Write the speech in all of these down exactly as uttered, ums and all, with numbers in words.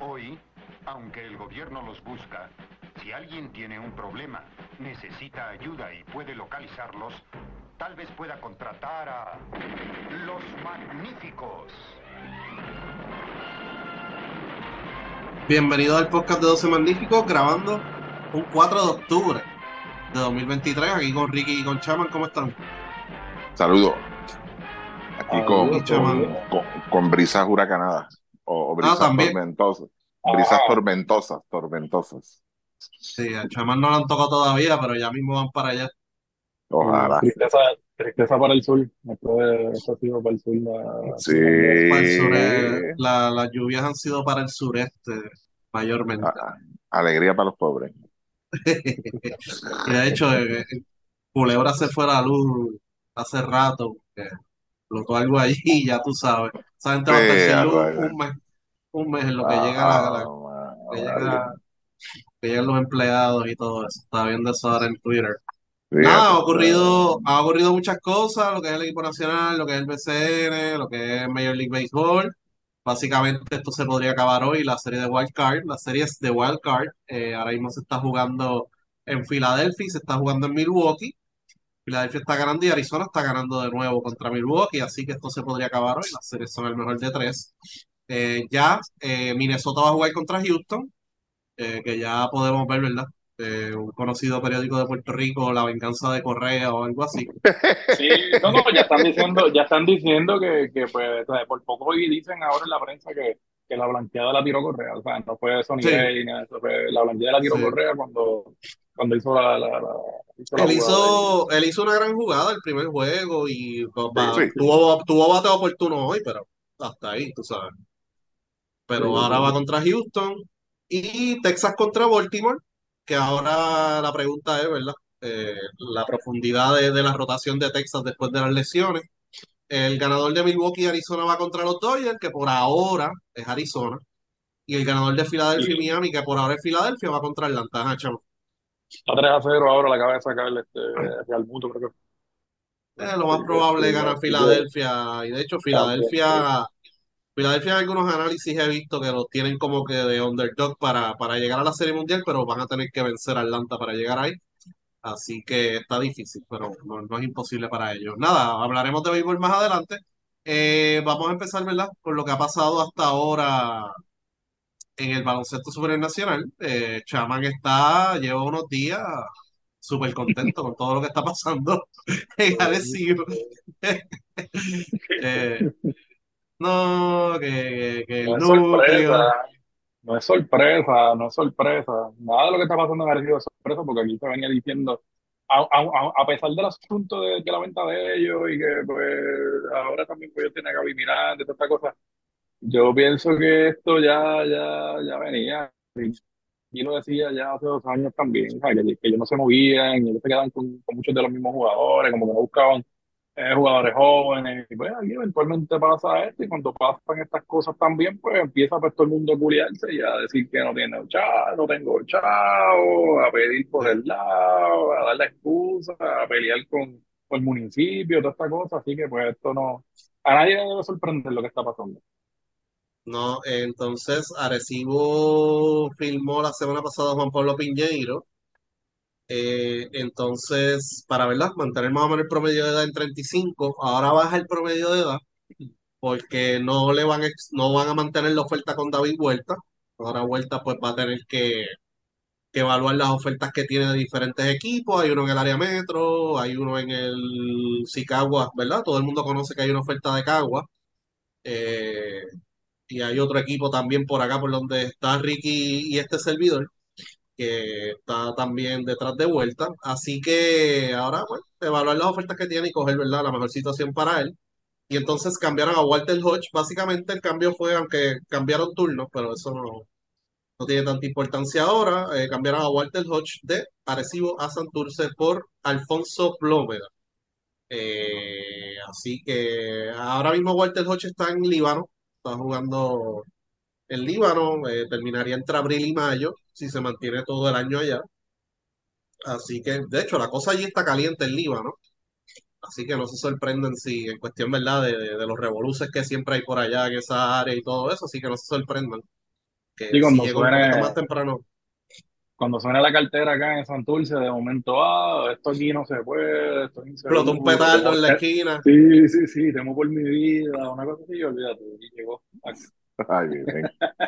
Hoy, aunque el gobierno los busca, si alguien tiene un problema, necesita ayuda y puede localizarlos, tal vez pueda contratar a los magníficos. Bienvenido al podcast de doce Magníficos, grabando un cuatro de octubre de dos mil veintitrés, aquí con Ricky y con Chaman. ¿Cómo están? Saludos, aquí Y con, Saludos, todo Chaman, bien. con, con brisas huracanadas o, o ah, brisas también, tormentosas, brisas Ah, tormentosas, tormentosas. sí, a Chaman no lo han tocado todavía, pero ya mismo van para allá. sí, Ojalá. tristeza, tristeza para el sur. Esto, de- esto ha sido para el sur la Sí. semana de Para el sur, la- las lluvias han sido para el sureste, mayormente. Ah, alegría para los pobres. Y de hecho, eh, en Culebra se fue la luz hace rato, porque explotó algo allí, y ya tú sabes. Esa gente Sí, va a estar sin a luz rayos. un mes, un mes en lo que Ah, llega la, la- ah, que María. llega que llegan los empleados y todo eso. Estaba viendo eso ahora en Twitter. Nada, Fíjate. ha eh, ocurrido, ha ocurrido muchas cosas, lo que es el equipo nacional, lo que es el B C N, lo que es Major League Baseball. Básicamente esto se podría acabar hoy, la serie de Wild Card, las series de Wild Card. Eh, ahora mismo se está jugando en Filadelfia y se está jugando en Milwaukee. Filadelfia está ganando y Arizona está ganando de nuevo contra Milwaukee, así que esto se podría acabar hoy. Las series son el mejor de tres. Eh, ya eh, Minnesota va a jugar contra Houston, eh, que ya podemos ver, ¿verdad? Eh, un conocido periódico de Puerto Rico, La Venganza de Correa o algo así. Sí, no, no, ya están diciendo, ya están diciendo que, que pues, o sea, por poco y dicen ahora en la prensa que, que la blanqueada la tiró Correa. O sea, no fue Sonny Sí, Gray, ni nada de eso, fue la blanqueada la tiró sí. Correa cuando, cuando hizo la, la, la- hizo la Él jugada ahí. hizo, él hizo una gran jugada el primer juego y pues, Sí, va- sí. sí, tuvo, tuvo bate oportuno hoy, pero hasta ahí, tú sabes. sí, Pero ahora va sí. contra Houston y Texas contra Baltimore, que ahora la pregunta es, ¿verdad? Eh, la profundidad de, de la rotación de Texas después de las lesiones. El ganador de Milwaukee y Arizona va contra los Dodgers, que por ahora es Arizona. Y el ganador de Filadelfia y Y Miami, que por ahora es Filadelfia, va contra Atlanta. Ajá, chamo. está tres a cero ahora, la acaba de sacar este Real Muto, creo que. Eh, lo Sí, más probable es este, ganar así que Filadelfia. Y de hecho, también, sí. Filadelfia, Filadelfia en algunos análisis he visto que los tienen como que de underdog para, para llegar a la Serie Mundial, pero van a tener que vencer a Atlanta para llegar ahí. Así que está difícil, pero no, no es imposible para ellos. Nada, hablaremos de béisbol más adelante. Eh, vamos a empezar, ¿verdad? Con lo que ha pasado hasta ahora en el baloncesto supernacional. Eh, Chaman está, lleva unos días súper contento con todo lo que está pasando en Arecibo. Eh, no, que, que el No es sorpresa, núcleo. no es sorpresa, no es sorpresa. Nada de lo que está pasando en Arecibo es sorpresa porque aquí se venía diciendo, a, a- a- a pesar del asunto de, de la venta de ellos y que pues ahora también pues ellos tienen a Gaby Miranda y toda esta cosa, yo pienso que esto ya, ya, ya venía. Y lo decía ya hace dos años también, o sea, que, que ellos no se movían, y ellos se quedaban con, con muchos de los mismos jugadores, como que no buscaban eh, jugadores jóvenes, y pues aquí eventualmente pasa esto, y cuando pasan estas cosas también, pues empieza pues todo el mundo a culiarse y a decir que no tiene chavo, no tengo chavo, a pedir por eh, el lado, a dar la excusa, a pelear con, con el municipio, toda esta cosa, así que pues esto no, a nadie le debe sorprender lo que está pasando. No, entonces Arecibo filmó la semana pasada a Juan Pablo Piñeiro. Eh, entonces, para verlas, mantener más o menos el promedio de edad en treinta y cinco. Ahora baja el promedio de edad porque no le van, a ex- no van a mantener la oferta con David Huerta. Ahora Huerta pues va a tener que, que evaluar las ofertas que tiene de diferentes equipos. Hay uno en el área metro, hay uno en el Sicagua, ¿verdad? Todo el mundo conoce que hay una oferta de Cagua. Eh, y hay otro equipo también por acá por donde está Ricky y este servidor, que está también detrás de vuelta. Así que ahora, bueno, evaluar las ofertas que tiene y coger, ¿verdad?, la mejor situación para él. Y entonces cambiaron a Walter Hodge. Básicamente el cambio fue, aunque cambiaron turnos, pero eso no, no tiene tanta importancia ahora. Eh, cambiaron a Walter Hodge de Arecibo a Santurce por Alfonso Plómeda. Eh, así que ahora mismo Walter Hodge está en Líbano, está jugando en Líbano, eh, terminaría entre abril y mayo, si se mantiene todo el año allá. Así que, de hecho, la cosa allí está caliente en Líbano, así que no se sorprenden si, en cuestión, ¿verdad?, de, de- de los revoluces que siempre hay por allá en esa área y todo eso, así que no se sorprendan. que Y si cuando llegó un poquito más suene, temprano. cuando suene la cartera acá en Santurce, de momento, ah, esto aquí no se puede, esto es Explotó un inseguro, petardo temo, en la te- esquina. sí, sí, sí, temo por mi vida, una cosa así, olvídate, y llegó acá. Ay, bien.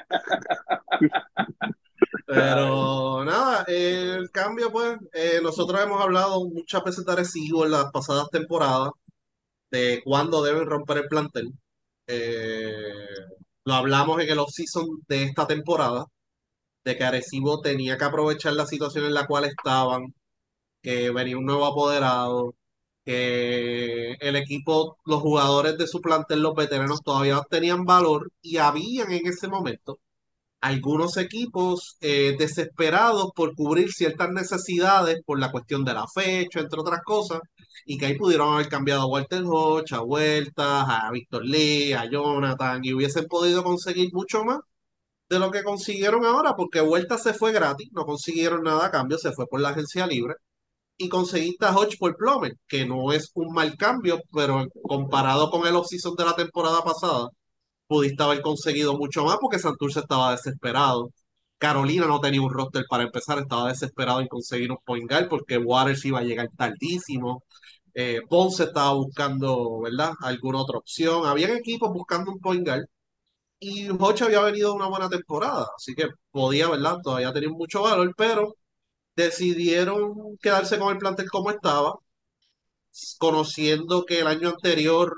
Ay, Pero nada, el cambio, pues, eh, nosotros hemos hablado muchas veces de Arecibo en las pasadas temporadas, de cuándo deben romper el plantel. Eh, lo hablamos en el off-season de esta temporada, de que Arecibo tenía que aprovechar la situación en la cual estaban, que venía un nuevo apoderado, que el equipo, los jugadores de su plantel, los veteranos, todavía tenían valor y habían en ese momento algunos equipos eh, desesperados por cubrir ciertas necesidades por la cuestión de la fecha, entre otras cosas, y que ahí pudieron haber cambiado a Walter Hodge, a Huertas, a Víctor Lee, a Jonathan, y hubiesen podido conseguir mucho más de lo que consiguieron ahora, porque Huertas se fue gratis, no consiguieron nada a cambio, se fue por la agencia libre, y conseguiste a Hodge por Plomer, que no es un mal cambio, pero comparado con el offseason de la temporada pasada, pudiste haber conseguido mucho más porque Santurce estaba desesperado. Carolina no tenía un roster para empezar, estaba desesperado en conseguir un point guard porque Waters iba a llegar tardísimo. Eh, Ponce estaba buscando, ¿verdad? Alguna otra opción. Habían equipos buscando un point guard y Hoche había venido de una buena temporada, así que podía, ¿verdad? Todavía tenía mucho valor, pero decidieron quedarse con el plantel como estaba, conociendo que el año anterior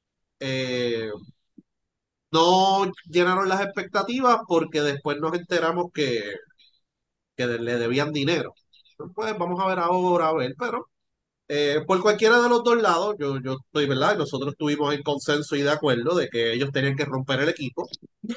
eh, no llenaron las expectativas porque después nos enteramos que, que le debían dinero. Pues vamos a ver ahora, a ver, pero eh, por cualquiera de los dos lados, yo, yo estoy, ¿verdad? Nosotros estuvimos en consenso y de acuerdo de que ellos tenían que romper el equipo,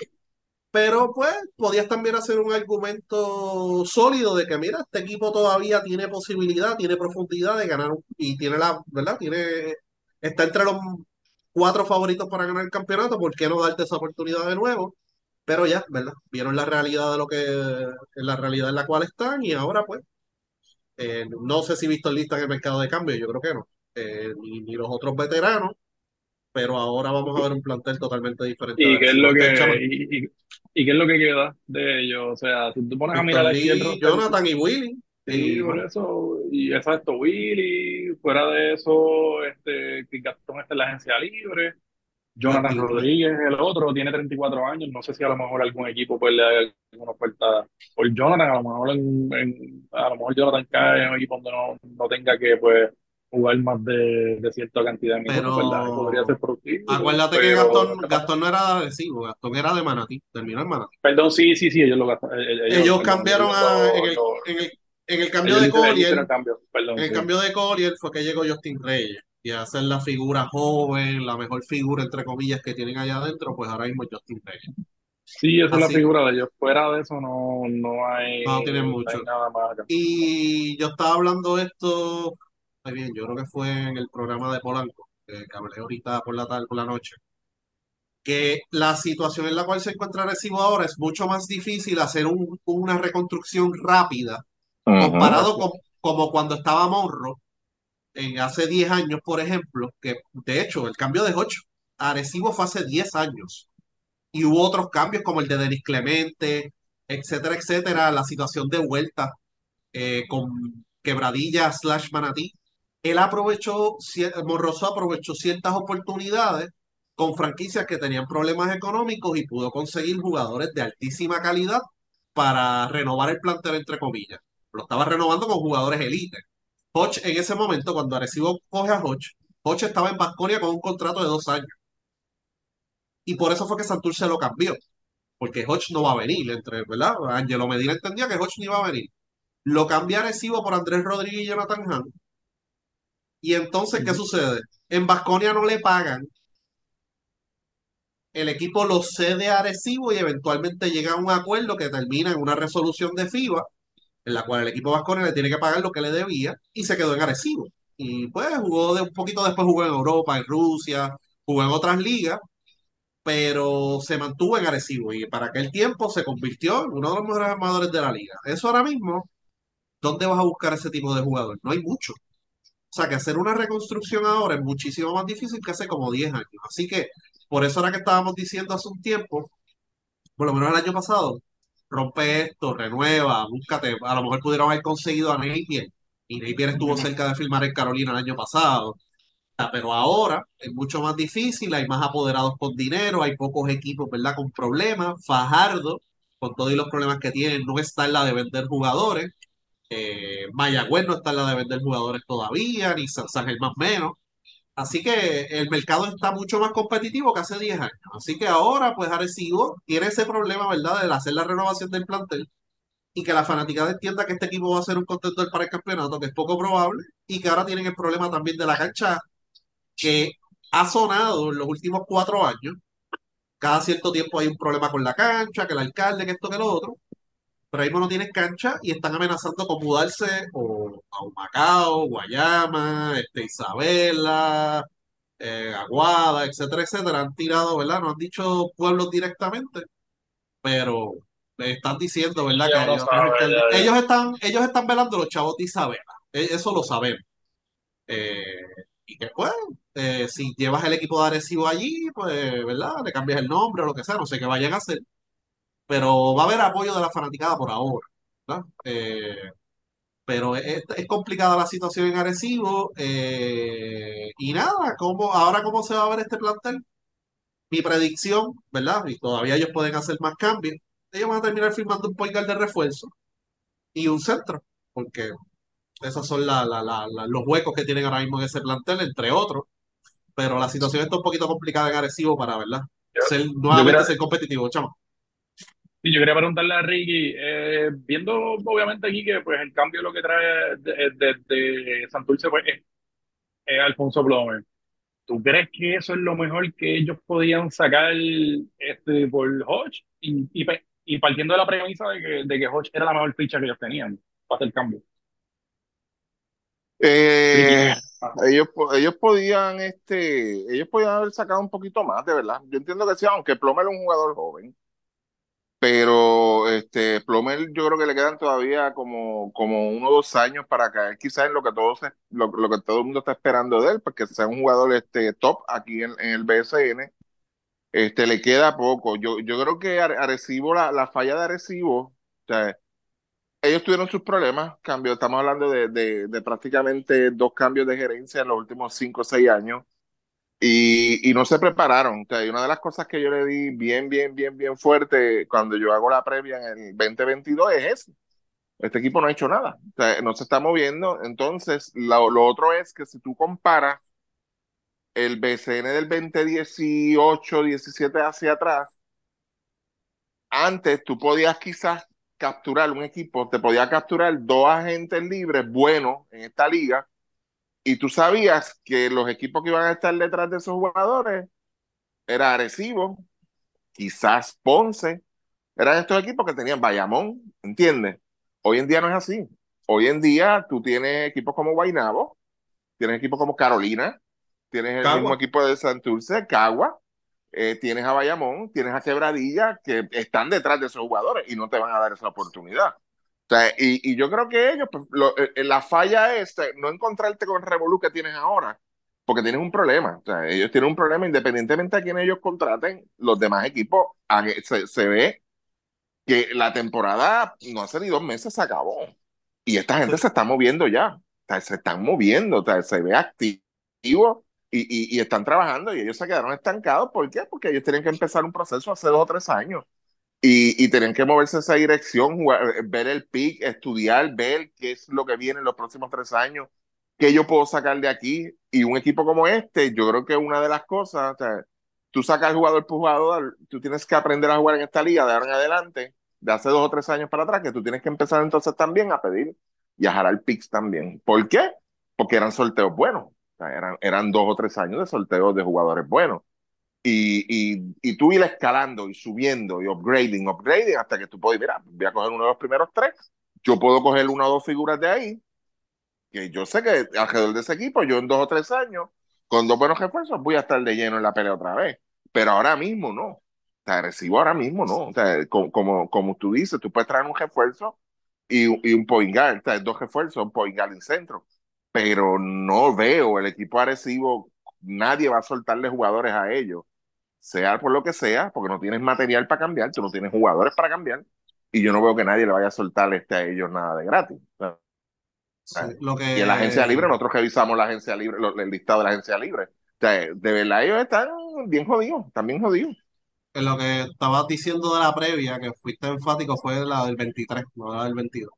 pero pues podías también hacer un argumento sólido de que, mira, este equipo todavía tiene posibilidad, tiene profundidad de ganar un- y tiene la, ¿verdad? Tiene, está entre los cuatro favoritos para ganar el campeonato, ¿por qué no darte esa oportunidad de nuevo? Pero ya, ¿verdad? Vieron la realidad de lo que, en la realidad en la cual están y ahora pues, eh, no sé si Víctor lista en el mercado de cambio, yo creo que no, eh, ni, ni los otros veteranos, pero ahora vamos a ver un plantel totalmente diferente de ¿y qué es Arecibo. lo Este que, chama, y, y, y qué es lo que queda de ellos? O sea, si tú pones a Víctor mirar aquí el Lee, roster. Jonathan y Willy, Sí, y por bueno, eso, y exacto, Willy, fuera de eso, este, que Gastón está en la agencia libre, Jonathan Justin Rey. Rodríguez, el otro, tiene treinta y cuatro años, no sé si a lo mejor algún equipo pues le da alguna oferta por Jonathan, a lo mejor en, en- a lo mejor Jonathan cae en un equipo donde no, no tenga que pues jugar más de, de cierta cantidad de minutos, ¿verdad? Y podría ser Pero productivo, acuérdate que pero, Gastón, Gastón no era de Arecibo, Gastón era de Manatí, terminó en Manatí. perdón, sí, sí, sí, ellos lo gastan, ellos, Ellos perdón, cambiaron ellos a, en lo, el, lo- en el, en el cambio ellos, de le- ellos hicieron Collier, cambios, en perdón, el sí. cambio de Collier fue que llegó Justin Reyes y a hacer la figura joven, la mejor figura entre comillas que tienen allá adentro, pues ahora mismo es Justin Reyes. Sí, esa es la Así, figura de ellos. Fuera de eso no, no no tienen hay, no mucho. hay nada más acá. Y yo estaba hablando esto, muy bien, yo creo que fue en el programa de Polanco, que, que hablé ahorita por la tarde, por la noche, que la situación en la cual se encuentra Arecibo ahora es mucho más difícil hacer un- una reconstrucción rápida Ujú. comparado con como cuando estaba Monroe en hace diez años, por ejemplo, que de hecho el cambio de ocho a Arecibo fue hace diez años y hubo otros cambios como el de Denis Clemente, etcétera, etcétera, la situación de vuelta eh, con Quebradilla slash Manatí. Él aprovechó, cier- Morroso aprovechó ciertas oportunidades con franquicias que tenían problemas económicos y pudo conseguir jugadores de altísima calidad para renovar el plantel, entre comillas. Lo estaba renovando con jugadores elite. Hodge en ese momento, cuando Arecibo coge a Hodge, Hodge estaba en Baskonia con un contrato de dos años. Y por eso fue que Santurce lo cambió, porque Hodge no va a venir, entre, ¿verdad? Angelo Medina entendía que Hodge no iba a venir. Lo cambia Arecibo por Andrés Rodríguez y Jonathan Hunt. Y entonces, ¿qué Ujú. sucede? En Baskonia no le pagan, el equipo lo cede a Arecibo y eventualmente llega a un acuerdo que termina en una resolución de FIBA, en la cual el equipo Baskonia le tiene que pagar lo que le debía y se quedó en Arecibo. Y pues jugó de un poquito después, jugó en Europa, en Rusia, jugó en otras ligas, pero se mantuvo en Arecibo y para aquel tiempo se convirtió en uno de los mejores armadores de la liga. Eso ahora mismo, ¿dónde vas a buscar ese tipo de jugador? No hay mucho. O sea, que hacer una reconstrucción ahora es muchísimo más difícil que hace como diez años. Así que, por eso era que estábamos diciendo hace un tiempo, por lo menos el año pasado, rompe esto, renueva, búscate. A lo mejor pudieron haber conseguido a Napier, y Napier estuvo Ujú. cerca de firmar en Carolina el año pasado. Ah, pero ahora es mucho más difícil, hay más apoderados con dinero, hay pocos equipos, ¿verdad? Con problemas. Fajardo, con todos los problemas que tienen, no está en la de vender jugadores. Eh, Mayagüez no está en la de vender jugadores todavía, ni San San Germán menos. Así que el mercado está mucho más competitivo que hace diez años. Así que ahora, pues Arecibo tiene ese problema, ¿verdad? De hacer la renovación del plantel y que la fanaticada entienda que este equipo va a ser un contendor para el campeonato, que es poco probable, y que ahora tienen el problema también de la cancha que ha sonado en los últimos cuatro años. Cada cierto tiempo hay un problema con la cancha, que el alcalde, que esto, que lo otro. Pero ahí mismo no tienen cancha y están amenazando con mudarse o a Humacao, Guayama, este, Isabela, eh, Aguada, etcétera, etcétera. Han tirado, ¿verdad? No han dicho pueblos directamente, pero le están diciendo, ¿verdad? Que Ya hay uno otros sabe, alcaldes. ya, Ellos ya. están, ellos están velando los chavos de Isabela. E- Eso lo sabemos. Eh, y que pues, eh, si llevas el equipo de Arecibo allí, pues, ¿verdad? Le cambias el nombre o lo que sea, no sé qué vayan a hacer, pero va a haber apoyo de la fanaticada por ahora, ¿verdad? Eh, pero es, es complicada la situación en Arecibo, eh, y nada, ¿cómo, ahora cómo se va a ver este plantel? Mi predicción, ¿verdad? Y todavía ellos pueden hacer más cambios. Ellos van a terminar firmando un point guard de refuerzo y un centro, porque esos son la- la- la- la- los huecos que tienen ahora mismo en ese plantel, entre otros. Pero la situación está un poquito complicada en Arecibo para, ¿verdad? Yo, Ser, yo nuevamente quería, ser competitivo, chamo. sí, yo quería preguntarle a Ricky, eh, viendo obviamente aquí que pues el cambio lo que trae desde de, de Santurce pues, es, es Alfonso Plomer. ¿Tú crees que eso es lo mejor que ellos podían sacar este, por Hodge? Y, y, pe- y partiendo de la premisa de que, de que Hodge era la mejor ficha que ellos tenían para hacer el cambio. Ricky. Eh, Ah, ellos, po- ellos podían, este, ellos podían haber sacado un poquito más, de verdad. Yo entiendo que sí, aunque Plomer es un jugador joven, pero este, Plomer yo creo que le quedan todavía como, como uno o dos años para caer quizás en lo que todos, lo, lo que todo el mundo está esperando de él, porque sea un jugador este, top aquí en, en el B S N. Este, le queda poco. Yo, yo creo que Are- Arecibo, la, la falla de Arecibo, o sea, ellos tuvieron sus problemas, cambio, estamos hablando de, de, de prácticamente dos cambios de gerencia en los últimos cinco o seis años y, y no se prepararon. O sea, y una de las cosas que yo le di bien, bien, bien, bien fuerte cuando yo hago la previa en el veinte veintidós es eso. Este equipo no ha hecho nada, o sea, no se está moviendo. Entonces, lo, lo otro es que si tú comparas el B C N del veinte dieciocho diecisiete hacia atrás, antes tú podías quizás capturar un equipo, te podía capturar dos agentes libres buenos en esta liga y tú sabías que los equipos que iban a estar detrás de esos jugadores era Arecibo, quizás Ponce, eran estos equipos que tenían Bayamón, ¿entiendes? Hoy en día no es así. Hoy en día tú tienes equipos como Guaynabo, tienes equipos como Carolina, tienes el mismo Cagua. equipo de Santurce, Cagua, eh, tienes a Bayamón, tienes a Quebradilla, que están detrás de esos jugadores y no te van a dar esa oportunidad. O sea, y, y yo creo que ellos, pues, lo, eh, la falla es eh, no encontrarte con el revolú que tienes ahora, porque tienes un problema. O sea, ellos tienen un problema independientemente a quién ellos contraten, los demás equipos, a- se, se ve que la temporada no hace ni dos meses se acabó. Y esta gente se está moviendo ya. O sea, se están moviendo, o sea, se ve activo y, y, y están trabajando y ellos se quedaron estancados. ¿Por qué? Porque ellos tienen que empezar un proceso hace dos o tres años y, y tienen que moverse en esa dirección, jugar, ver el pick, estudiar, ver qué es lo que viene en los próximos tres años, qué yo puedo sacar de aquí. Y un equipo como este, yo creo que una de las cosas, o sea, tú sacas jugador por jugador, tú tienes que aprender a jugar en esta liga de ahora en adelante, de hace dos o tres años para atrás, que tú tienes que empezar entonces también a pedir y a jalar picks también. ¿Por qué? Porque eran sorteos buenos. O sea, eran, eran dos o tres años de sorteos de jugadores buenos. Y, y, y tú ir escalando y subiendo y upgrading, upgrading, hasta que tú puedes, mira, voy a coger uno de los primeros tres. Yo puedo coger una o dos figuras de ahí, que yo sé que alrededor de ese equipo, yo en dos o tres años, con dos buenos refuerzos, voy a estar de lleno en la pelea otra vez. Pero ahora mismo no. O sea, recibo ahora mismo no. O sea, como, como, como tú dices, tú puedes traer un refuerzo y, y un point guard, o sea, dos refuerzos, un point guard en centro. Pero no veo el equipo agresivo, nadie va a soltarle jugadores a ellos sea por lo que sea, porque no tienes material para cambiar, tú no tienes jugadores para cambiar. y yo no veo que nadie le vaya a soltar este a ellos nada de gratis. Sí, lo Y en la agencia que, libre, nosotros revisamos la agencia libre, lo- el listado de la agencia libre. O sea, de verdad ellos están bien jodidos, están bien jodidos. lo que estabas diciendo de la previa, que fuiste enfático, fue la del veintitrés, no la del veintidós.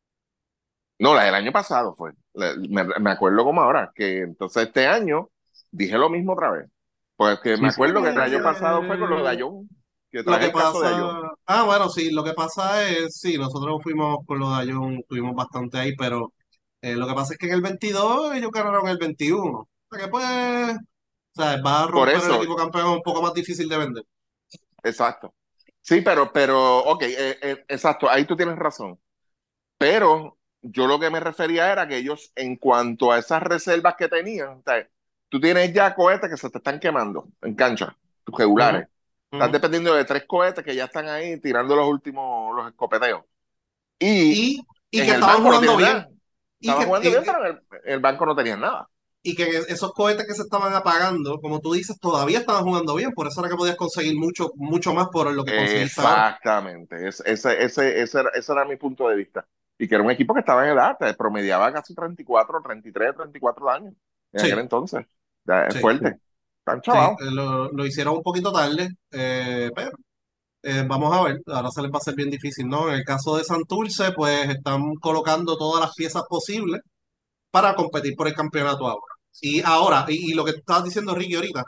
No, la del año pasado fue. La- Me, me acuerdo como ahora, que entonces este año dije lo mismo otra vez. Pues que me Sí, sí. acuerdo que el año pasado fue con lo de Eh, Ayón, que lo traje que el caso de pasa, Ayón. ah, bueno, sí, lo que pasa es, sí, nosotros fuimos con lo de Ayun, tuvimos bastante ahí, pero eh, lo que pasa es que en el veintidós ellos ganaron el veintiuno. O sea que pues, o sea, va a Por romper el eso, equipo campeón un poco más difícil de vender. exacto. Sí, pero, pero, ok, eh, eh, exacto, ahí tú tienes razón. Pero yo lo que me refería era que ellos, en cuanto a esas reservas que tenían, o sea, tú tienes ya cohetes que se te están quemando en cancha, tus Ujú, regulares. Estás ujú. dependiendo de tres cohetes que ya están ahí tirando los últimos, los escopeteos. Y Y, y en que el estaban banco no jugando tienes bien. nada. Y Estaba que, jugando bien, y, pero en el, en el banco no tenías nada. y que esos cohetes que se estaban apagando, como tú dices, todavía estaban jugando bien. Por eso era que podías conseguir mucho, mucho más por lo que conseguiste ahora. Exactamente. Es- ese, ese, ese, era, ese era mi punto de vista. Y que era un equipo que estaba en edad, te promediaba casi treinta y cuatro, treinta y tres, treinta y cuatro años en aquel Sí, entonces. Ya, es sí, fuerte. Están sí. chavados. eh, Lo, lo hicieron un poquito tarde, eh, pero eh, vamos a ver. Ahora se les va a hacer bien difícil, ¿no? En el caso de Santurce, pues están colocando todas las piezas posibles para competir por el campeonato ahora. Y ahora, y, y lo que tú estabas diciendo, Ricky, ahorita,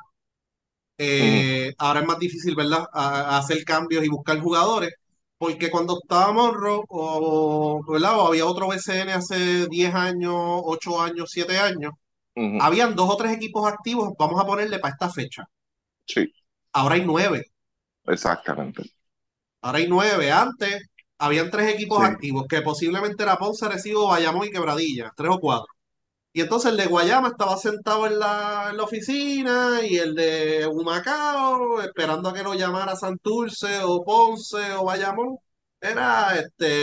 Ujú, eh, ahora es más difícil, ¿verdad? A- a hacer cambios y buscar jugadores, porque cuando estaba Morro, o, ¿verdad? O había otro B C N hace diez años, ocho años, siete años, ujú. habían dos o tres equipos activos, vamos a ponerle para esta fecha. Sí, Ahora hay nueve. exactamente. Ahora hay nueve. Antes habían tres equipos Sí. activos, que posiblemente era Ponce, Arecibo, Bayamón y Quebradilla, tres o cuatro. Y entonces el de Guayama estaba sentado en la, en la oficina y el de Humacao, esperando a que lo llamara Santurce o Ponce o Bayamón, era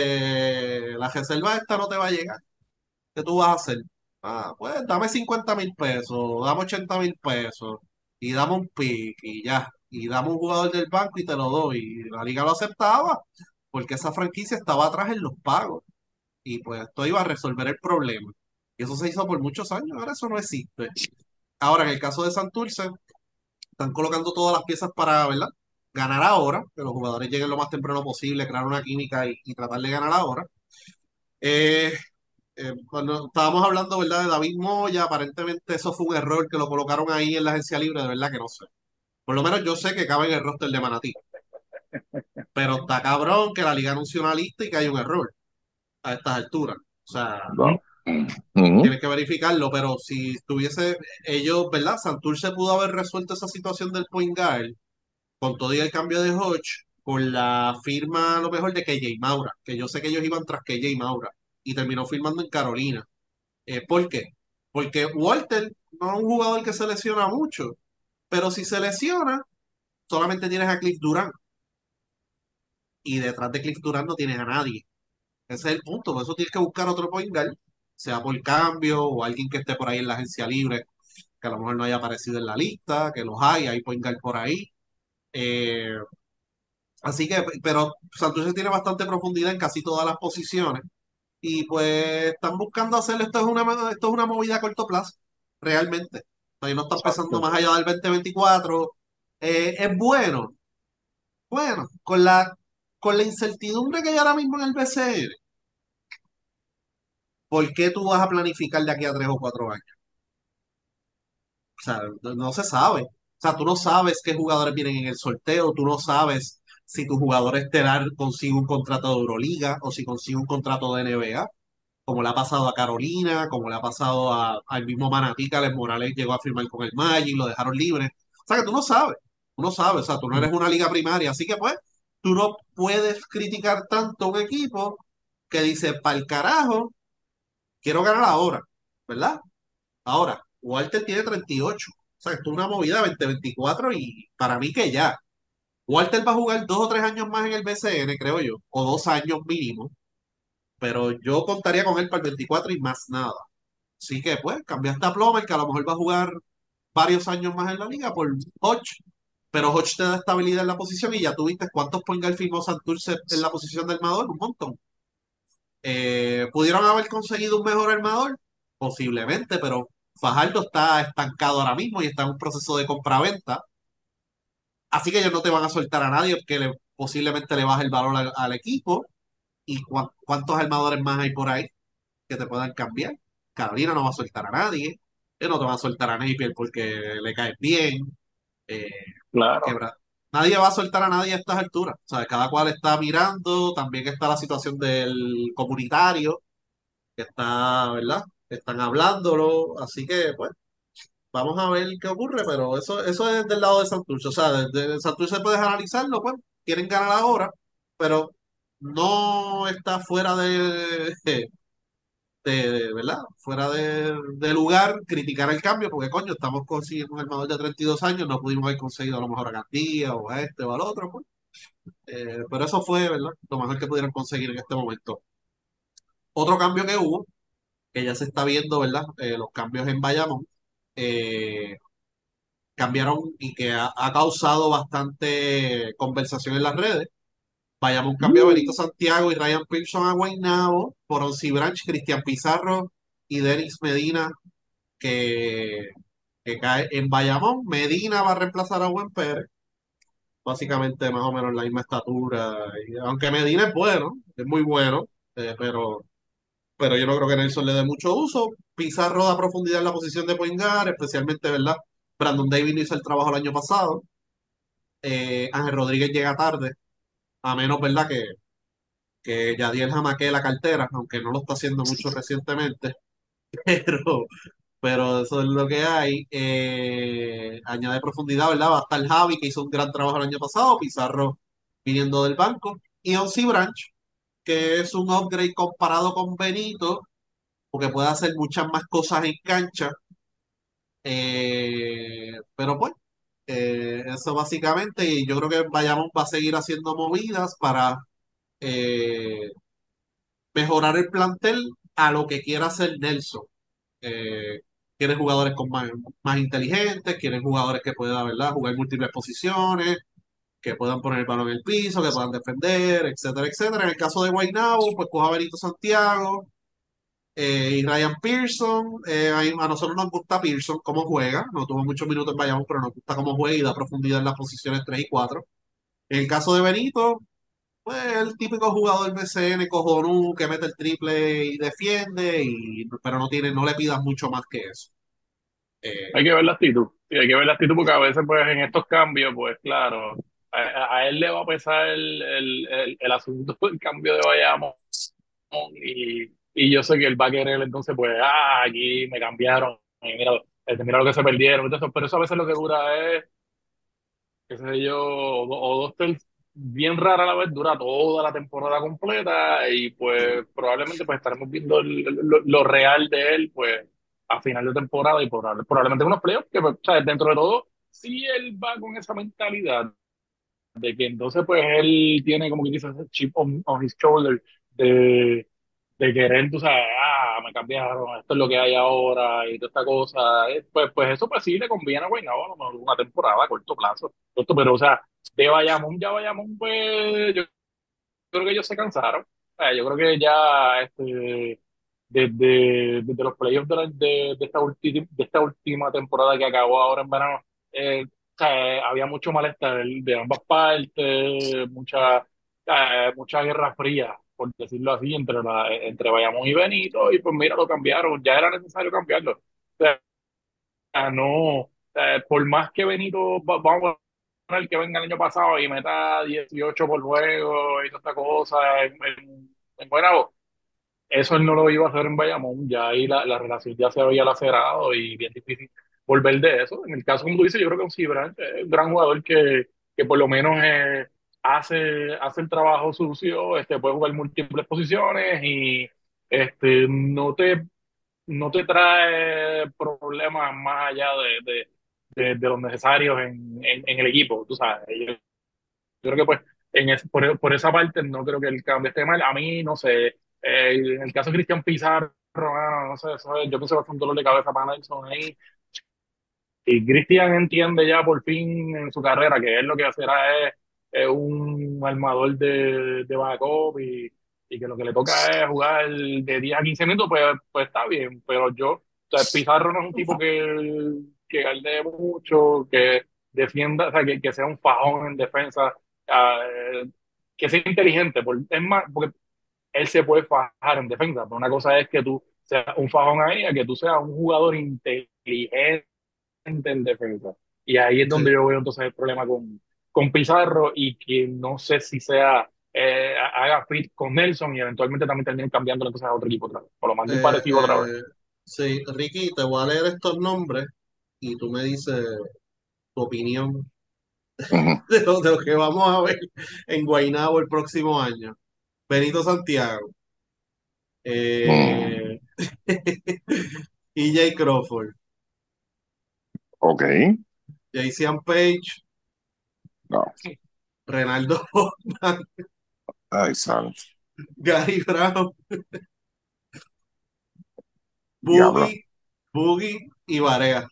este, la reserva esta no te va a llegar. ¿Qué tú vas a hacer? Ah, pues dame cincuenta mil pesos, dame ochenta mil pesos y dame un pick y ya. Y dame un jugador del banco y te lo doy. Y la liga lo aceptaba porque esa franquicia estaba atrás en los pagos y pues esto iba a resolver el problema. Y eso se hizo por muchos años, ahora eso no existe. Ahora, en el caso de Santurce, están colocando todas las piezas para, ¿verdad? Ganar ahora, que los jugadores lleguen lo más temprano posible, crear una química y, y tratar de ganar ahora. Eh, eh, Cuando estábamos hablando, ¿verdad? De David Moya, aparentemente eso fue un error que lo colocaron ahí en la agencia libre, de verdad que no sé. Por lo menos yo sé que cabe en el roster de Manatí, pero está cabrón que la liga anunció una lista y que hay un error a estas alturas. O sea, No. Ujú, tienes que verificarlo, pero si tuviese ellos, ¿verdad? Santurce pudo haber resuelto esa situación del point guard con todo y el cambio de Hodge, con la firma a lo mejor de K J Maura, que yo sé que ellos iban tras K J Maura y terminó firmando en Carolina. Eh, ¿por qué? Porque Walter no es un jugador que se lesiona mucho, pero si se lesiona, solamente tienes a Cliff Durant y detrás de Cliff Durant no tienes a nadie. Ese es el punto, por eso tienes que buscar otro point guard, sea por cambio o alguien que esté por ahí en la agencia libre, que a lo mejor no haya aparecido en la lista, que los hay, hay point guard por ahí. Eh, Así que, pero Santurce tiene bastante profundidad en casi todas las posiciones y pues están buscando hacer esto es una, esto es una movida a corto plazo, realmente. Ahí no están pensando Exacto. más allá del veinte veinticuatro. Eh, es bueno, bueno, con la, con la incertidumbre que hay ahora mismo en el B C N, ¿por qué tú vas a planificar de aquí a tres o cuatro años? O sea, no no se sabe. O sea, tú no sabes qué jugadores vienen en el sorteo, tú no sabes si tu jugador estelar consigue un contrato de Euroliga o si consigue un contrato de N B A, como le ha pasado a Carolina, como le ha pasado a- al mismo Manatí, que Alex Morales llegó a firmar con el Magic, lo dejaron libre. O sea, que tú no sabes, tú no sabes, o sea, tú no eres una liga primaria, así que pues, tú no puedes criticar tanto a un equipo que dice, para el carajo, quiero ganar ahora, ¿verdad? Ahora, Walter tiene treinta y ocho. O sea, esto es una movida de veinte veinticuatro y para mí que ya. Walter va a jugar dos o tres años más en el B C N, creo yo, o dos años mínimo, pero yo contaría con él para el veinticuatro y más nada. Así que, pues, cambiaste a Plomer, que a lo mejor va a jugar varios años más en la liga por ocho. pero Hodge te da estabilidad en la posición y ya tuviste cuántos point guard firmó Santurce en la posición de armador, un montón. Eh, ¿pudieron haber conseguido un mejor armador? Posiblemente, pero Fajardo está estancado ahora mismo y está en un proceso de compraventa, así que ellos no te van a soltar a nadie que le- posiblemente le baje el valor al, al equipo. ¿Y cuán- cuántos armadores más hay por ahí que te puedan cambiar? Carolina no va a soltar a nadie, él no te va a soltar a Napier porque le caes bien. eh, Claro. quebra- Nadie va a soltar a nadie a estas alturas. O sea, cada cual está mirando, también está la situación del comunitario, que está, ¿verdad? Están hablándolo, así que, pues, vamos a ver qué ocurre, pero eso, eso es del lado de Santurce. O sea, desde Santurce puedes analizarlo, pues, quieren ganar ahora, pero no está fuera de, de, de- ¿verdad? Fuera de, de lugar criticar el cambio, porque coño, estamos consiguiendo un armador de treinta y dos años, no pudimos haber conseguido a lo mejor a Gandía o a este o al otro, pues. Eh, pero eso fue, ¿verdad? Lo mejor que pudieron conseguir en este momento. Otro cambio que hubo, que ya se está viendo, ¿verdad? Eh, los cambios en Bayamón, eh, cambiaron y que ha, ha causado bastante conversación en las redes. Bayamón cambió a Benito Mm. Santiago y Ryan Pearson a Guaynabo por Onsi Branch, Cristian Pizarro y Denis Medina, que, que cae en Bayamón. Medina va a reemplazar a Buen Pérez, básicamente más o menos la misma estatura. Y aunque Medina es bueno, es muy bueno, eh, pero pero yo no creo que Nelson le dé mucho uso. Pizarro da profundidad en la posición de point guard, especialmente, ¿verdad? Brandon Davis no hizo el trabajo el año pasado. Eh, Ángel Rodríguez llega tarde, a menos, ¿verdad? Que, que Yadiel jamaquee la cartera, aunque no lo está haciendo mucho recientemente, pero, pero eso es lo que hay. Eh, añade profundidad, ¿verdad? Va a estar Javi, que hizo un gran trabajo el año pasado, Pizarro viniendo del banco, y Onsi Branch, que es un upgrade comparado con Benito, porque puede hacer muchas más cosas en cancha. Eh, pero pues, eh, eso básicamente, y yo creo que Bayamón va a seguir haciendo movidas para eh, mejorar el plantel a lo que quiera hacer Nelson. Eh, quieren jugadores con más, más inteligentes, quieren jugadores que puedan, ¿verdad?, jugar múltiples posiciones, que puedan poner el balón en el piso, que puedan defender, etcétera, etcétera. En el caso de Guaynabo, pues coja a Benito Santiago, Eh, y Ryan Pearson, eh, a, a nosotros nos gusta Pearson cómo juega, no tuvo muchos minutos en Bayamón, pero nos gusta cómo juega y da profundidad en las posiciones tres y cuatro. En el caso de Benito, pues el típico jugador B C N cojonú que mete el triple y defiende, y, pero no tiene, no le pidas mucho más que eso. Eh, Hay que ver la actitud. Sí, hay que ver la actitud porque a veces, pues, en estos cambios, pues, claro, a, a- a él le va a pesar el, el, el, el asunto del cambio de Bayamón y, y yo sé que él va a querer, entonces, pues, ah, aquí me cambiaron, y mira, este, mira lo que se perdieron, entonces, pero eso a veces lo que dura es, qué sé yo, o, do- o dos tercios, bien rara a la vez, dura toda la temporada completa y pues probablemente pues estaremos viendo el- lo, lo real de él pues a final de temporada y probable- probablemente unos playoffs que pues, o sea, dentro de todo, si él va con esa mentalidad de que entonces pues él tiene como quien dice ese chip on, on his shoulder de, de querer, tú sabes, ah, me cambiaron, esto es lo que hay ahora y toda esta cosa, eh, pues, pues eso pues sí le conviene a Guaynabo a lo mejor una temporada a corto plazo, corto, pero o sea, de Bayamón ya Bayamón pues yo creo que ellos se cansaron. O sea, yo creo que ya este, desde, desde los playoffs de, la- de, de esta ulti- de esta última temporada que acabó ahora en verano, eh, o sea, eh, había mucho malestar de ambas partes, mucha, eh, mucha guerra fría, por decirlo así, entre, la, entre Bayamón y Benito, y pues mira, lo cambiaron, ya era necesario cambiarlo. O sea, no, eh, por más que Benito, va- vamos a poner que venga el año pasado y meta dieciocho por juego y toda esta cosa en, en, en Guaynabo, eso él no lo iba a hacer en Bayamón, ya ahí la, la relación ya se había lacerado y bien difícil volver de eso. En el caso, como tú dices, yo creo que un Cibran es un gran jugador que, que por lo menos eh, hace, hace el trabajo sucio, este, puede jugar múltiples posiciones y este, no te no te trae problemas más allá de, de, de, de los necesarios en, en, en el equipo, tú sabes. Yo, yo creo que pues en es- por, por esa parte no creo que el cambio esté mal. A mí, no sé, eh, en el caso de Cristian Pizarro, ah, no sé, eso es- yo pienso que es un dolor de cabeza para Nelson ahí. y Cristian entiende ya por fin en su carrera que él lo que será es, es un armador de, de backup y, y que lo que le toca es jugar de diez a quince minutos, pues, pues está bien. Pero yo, o sea, Pizarro no es un tipo que, que galde mucho, que defienda, o sea, que, que sea un fajón en defensa, eh, que sea inteligente. Por, es más, porque él se puede fajar en defensa, pero una cosa es que tú seas un fajón ahí, a que tú seas un jugador inteligente en defensa. Y ahí es Sí. donde yo veo entonces el problema con, con Pizarro y que no sé si sea, eh, haga fit con Nelson y eventualmente también terminen cambiando entonces a otro equipo otra vez, por lo menos un Eh, parecido otra vez. eh, sí, Ricky, te voy a leer estos nombres y tú me dices tu opinión Ujú. de lo, de lo que vamos a ver en Guaynabo el próximo año. Benito Santiago, Mm, eh, E J Crawford, ok, Jaycean Page, no, Renaldo Hoffman, ay, santo, Gary Brown, diablo. Boogie, Boogie y Barea.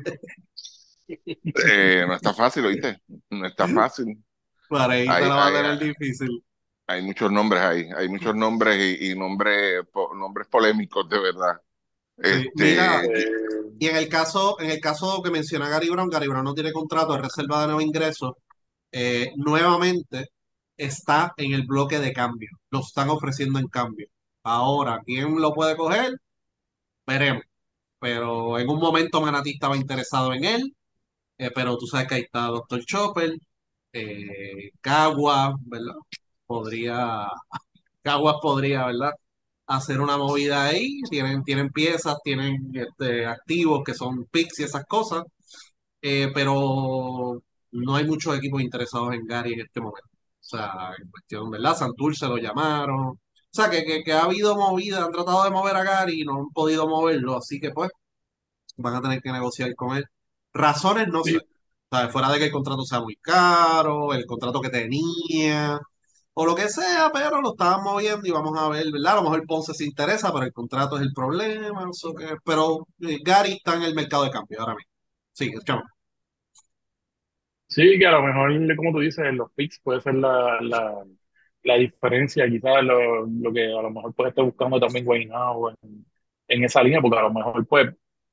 Eh, no está fácil, ¿oíste? No está fácil. Bareita Hay, la va a hay, tener difícil. hay muchos nombres ahí, hay muchos nombres y, y nombres, po- nombres polémicos de verdad. Sí, mira, Este, y, Eh, y en el caso, en el caso que menciona Gary Brown, Gary Brown no tiene contrato de reserva de nuevo ingreso. Eh, nuevamente está en el bloque de cambio. Lo están ofreciendo en cambio. Ahora, ¿quién lo puede coger? Veremos. Pero en un momento Manatí estaba interesado en él, eh, pero tú sabes que ahí está Doctor Chopper, eh, Cagua, ¿verdad? Podría, Caguas podría, ¿verdad? Hacer una movida ahí. Tienen, tienen piezas, tienen este, activos que son picks y esas cosas, eh, pero no hay muchos equipos interesados en Gary en este momento. O sea, en cuestión, ¿verdad? Santurce lo llamaron. O sea, que, que, que ha habido movida, han tratado de mover a Gary y no han podido moverlo, así que pues van a tener que negociar con él. Razones no sé. sí, O sea, fuera de que el contrato sea muy caro, el contrato que tenía, o lo que sea, pero lo estaban moviendo y vamos a ver, ¿verdad? A lo mejor Ponce se interesa, pero el contrato es el problema. Eso que- pero eh, Gary está en el mercado de cambio ahora mismo. Sí, chamo. sí, que a lo mejor, como tú dices, en los picks puede ser la, la, la diferencia, quizás lo, lo que a lo mejor puede estar buscando también Guaynabo en, en esa línea, porque a lo mejor pues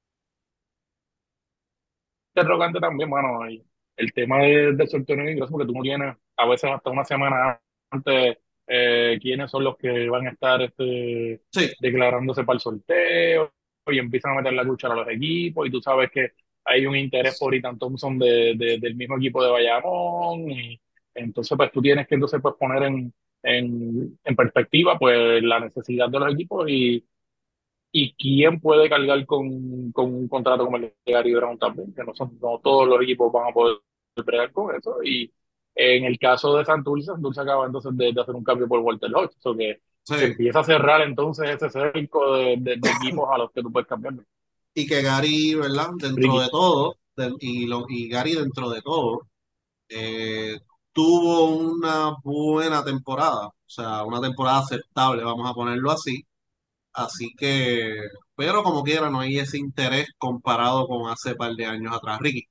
interrogante también, mano, y el tema de, del sorteo de ingresos, porque tú no tienes a veces hasta una semana antes eh, quiénes son los que van a estar este, Sí, declarándose para el sorteo y empiezan a meter la cuchara a los equipos y tú sabes que hay un interés por Ethan Thompson de, de- del mismo equipo de Bayamón y entonces pues tú tienes que entonces pues poner en, en, en perspectiva pues la necesidad de los equipos y ¿y quién puede cargar con, con un contrato como el de Gary Brown también? Que no, son, no todos los equipos van a poder bregar con eso. Y en el caso de Santurce, Santurce acaba entonces de, de hacer un cambio por Walter Hodge. Eso que sí. se empieza a cerrar entonces ese cerco de, de, de equipos a los que tú puedes cambiar. Y que Gary, ¿verdad? Dentro Ricky. de todo, de- y, lo, y Gary dentro de todo, eh, tuvo una buena temporada. O sea, una temporada aceptable, vamos a ponerlo así. Así que, pero como quiera, no hay ese interés comparado con hace par de años atrás. Ricky.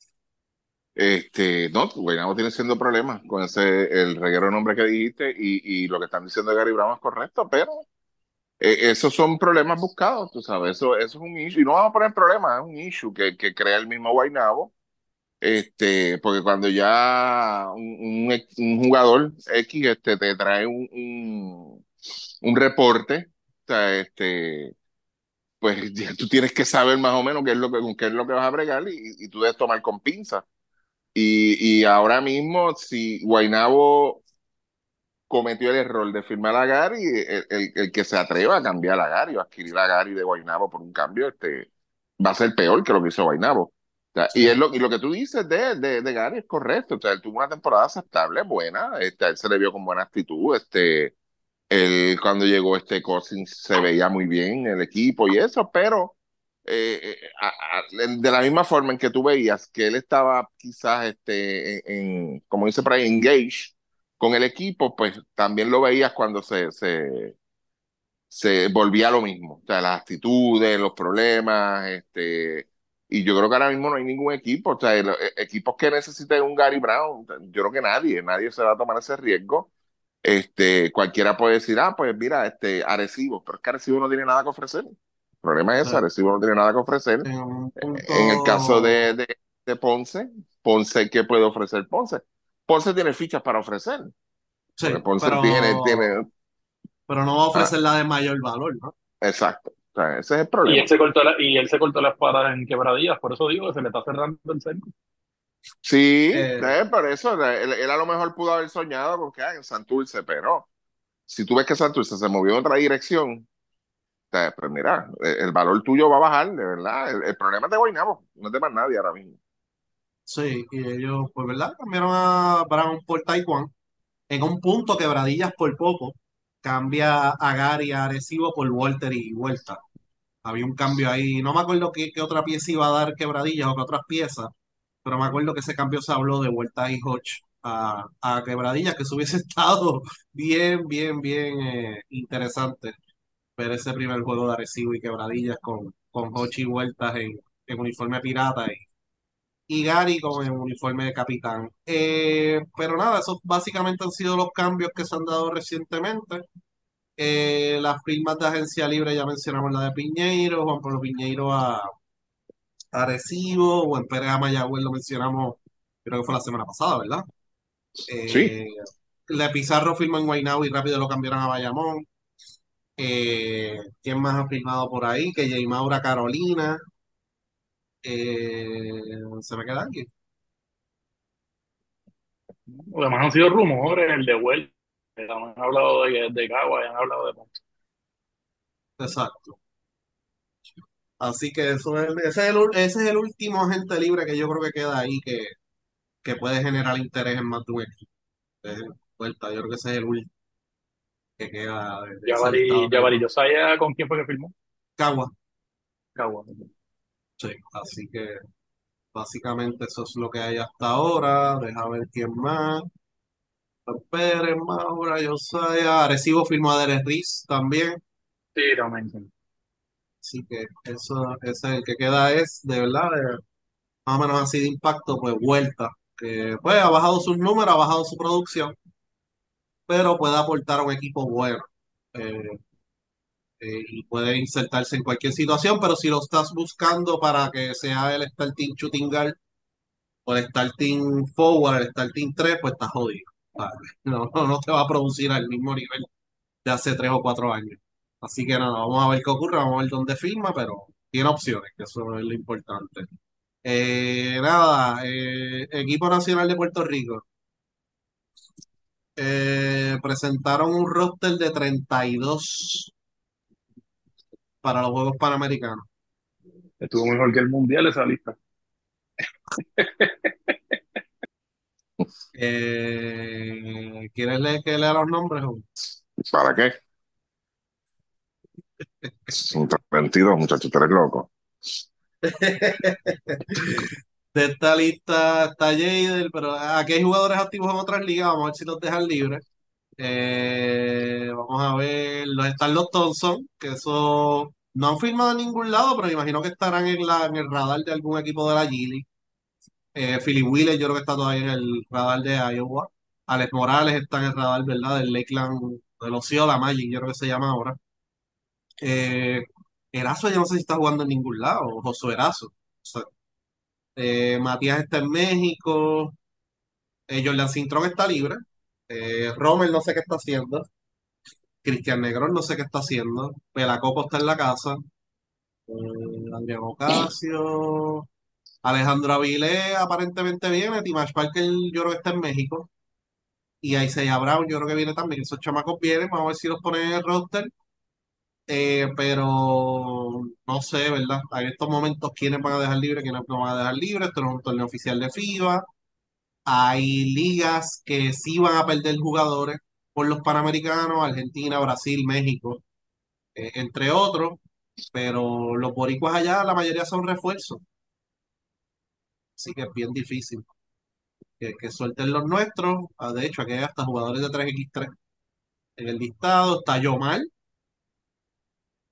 este, no, Guaynabo tiene siendo problemas con ese, el reguero de nombre que dijiste y, y lo que están diciendo de Gary Brown es correcto, pero eh, esos son problemas buscados, tú sabes, eso, eso es un issue, y no vamos a poner problemas, es un issue que, que crea el mismo Guaynabo, este, porque cuando ya un, un, ex- un jugador X este, te trae un, un, un reporte, o sea, este, pues ya tú tienes que saber más o menos qué es lo que, con qué es lo que vas a bregar y, y tú debes tomar con pinzas. Y, y ahora mismo, si Guaynabo cometió el error de firmar a Gary, el, el- el que se atreva a cambiar a Gary o adquirir a Gary de Guaynabo por un cambio, este, va a ser peor que lo que hizo Guaynabo. O sea, y, es Sí, lo, y lo que tú dices de, de, de Gary es correcto. O sea, él tuvo una temporada aceptable, buena. Este, a él se le vio con buena actitud. Este, él, cuando llegó este Cousins se veía muy bien el equipo y eso, pero eh, eh, a- a- de la misma forma en que tú veías que él estaba quizás, este, en, en, como dice por ahí, engaged con el equipo, pues también lo veías cuando se, se, se volvía lo mismo. O sea, las actitudes, los problemas, este, Y yo creo que ahora mismo no hay ningún equipo, o sea, el- eh, equipos que necesiten un Gary Brown, yo creo que nadie, nadie se va a tomar ese riesgo. Este, cualquiera puede decir, ah, pues mira, este, Arecibo, pero es que Arecibo no tiene nada que ofrecer. El problema es O ese, sea, Arecibo no tiene nada que ofrecer. en un En el caso de, punto, de, de Ponce, Ponce, ¿qué puede ofrecer Ponce? Ponce tiene fichas para ofrecer, sí, porque Ponce tiene, pero, tiene, pero no va a ah, ofrecer la de mayor valor, ¿no? exacto. O sea, ese es el Y él problema. se cortó la, y él se cortó la espada en Quebradillas, por eso digo que se le está cerrando el cerco. Sí, Eh, eh, por eso, eh, él, él a lo mejor pudo haber soñado con que ah, en Santurce, pero si tú ves que Santurce se movió en otra dirección, o sea, pues mira, el, el valor tuyo va a bajar, de verdad. El, el problema es de Guaynabo, no es de más nadie ahora mismo. sí, y ellos, pues, ¿verdad? Cambiaron a Brown por Taekwondo. En un punto, Quebradillas por poco cambia a Gary a Arecibo por Walter y Vuelta. Había un cambio ahí. No me acuerdo qué, qué otra pieza iba a dar Quebradillas o qué otras piezas, pero me acuerdo que ese cambio se habló de Vuelta y Hodge a, a Quebradillas, que eso hubiese estado bien, bien, bien eh, interesante ver ese primer juego de Arecibo y Quebradillas con, con Hodge y Vueltas en, en uniforme pirata y Gary con el uniforme de capitán. Eh, pero nada, esos básicamente han sido los cambios que se han dado recientemente. Eh, las firmas de agencia libre, ya mencionamos la de Piñeiro, Juan Pablo Piñeiro a, a Arecibo, Juan Pérez a Mayagüez lo mencionamos, creo que fue la semana pasada, ¿verdad? Sí, Eh, Le Pizarro firmó en Guaynabo y rápido lo cambiaron a Bayamón. Eh, ¿Quién más ha firmado por ahí? Que J. Maura Carolina. Eh, ¿Se me queda alguien? Lo demás han sido rumores, el de Huel, han hablado de, de Cagua, y han hablado de Ponce. Exacto. Así que eso es, ese es el, ul- ese es el último agente libre que yo creo que queda ahí que, que puede generar interés en más de un equipo. Es el Puerta, yo creo que ese es el último que queda de, de ese listado Jabari, que Jabari, yo sabía con quién fue que firmó. Cagua. Cagua. Sí, así que básicamente eso es lo que hay hasta ahora. Deja ver quién más. Pérez, Maura, Josiah. Arecibo firmó a Derek Riz también. Sí, también. Así que eso, ese es el que queda es, de verdad, de- más o menos así de impacto, pues vuelta. Que pues ha bajado sus números, ha bajado su producción, pero puede aportar a un equipo bueno eh, eh, y puede insertarse en cualquier situación, pero si lo estás buscando para que sea el starting shooting guard o el starting forward, el starting tres, pues estás jodido. ¿Sabes? No, no, no te va a producir al mismo nivel de hace tres o cuatro años. Así que nada, vamos a ver qué ocurre, vamos a ver dónde firma, pero tiene opciones, que eso es lo importante. Eh, nada, eh, equipo nacional de Puerto Rico. Eh, presentaron un roster de treinta y dos para los Juegos Panamericanos. Estuvo mejor que el Mundial esa lista. Eh, ¿quieres leer que lea los nombres? Ju? ¿para qué? Un veintidós, muchachos, tú eres loco. De esta lista está Jader, pero aquí hay jugadores activos en otras ligas, vamos a ver si los dejan libres. Eh, vamos a ver, los, están los Thompson, que eso no han firmado en ningún lado, pero me imagino que estarán en, la, en el radar de algún equipo de la G League. Eh, Philly Wheeler, yo creo que está todavía en el radar de Iowa. Alex Morales está en el radar, ¿verdad? Del Lakeland, de los Ciola Magic, yo creo que se llama ahora. Eh, Erazo, yo no sé si está jugando en ningún lado, Josué Erazo. O sea, eh, Matías está en México. Eh, Jordan Cintrón está libre. Eh, Romer no sé qué está haciendo. Cristian Negrón no sé qué está haciendo. Pelacopo está en la casa. Eh, Adrián Ocasio. Alejandro Avilés aparentemente viene. Timash Parker yo creo que está en México. Y Isaiah Brown yo creo que viene también. Esos chamacos vienen. Vamos a ver si los ponen en el roster. Eh, pero no sé, ¿verdad? En estos momentos, ¿quiénes van a dejar libre? ¿Quiénes no van a dejar libre? Esto no es un torneo oficial de FIBA. Hay ligas que sí van a perder jugadores por los Panamericanos, Argentina, Brasil, México, eh, entre otros, pero los boricuas allá, la mayoría son refuerzos, así que es bien difícil que, que suelten los nuestros. Ah, de hecho, aquí hay hasta jugadores de tres equis tres en el listado. Está Yomar,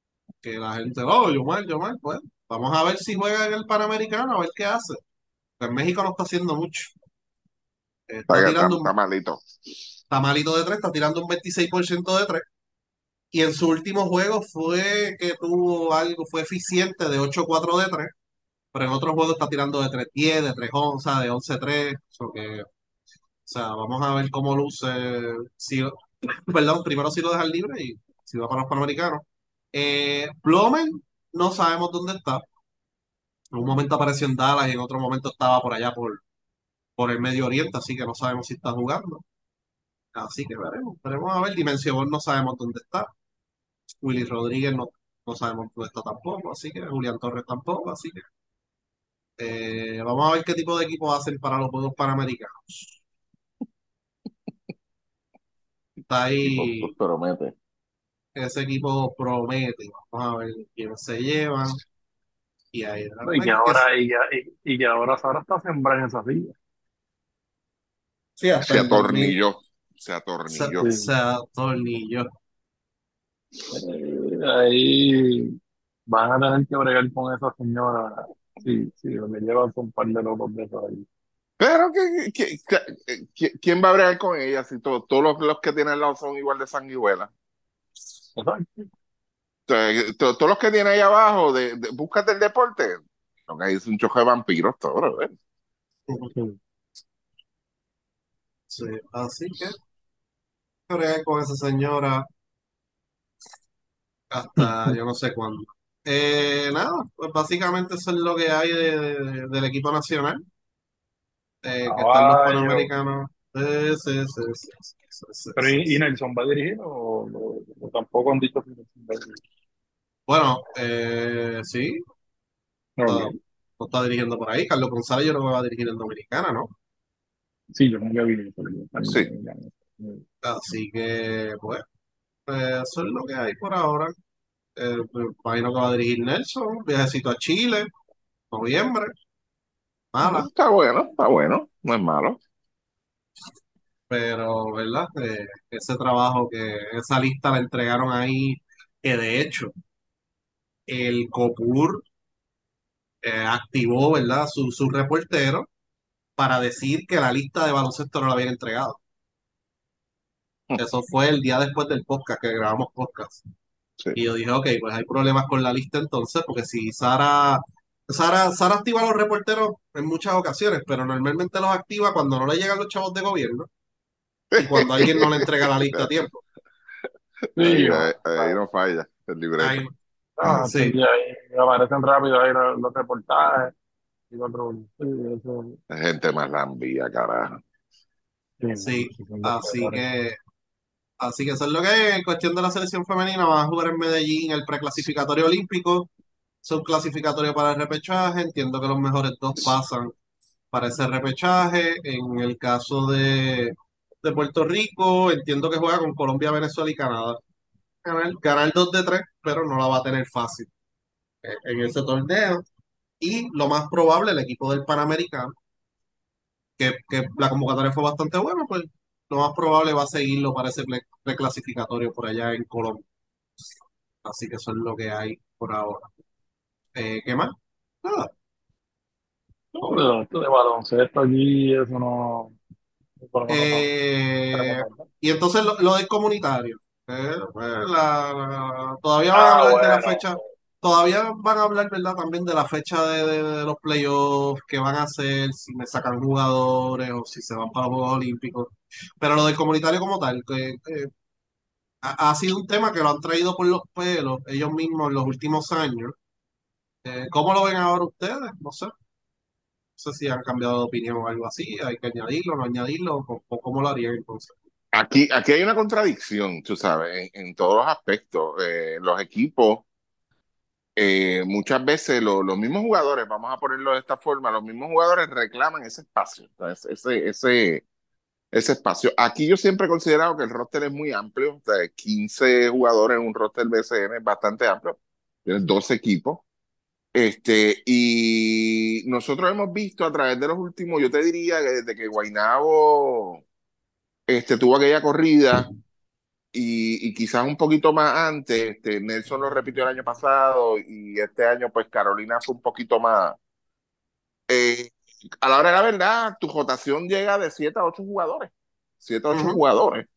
que la gente, oh, Yomar, Yomar, pues vamos a ver si juega en el Panamericano, a ver qué hace. Pues México no está haciendo mucho. Está, Está está, tirando está un, malito. está malito de tres, está tirando un veintiséis por ciento de tres. Y en su último juego fue que tuvo algo, fue eficiente de ocho cuatro de tres, pero en otros juegos está tirando de tres diez, de tres once, de once tres. So que, o sea, vamos a ver cómo luce. Si, perdón, primero si lo dejan libre y si va para los Panamericanos. Eh, Blomen, no sabemos dónde está. En un momento apareció en Dallas y en otro momento estaba por allá por, por el Medio Oriente, así que no sabemos si está jugando. Así que veremos, veremos a ver. Dimensión no sabemos dónde está. Willy Rodríguez no, no sabemos dónde está tampoco, así que Julián Torres tampoco, así que eh, vamos a ver qué tipo de equipos hacen para los Juegos Panamericanos. Está Tipo, ahí, promete. ese equipo promete, vamos a ver quién se llevan y ahí Y que hay que ahora, y que, y, y que ahora Sara está sembrada en esa silla. sí, hasta Se el dos mil atornilló. Se se, atornilló. se Sí. atornilló. Eh, ahí van a tener que bregar con esa señora. Sí, sí, lo que llevan son un par de locos de esos ahí. Pero que, que- que- que- ¿quién va a bregar con ella si to- todos los, los que tienen al lado son igual de sanguijuela? Exacto. O sea, to- todos los que tiene ahí abajo, de, de- búscate el deporte. Lo que hay es un choque de vampiros, todo, ¿verdad? Sí. Sí, así que creo con esa señora hasta yo no sé cuándo. Eh, nada, pues básicamente eso es lo que hay de- de- del equipo nacional, eh, que están los Caballo. panamericanos. Sí, sí, sí, sí, sí, sí, sí, Pero sí, ¿y, y sí. Nelson va a dirigir o, o- o tampoco han dicho si Nelson va a dirigir? Bueno, eh, sí, está, Ok. no está dirigiendo por ahí. Carlos González yo creo que va a dirigir en Dominicana, ¿no? Sí, yo nunca vi eso. Yo Sí. también, ya, ya. Así que, pues, pues, eso es lo que hay por ahora. Eh, me imagino que va a dirigir Nelson, viajecito a Chile, noviembre, mala. Está bueno, está bueno, no es malo. Pero, ¿verdad? Eh, ese trabajo que esa lista la entregaron ahí, que de hecho el COPUR eh, activó, ¿verdad? Su, su reportero para decir que la lista de baloncesto no la habían entregado. Eso fue el día después del podcast, que grabamos podcast. Sí. Y yo dije, ok, pues hay problemas con la lista entonces, porque si Sara, Sara, Sara activa a los reporteros en muchas ocasiones, pero normalmente los activa cuando no le llegan los chavos de gobierno y cuando alguien no le entrega la lista a tiempo. Sí, Ahí, va. ahí, ahí no falla el libreto. Ahí, Ah, sí, sí, ahí aparecen rápido ahí los, los reportajes y los otros. Sí, eso. Gente más lambía, carajo. Sí, sí. sí, son los Así peores. que, así que eso es lo que es. En cuestión de la selección femenina, van a jugar en Medellín el preclasificatorio olímpico. Son clasificatorios para el repechaje. Entiendo que los mejores dos pasan para ese repechaje. En el caso de, de Puerto Rico, entiendo que juega con Colombia, Venezuela y Canadá. Ganar, ganar dos de tres, pero no la va a tener fácil eh, en ese torneo. Y lo más probable, el equipo del Panamericano, que, que la convocatoria fue bastante buena, pues lo más probable va a seguirlo para ese pre- preclasificatorio por allá en Colombia. Así que eso es lo que hay por ahora. Eh, ¿qué más? Nada. No, pero esto de baloncesto allí, eso no, por lo menos no Eh, sabemos nada. y entonces lo, lo del comunitario. Eh, pues, la- la- todavía van a Ah, hablar de la bueno. fecha, todavía van a hablar, ¿verdad? También de la fecha de, de- de los playoffs, qué van a hacer, si me sacan jugadores o si se van para los Juegos Olímpicos. Pero lo del comunitario como tal, que, que ha, ha sido un tema que lo han traído por los pelos ellos mismos en los últimos años. Eh, ¿cómo lo ven ahora ustedes? No sé. No sé si han cambiado de opinión o algo así. Hay que añadirlo, no añadirlo, o, o cómo lo harían entonces. Aquí, aquí hay una contradicción, tú sabes, en, en todos los aspectos. Eh, los equipos, eh, muchas veces lo- los mismos jugadores, vamos a ponerlo de esta forma, los mismos jugadores reclaman ese espacio, o sea, ese, ese, ese, ese espacio. Aquí yo siempre he considerado que el roster es muy amplio, o sea, quince jugadores en un roster B C N es bastante amplio, tienes doce equipos. Este, y nosotros hemos visto a través de los últimos, yo te diría que desde que Guaynabo este, tuvo aquella corrida, y, y quizás un poquito más antes, este, Nelson lo repitió el año pasado y este año pues Carolina fue un poquito más. eh, a la hora de la verdad, tu rotación llega de siete a ocho jugadores, siete a ocho Ujú. jugadores.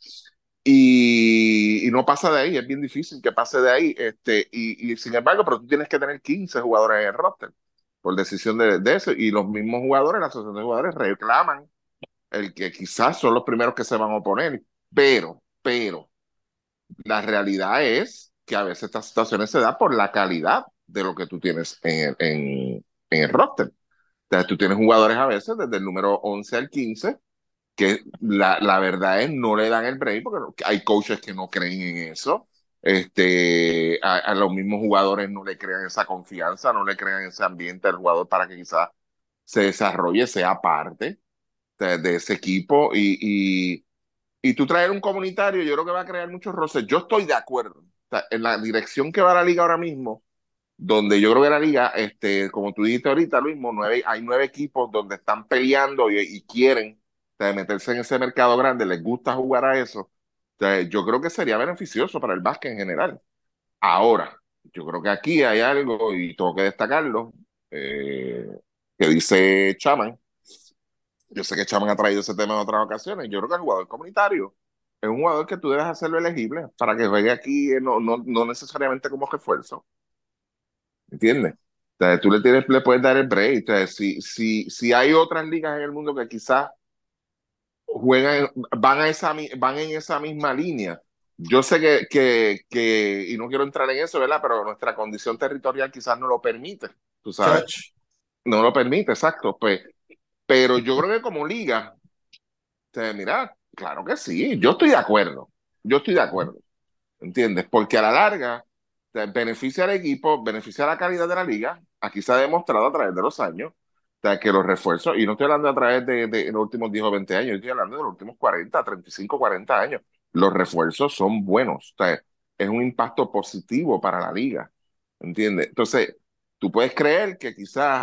Y, y no pasa de ahí, es bien difícil que pase de ahí. Este, y, y sin embargo, pero tú tienes que tener quince jugadores en el roster por decisión de, de eso. Y los mismos jugadores, la asociación de jugadores, reclaman el que quizás son los primeros que se van a oponer. Pero, pero, la realidad es que a veces estas situaciones se dan por la calidad de lo que tú tienes en, en, en el roster. O sea, tú tienes jugadores a veces desde el número once al quince que la, la verdad es no le dan el break porque no- hay coaches que no creen en eso. Este, a, a los mismos jugadores no le crean esa confianza, no le crean ese ambiente al jugador para que quizás se desarrolle, sea parte de, de ese equipo y, y, y tú traer un comunitario, yo creo que va a crear muchos roces. Yo estoy de acuerdo. O sea, en la dirección que va la liga ahora mismo, donde yo creo que la liga, este, como tú dijiste ahorita, Luis, nueve, hay nueve equipos donde están peleando y, y quieren, o sea, meterse en ese mercado grande, les gusta jugar a eso. O sea, yo creo que sería beneficioso para el básquet en general. Ahora, yo creo que aquí hay algo, y tengo que destacarlo, eh, que dice Chaman. Yo sé que Chaman ha traído ese tema en otras ocasiones. Yo creo que el jugador comunitario es un jugador que tú debes hacerlo elegible para que juegue aquí, eh, no, no, no necesariamente como refuerzo. ¿Entiendes? O sea, tú le, tienes, le puedes dar el break. O sea, si, si, si hay otras ligas en el mundo que quizás juegan, van, a esa, mi- van en esa misma línea. Yo sé que, que, que, y no quiero entrar en eso, ¿verdad? Pero nuestra condición territorial quizás no lo permite, tú sabes. Chach. No lo permite, exacto. Pues, pero yo creo que como liga, o sea, mira, claro que sí, yo estoy de acuerdo. Yo estoy de acuerdo. ¿Entiendes? Porque a la larga te beneficia al equipo, beneficia la calidad de la liga. Aquí se ha demostrado a través de los años, o sea, que los refuerzos, y no estoy hablando a través de, de los últimos diez o veinte años, estoy hablando de los últimos cuarenta, treinta y cinco, cuarenta años. Los refuerzos son buenos, o sea, es un impacto positivo para la liga. ¿Entiendes? Entonces, tú puedes creer que quizás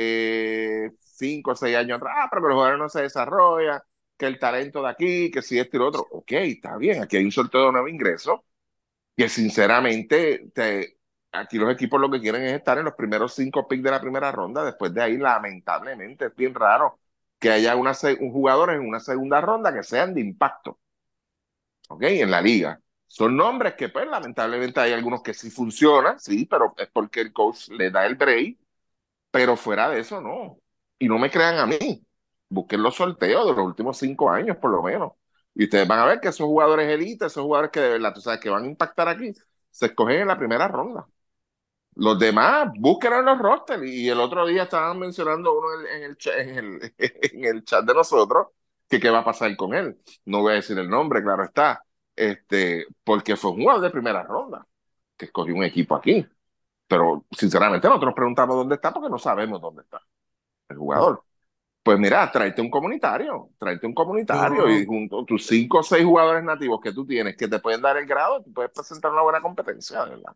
hace cinco o seis años atrás, ah, pero que los jugadores no se desarrollan, que el talento de aquí, que si esto y lo otro. Ok, está bien, aquí hay un sorteo de nuevo ingreso que sinceramente te, aquí los equipos lo que quieren es estar en los primeros cinco picks de la primera ronda. Después de ahí, lamentablemente, es bien raro que haya una, un jugador en una segunda ronda que sean de impacto, ¿ok? En la liga. Son nombres que, pues, lamentablemente hay algunos que sí funcionan, sí, pero es porque el coach le da el break, pero fuera de eso, no. Y no me crean a mí. Busquen los sorteos de los últimos cinco años, por lo menos. Y ustedes van a ver que esos jugadores élites, esos jugadores que de verdad, tú sabes, que van a impactar aquí, se escogen en la primera ronda. Los demás, búsquenlo en los rosters. Y el otro día estaban mencionando uno en, en el, cha- en, el, en el chat de nosotros que qué va a pasar con él. No voy a decir el nombre, claro está. Este, porque fue un jugador de primera ronda que escogió un equipo aquí. Pero sinceramente nosotros preguntamos dónde está porque no sabemos dónde está el jugador. Pues mira, tráete un comunitario, tráete un comunitario y Yo, junto a tus cinco o seis jugadores nativos que tú tienes que te pueden dar el grado, tú puedes presentar una buena competencia, ¿verdad?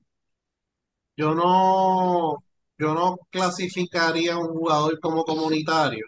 yo no, yo no clasificaría a un jugador como comunitario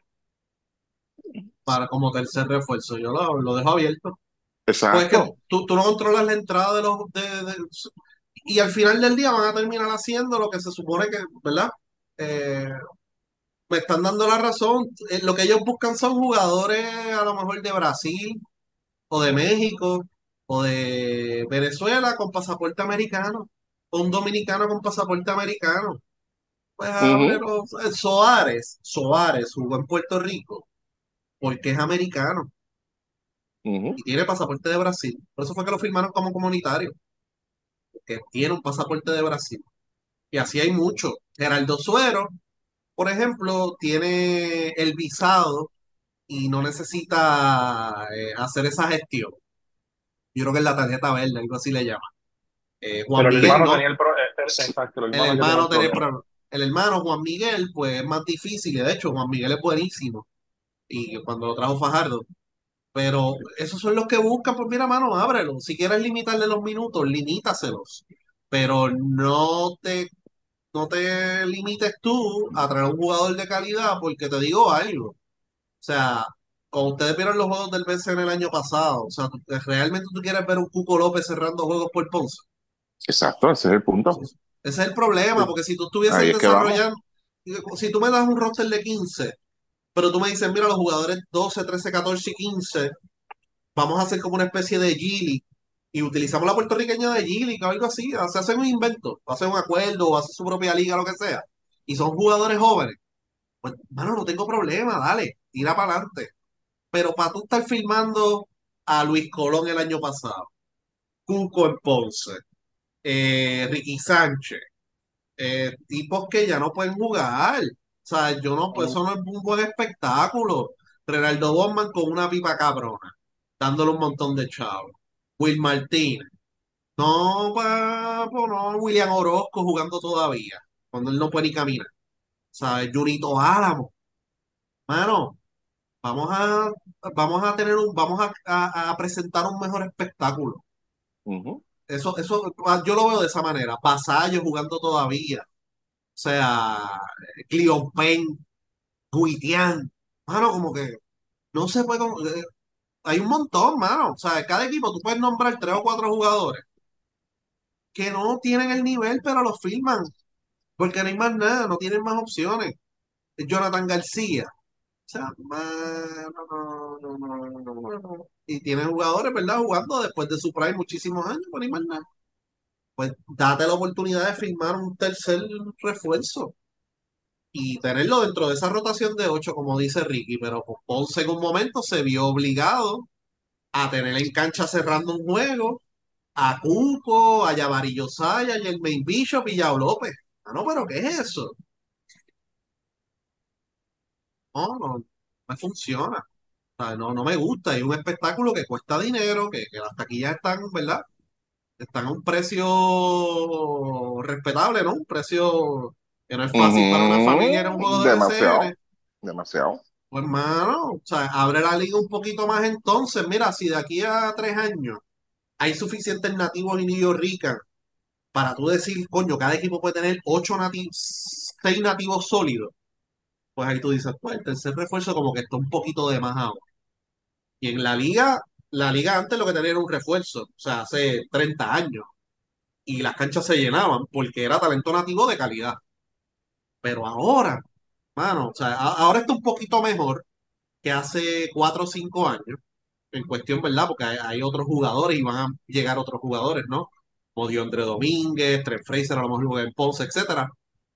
para como tercer refuerzo. Yo lo, lo dejo abierto. Pues es que Exacto. tú, tú no controlas la entrada de los de, de- y al final del día van a terminar haciendo lo que se supone que, ¿verdad? Eh, Me están dando la razón. Eh, lo que ellos buscan son jugadores a lo mejor de Brasil o de México o de Venezuela con pasaporte americano o un dominicano con pasaporte americano. Pues Ujú, ábrelo. Eh, Soares, Soares jugó en Puerto Rico porque es americano ujú, y tiene pasaporte de Brasil. Por eso fue que lo firmaron como comunitario, que tiene un pasaporte de Brasil. Y así hay muchos. Geraldo Suero, por ejemplo, tiene el visado y no necesita eh, hacer esa gestión. Yo creo que es la tarjeta verde, algo así le llama. Eh, Juan Pero el Miguel hermano no. tenía el pro, eh, eh, exacto, el El hermano que tenía hermano el tiene problema. pro- el hermano Juan Miguel, pues es más difícil. Y de hecho, Juan Miguel es buenísimo. Y cuando lo trajo Fajardo. Pero esos son los que buscan, pues mira, mano, ábrelo. Si quieres limitarle los minutos, limítaselos. Pero no te, no te limites tú a traer un jugador de calidad, porque te digo algo. O sea, cuando ustedes vieron los juegos del B C N el año pasado, o sea, tú- ¿realmente tú quieres ver un Cuco López cerrando juegos por Ponce? Exacto, ese es el Sí, punto. sí. Ese es el problema, porque si tú Ahí estuvieses es que vamos. desarrollando, si tú me das un roster de quince, pero tú me dices, mira, los jugadores doce, trece, catorce y quince, vamos a hacer como una especie de G-League y utilizamos la puertorriqueña de G-League o algo así, se hacen un invento, hacen un acuerdo o hacen su propia liga, lo que sea, y son jugadores jóvenes, pues, mano, no tengo problema, dale, tira para adelante. Pero para tú estar filmando a Luis Colón el año pasado, Cuco en Ponce, eh, Ricky Sánchez, eh, tipos que ya no pueden jugar. O sea, yo no, pues eso no es un buen espectáculo. Renaldo Bosman con una pipa cabrona, dándole un montón de chavos. Will Martínez. No, papo, no. William Orozco jugando todavía, cuando él no puede ni caminar. O sea, Junito Álamo. Mano, vamos a, vamos a tener un, vamos a, a- a presentar un mejor espectáculo. Ujú. Eso, eso, ah, yo lo veo de esa manera. Vasallo jugando todavía. O sea, Cleon Payne, Guitián. Mano, como que no se puede. con- eh, Hay un montón, mano. O sea, cada equipo tú puedes nombrar tres o cuatro jugadores que no tienen el nivel, pero los firman. Porque no hay más nada, no tienen más opciones. Jonathan García. O sea, mano, no, no, no, no, no, no. Y tiene jugadores, ¿verdad? Jugando después de su prime muchísimos años, pero no hay más nada. Pues date la oportunidad de firmar un tercer refuerzo y tenerlo dentro de esa rotación de ocho, como dice Ricky, pero pues, Ponce en un momento se vio obligado a tener en cancha cerrando un juego a Cuco, a Yabari Yosaya, y el Main Bishop y Yao López. Ah, no, pero ¿qué es eso? No, no, no me funciona. O sea, no, no me gusta. Es un espectáculo que cuesta dinero, que, que las taquillas están, ¿verdad? Están a un precio respetable, ¿no? Un precio que no es fácil para una familia en un Ujú. juego de B C N. Demasiado, demasiado. Pues, hermano, o sea, abre la liga un poquito más entonces. Mira, si de aquí a tres años hay suficientes nativos en New Rican para tú decir, coño, cada equipo puede tener ocho nativos, seis nativos sólidos, pues ahí tú dices, pues el tercer refuerzo como que está un poquito de más ahora. Y en la liga, la liga antes lo que tenía era un refuerzo, o sea, hace treinta años, y las canchas se llenaban porque era talento nativo de calidad. Pero ahora, mano, o sea, a- ahora está un poquito mejor que hace cuatro o cinco años, en cuestión, ¿verdad? Porque hay, hay otros jugadores y van a llegar otros jugadores, ¿no? Como Diondre Domínguez, Trent Fraser, a lo mejor juega en Ponce, etcétera.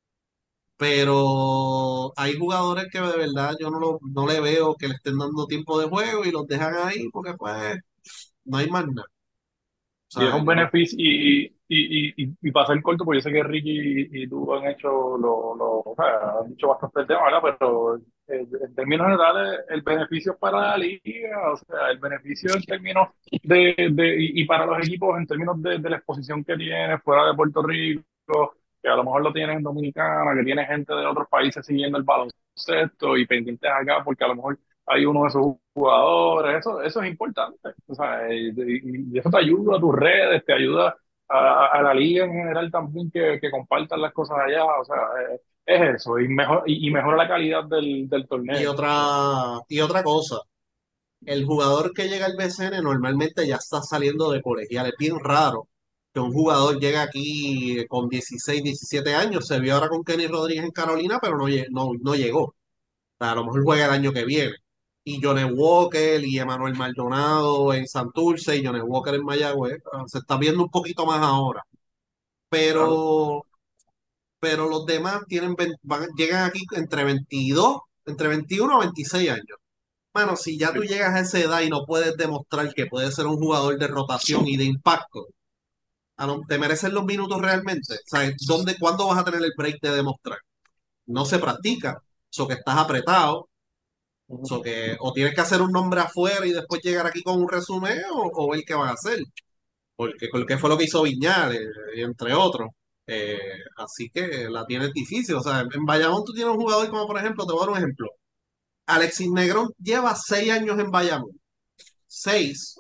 Pero hay jugadores que de verdad yo no, lo- no le veo que le estén dando tiempo de juego y los dejan ahí porque pues no hay más nada. O Y es sea, un yo, beneficio, y, y, y, y, y para ser corto, porque yo sé que Ricky y, y tú han hecho, lo, lo, o sea, han hecho bastante el tema, ¿verdad? Pero eh, en términos generales, el beneficio es para la liga, o sea, el beneficio en términos de, de y, y para los equipos en términos de, de la exposición que tiene fuera de Puerto Rico, que a lo mejor lo tienes en Dominicana, que tiene gente de otros países siguiendo el baloncesto y pendientes acá, porque a lo mejor hay uno de esos jugadores, eso, eso es importante. O sea, y, y- y eso te ayuda a tus redes, te ayuda a, a la liga en general también que, que compartan las cosas allá. O sea, eh, es eso, y, mejor, y, y mejora la calidad del, del y torneo. O sea, otra, y otra cosa, el jugador que llega al B C N normalmente ya está saliendo de colegial. Es bien raro que un jugador llegue aquí con dieciséis, diecisiete años. Se vio ahora con Kenny Rodríguez en Carolina, pero no, lle- no, no llegó. O sea, a lo mejor juega el año que viene. Y Johnny Walker y Emanuel Maldonado en Santurce y Johnny Walker en Mayagüez. ah, Se está viendo un poquito más ahora. claro. Pero, pero los demás tienen, vein- van- llegan aquí entre veintidós, entre veintiuno a veintiséis años. Mano, si ya tú llegas a esa edad y no puedes demostrar que puedes ser un jugador de rotación y de impacto, a lo- ¿te merecen los minutos realmente? ¿Sabes? ¿Dónde, cuándo vas a tener el break de demostrar? No se practica. So que estás apretado, so que o tienes que hacer un nombre afuera y después llegar aquí con un resumen o, o ver qué van a hacer. Porque, porque fue lo que hizo Viñales, eh, entre otros. Eh, así que la tienes difícil. O sea, en Bayamón tú tienes un jugador como, por ejemplo, te voy a dar un ejemplo. Alexis Negrón lleva seis años en Bayamón. Seis.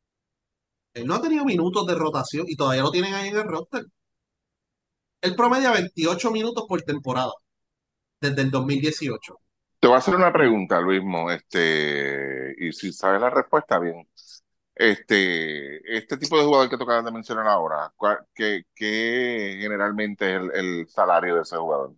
Él no ha tenido minutos de rotación y todavía lo tienen ahí en el roster. Él promedia veintiocho minutos por temporada desde el dos mil dieciocho. Te voy a hacer una pregunta, Luismo, este, y si sabes la respuesta, bien. Este, este tipo de jugador que tú acabas de mencionar ahora, ¿cuál- ¿qué, qué generalmente es el, el salario de ese jugador?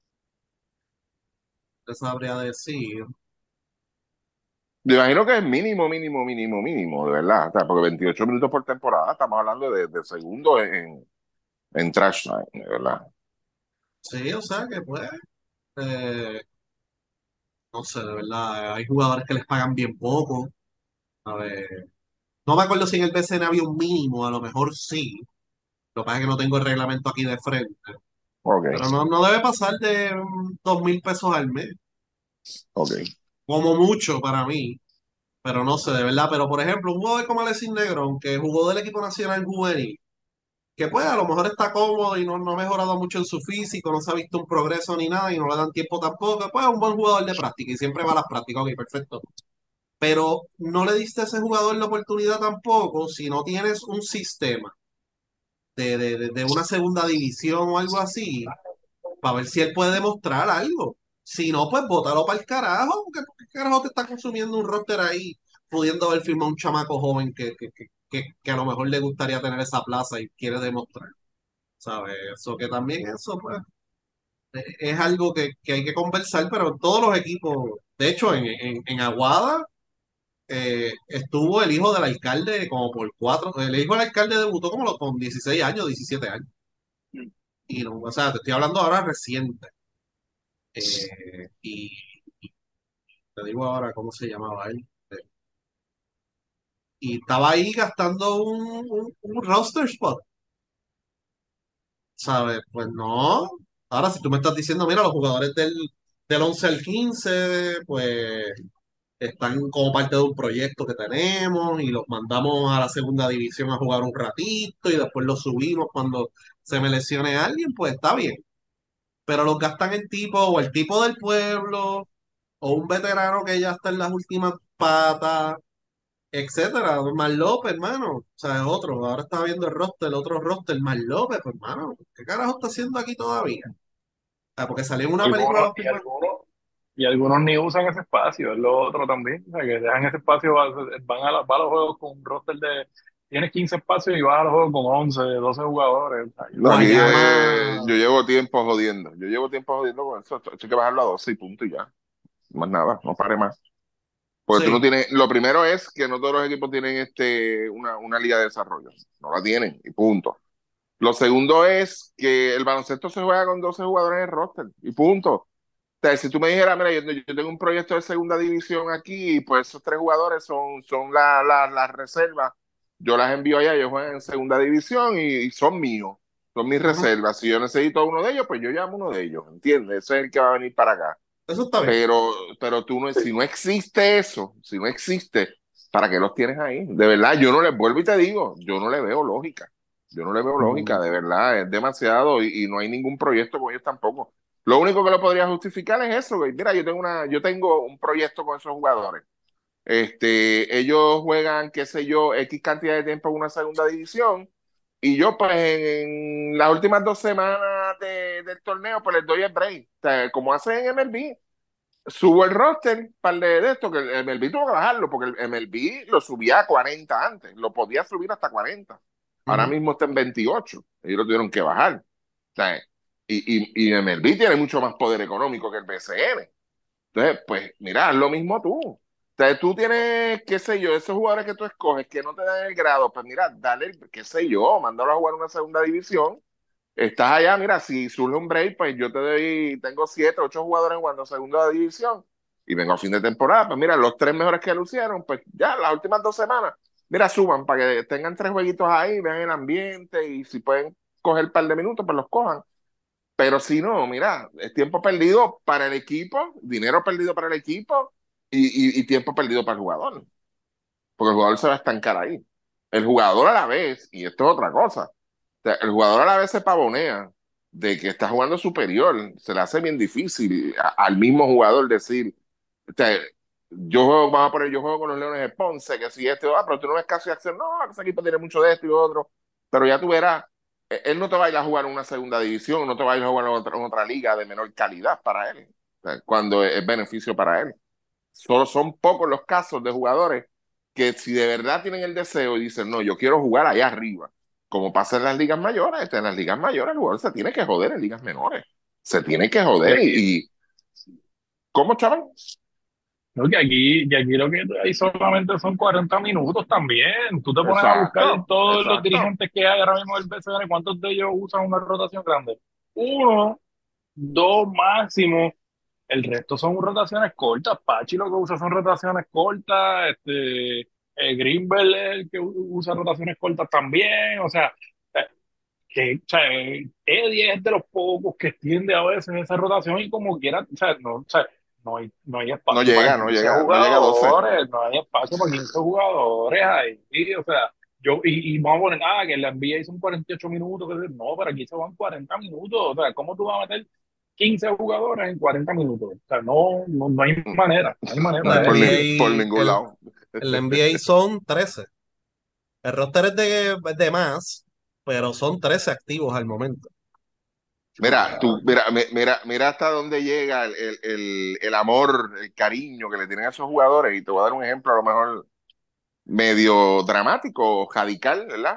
Te sabría decir. Me imagino que es mínimo, mínimo, mínimo, mínimo, de verdad. O sea, porque veintiocho minutos por temporada, estamos hablando de, de segundos en, en trash time, de verdad. Sí, o sea que pues, eh, no sé, de verdad, hay jugadores que les pagan bien poco. A ver, no me acuerdo si en el B C N había un mínimo, a lo mejor sí. Lo que pasa es que no tengo el reglamento aquí de frente. Ok, Pero no, no debe pasar de mm, dos mil pesos al mes, ok. como mucho para mí. Pero no sé, de verdad. Pero por ejemplo, un jugador como Alexis Negrón, que jugó del equipo nacional juvenil, que pues a lo mejor está cómodo y no, no ha mejorado mucho en su físico, no se ha visto un progreso ni nada y no le dan tiempo tampoco, pues es un buen jugador de práctica y siempre va a las prácticas, ok, perfecto. Pero no le diste a ese jugador la oportunidad tampoco si no tienes un sistema de, de, de, de una segunda división o algo así, para ver si él puede demostrar algo. Si no, pues bótalo para el carajo, porque ¿por qué carajo te está consumiendo un roster ahí, pudiendo haber firmado un chamaco joven que, que, que, que, que a lo mejor le gustaría tener esa plaza y quiere demostrar? ¿Sabes? Eso que también eso, pues, e- es algo que, que hay que conversar, pero todos los equipos, de hecho, en, en, en Aguada eh, estuvo el hijo del alcalde como por cuatro, el hijo del alcalde debutó como lo- con dieciséis años, diecisiete años, y no, o sea, te estoy hablando ahora reciente, eh, y te digo ahora cómo se llamaba él, eh, y estaba ahí gastando un, un, un roster spot, ¿sabes? Pues no. Ahora, si tú me estás diciendo, mira, los jugadores del, del once al quince pues están como parte de un proyecto que tenemos y los mandamos a la segunda división a jugar un ratito y después los subimos cuando se me lesione alguien, pues está bien. Pero los gastan en tipo o el tipo del pueblo o un veterano que ya está en las últimas patas, etcétera. Mar López, hermano. O sea, es otro. Ahora está viendo el roster, el otro roster, Mar López, pues, hermano. ¿Qué carajo está haciendo aquí todavía? Ah, porque salió en una película de Algunos, los y primeros. algunos, y algunos ni usan ese espacio, es lo otro también. O sea, que dejan ese espacio, va- van a, la- van a los juegos con un roster de. Tienes quince espacios y vas a los juegos con once doce jugadores. O sea, yo No, aquí creo que Guayama. eh, yo llevo tiempo jodiendo. Yo llevo tiempo jodiendo con eso. Esto hay que bajarlo a doce y punto y ya. Más nada, no pare más. Porque tú no Sí. tienes, lo primero es que no todos los equipos tienen este, una, una liga de desarrollo. No la tienen, y punto. Lo segundo es que el baloncesto se juega con doce jugadores en el roster, y punto. O sea, si tú me dijeras, mira, yo, yo tengo un proyecto de segunda división aquí, y pues esos tres jugadores son, son las la, la reservas, yo las envío allá, ellos juegan en segunda división y, y son míos, son mis Ujú. reservas. Si yo necesito a uno de ellos, pues yo llamo a uno de ellos, ¿entiendes? Ese es el que va a venir para acá. Eso está bien. Pero, pero tú no, si no existe eso, si no existe, ¿para qué los tienes ahí? De verdad, yo no les vuelvo y te digo, yo no le veo lógica. Yo no le veo lógica, Mm. de verdad, es demasiado y, y no hay ningún proyecto con ellos tampoco. Lo único que lo podría justificar es eso, güey. Mira, yo tengo una, yo tengo un proyecto con esos jugadores. Este, ellos juegan, qué sé yo, X cantidad de tiempo en una segunda división. Y yo, pues, en, en las últimas dos semanas de- del torneo, pues les doy el break. O sea, como hacen en M L B, subo el roster para de, de esto, que el M L B tuvo que bajarlo, porque el M L B lo subía a cuarenta antes, lo podía subir hasta cuarenta. Ahora Ujú. mismo está en veintiocho, ellos lo tuvieron que bajar. O sea, y, y, y M L B tiene mucho más poder económico que el B C N. Entonces, pues, mira, es lo mismo tú. O sea, tú tienes, qué sé yo, esos jugadores que tú escoges que no te dan el grado, pues mira, dale, el- qué sé yo, mándalo a jugar una segunda división. Estás allá, mira, si surge un break, pues yo te doy, tengo siete, ocho jugadores jugando segunda división y vengo a fin de temporada, pues mira, los tres mejores que lucieron, pues ya las últimas dos semanas, mira, suban para que tengan tres jueguitos ahí, vean el ambiente y si pueden coger un par de minutos, pues los cojan. Pero si no, mira, es tiempo perdido para el equipo, dinero perdido para el equipo y, y, y tiempo perdido para el jugador, porque el jugador se va a estancar ahí. El jugador a la vez, y esto es otra cosa, o sea, el jugador a la vez se pavonea de que está jugando superior, se le hace bien difícil a- al mismo jugador decir, o sea, yo juego, vamos a poner, yo juego con los Leones de Ponce, que si este, ah, pero tú no ves caso de acción, no, ese equipo tiene mucho de esto y lo otro, pero ya tú verás, eh, él no te va a ir a jugar en una segunda división, no te va a ir a jugar en otra, en otra liga de menor calidad para él. O sea, cuando es beneficio para él. Solo son pocos los casos de jugadores que si de verdad tienen el deseo y dicen, no, yo quiero jugar allá arriba, como pasa en las ligas mayores, este, en las ligas mayores el jugador se tiene que joder en ligas menores. Se tiene que joder y, y ¿cómo, chaval? No, que aquí, que aquí lo que hay solamente son cuarenta minutos también. Tú te pones a buscar Exacto, todos los exacto. dirigentes que hay ahora mismo del B C N, ¿cuántos de ellos usan una rotación grande? Uno, dos máximo. El resto son rotaciones cortas. Pachi lo que usa son rotaciones cortas. Este, eh, Greenbelt es el que u- usa rotaciones cortas también. O sea, eh, que, o sea, eh, Eddie es de los pocos que extiende a veces esa rotación y como quiera, o sea, no, o sea, no hay, no hay No espacio para llega, no quince llega, no llega a doce. jugadores, no hay espacio para quince jugadores ahí, o sea, yo, y, y vamos a poner, ah, que en la N B A son cuarenta y ocho minutos, que no, pero aquí se van cuarenta minutos, o sea, ¿cómo tú vas a meter quince jugadores en cuarenta minutos? O sea, no, no, no hay manera, no hay La manera, es Por, ni- ridículo. por N B A, ningún el, lado. en la N B A son trece. El roster es de, de más, pero son trece activos al momento. Mira, tú, mira, mi- mira, mira hasta dónde llega el, el, el, el amor, el cariño que le tienen a esos jugadores. Y te voy a dar un ejemplo a lo mejor medio dramático, radical, ¿verdad?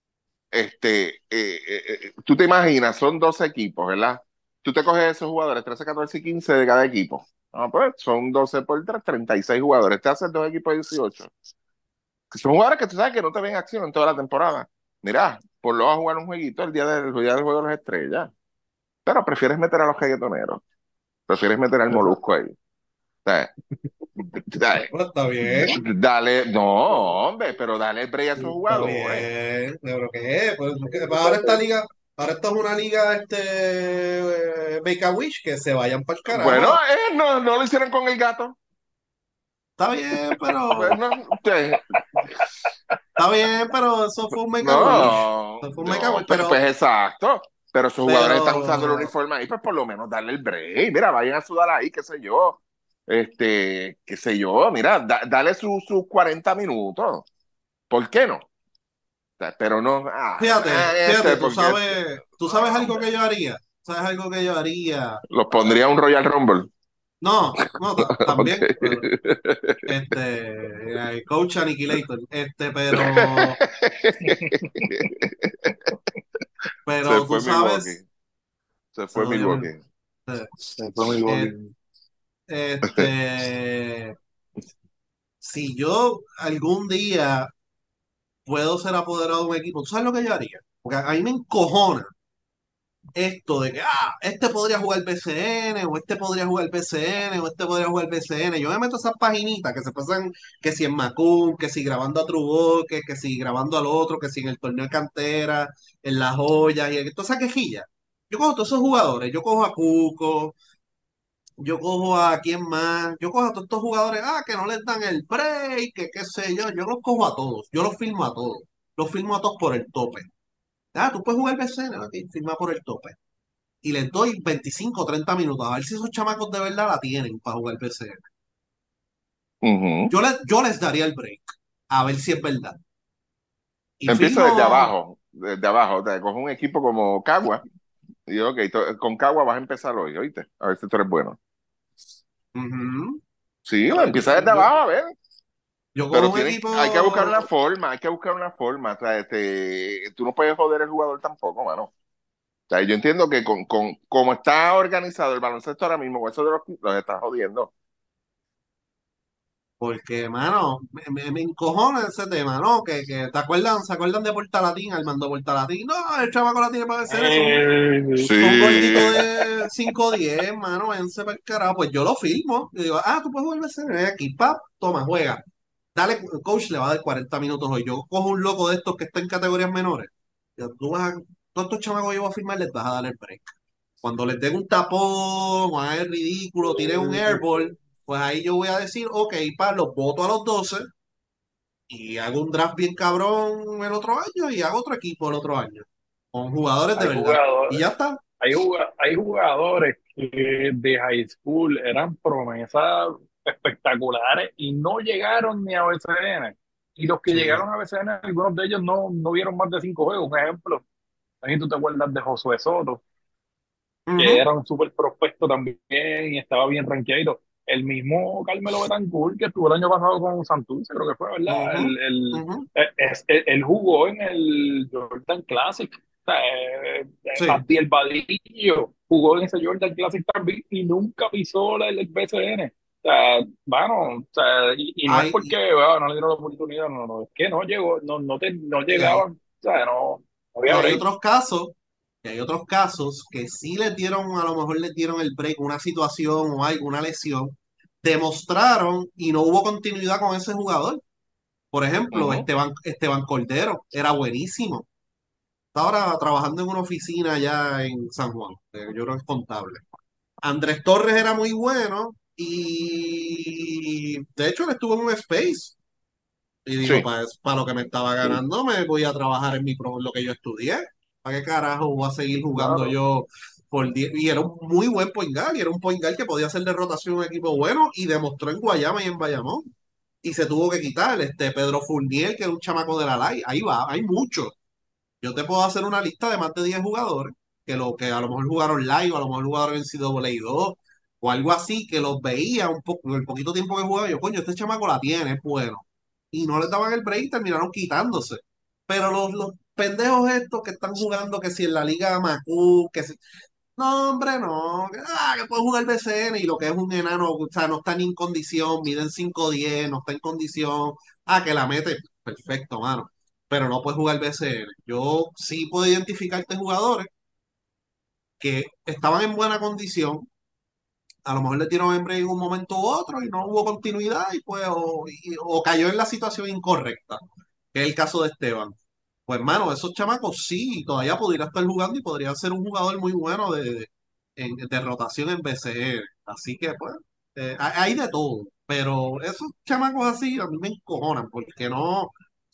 Este, eh, eh, eh, tú te imaginas, son doce equipos, ¿verdad? Tú te coges esos jugadores, trece, catorce y quince de cada equipo. Ah, pues son doce por tres, treinta y seis jugadores. Te hacen dos equipos de dieciocho. Son jugadores que tú sabes que no te ven acción en toda la temporada. Mira, por lo vas a jugar un jueguito el día del, el día del juego de las estrellas. Pero prefieres meter a los reggaetoneros. Prefieres meter al Exacto. molusco ahí. O sea, dale, Bueno, está bien, dale, no, hombre, pero dale el break a esos está jugadores. bien. ¿Pero qué? Pues, ¿qué? Ahora esta liga, ahora esto es una liga, este, eh, Make a Wish, que se vayan para el Bueno, carajo. eh, no, no lo hicieron con el gato. Está bien, pero, Bueno, usted, está bien, pero eso fue un Make a Wish. no, Eso fue un Make a no, Wish, pues, pero, pues exacto. Pero esos jugadores están usando el pero, uniforme ahí, pues por lo menos darle el break. Mira, vayan a sudar ahí, qué sé yo. Este, qué sé yo, mira, da- dale sus sus cuarenta minutos. ¿Por qué no? O sea, pero no, ah, fíjate, este, fíjate, tú porque sabes, tú sabes no, algo hombre. que yo haría. ¿Sabes algo que yo haría? Los pondría un Royal Rumble. No, no, ta- Ok. también, pero, este, eh, Coach Annihilator, este, pero, Se pero tú fue Milwaukee. sabes, Se se fue jodió mi- Milwaukee. eh, Eso me eh, digo, este, si yo algún día puedo ser apoderado de un equipo, ¿tú sabes lo que yo haría? Porque a mí me encojona esto de que, ah, este podría jugar P C N, o este podría jugar P C N, o este podría jugar P C N. Yo me meto a esas paginitas que se pasan, que si en Macun, que si grabando a Trubo, que, que si grabando al otro, que si en el torneo de cantera, en las joyas, y en toda esa quejilla. Yo cojo a todos esos jugadores, yo cojo a Cuco, yo cojo a quién más, yo cojo a todos estos jugadores, ah, que no les dan el break, que qué sé yo, yo los cojo a todos, yo los firmo a todos, los firmo a todos por el tope. Ah, tú puedes jugar P C N, ok, firma por el tope y les doy veinticinco o treinta minutos a ver si esos chamacos de verdad la tienen para jugar P C. Ujú. Yo les, yo les daría el break a ver si es verdad. Y Empieza desde firmo. abajo, desde abajo. Te coge un equipo como Cagua y ok, to- con Cagua vas a empezar hoy, ¿oíste? A ver si tú eres bueno. Ujú. Sí, No, pues, yo, empieza desde yo, abajo, a ver. yo cojo Pero un tienes, equipo. hay que buscar una forma, hay que buscar una forma. O sea, este, tú no puedes joder el jugador tampoco, mano. O sea, yo entiendo que con, con como está organizado el baloncesto ahora mismo, eso de los, los está jodiendo. Porque, mano, me, me, me encojona ese tema, ¿no? Que, que te acuerdan, se acuerdan de Portalatín, Armando Portalatín. No, el chamaco la tiene para vencer, son, eh, son gorditos Sí. de cinco diez mano, vence para el carajo. Pues yo lo filmo. Yo digo, ah, tú puedes jugar B C N aquí, pap, toma, juega. Dale, coach, le va a dar cuarenta minutos hoy. Yo cojo un loco de estos que está en categorías menores. Yo, tú vas a, todos estos chamacos que yo voy a firmar, les vas a dar el break. Cuando les den un tapón, o hagan el ridículo, tiren un airball, pues ahí yo voy a decir, ok, pa, los voto a los doce y hago un draft bien cabrón el otro año y hago otro equipo el otro año. Con jugadores de hay verdad. Y jugadores, ya está. hay, juga- hay jugadores que de high school eran promesas espectaculares y no llegaron ni a B C N. Y los que Sí. llegaron a B C N, algunos de ellos no, no vieron más de cinco juegos. Un ejemplo, ahí tú te acuerdas de Josué Soto. que Ujú. era un súper prospecto también y estaba bien rankeado. El mismo Carmelo Betancourt, que estuvo el año pasado con Santurce, creo que fue, ¿verdad? Ujú. El, el, Ujú. eh, es- él, él jugó en el Jordan Classic. O sea, eh, eh, Sí, Abdiel Vadillo jugó en ese Jordan Classic también y nunca pisó la- el B C N. O sea, bueno, o sea, y, y no es hay, porque bueno, no le dieron la oportunidad, no, no, es que no llegó, no, no, te, no y hay, llegaban, o sea, no, no y había hay break. otros casos, y hay otros casos que sí les dieron, a lo mejor les dieron el break, una situación o algo, una lesión, demostraron y no hubo continuidad con ese jugador. Por ejemplo, Ujú. Esteban, Esteban Cordero era buenísimo. Está ahora trabajando en una oficina allá en San Juan, eh, yo creo que es contable. Andrés Torres era muy bueno y de hecho él estuvo en un space y dijo, Sí, para lo que me estaba sí, ganando me voy a trabajar en mi pro, lo que yo estudié. ¿Para qué carajo voy a seguir jugando Claro. yo por diez? Y era un muy buen point guard, y era un point guard que podía hacer de rotación un equipo bueno y demostró en Guayama y en Bayamón. Y se tuvo que quitar este Pedro Fournier, que era un chamaco de la L A I. Ahí va, hay muchos. Yo te puedo hacer una lista de más de diez jugadores que, lo, que a lo mejor jugaron live, o a lo mejor jugaron en N C A A dos o algo así, que los veía un poco, en el poquito tiempo que jugaba, yo, coño, este chamaco la tiene, es bueno. Y no les daban el break y terminaron quitándose. Pero los, los pendejos estos que están jugando, que si en la Liga Macú, que si... No, hombre, no. Que, ah, que puede jugar B C N y lo que es un enano, o sea, no está ni en condición, miden cinco diez, no está en condición. Ah, que la mete. Perfecto, mano. Pero no puede jugar B C N. Yo sí puedo identificarte jugadores que estaban en buena condición, a lo mejor le tiraron en break en un momento u otro y no hubo continuidad y pues o, y- o cayó en la situación incorrecta, que es el caso de Esteban. Pues hermano, esos chamacos sí, todavía podría estar jugando y podría ser un jugador muy bueno de, de, en- de rotación en B C N. Así que pues, eh, hay hay de todo. Pero esos chamacos así a mí me encojonan porque no,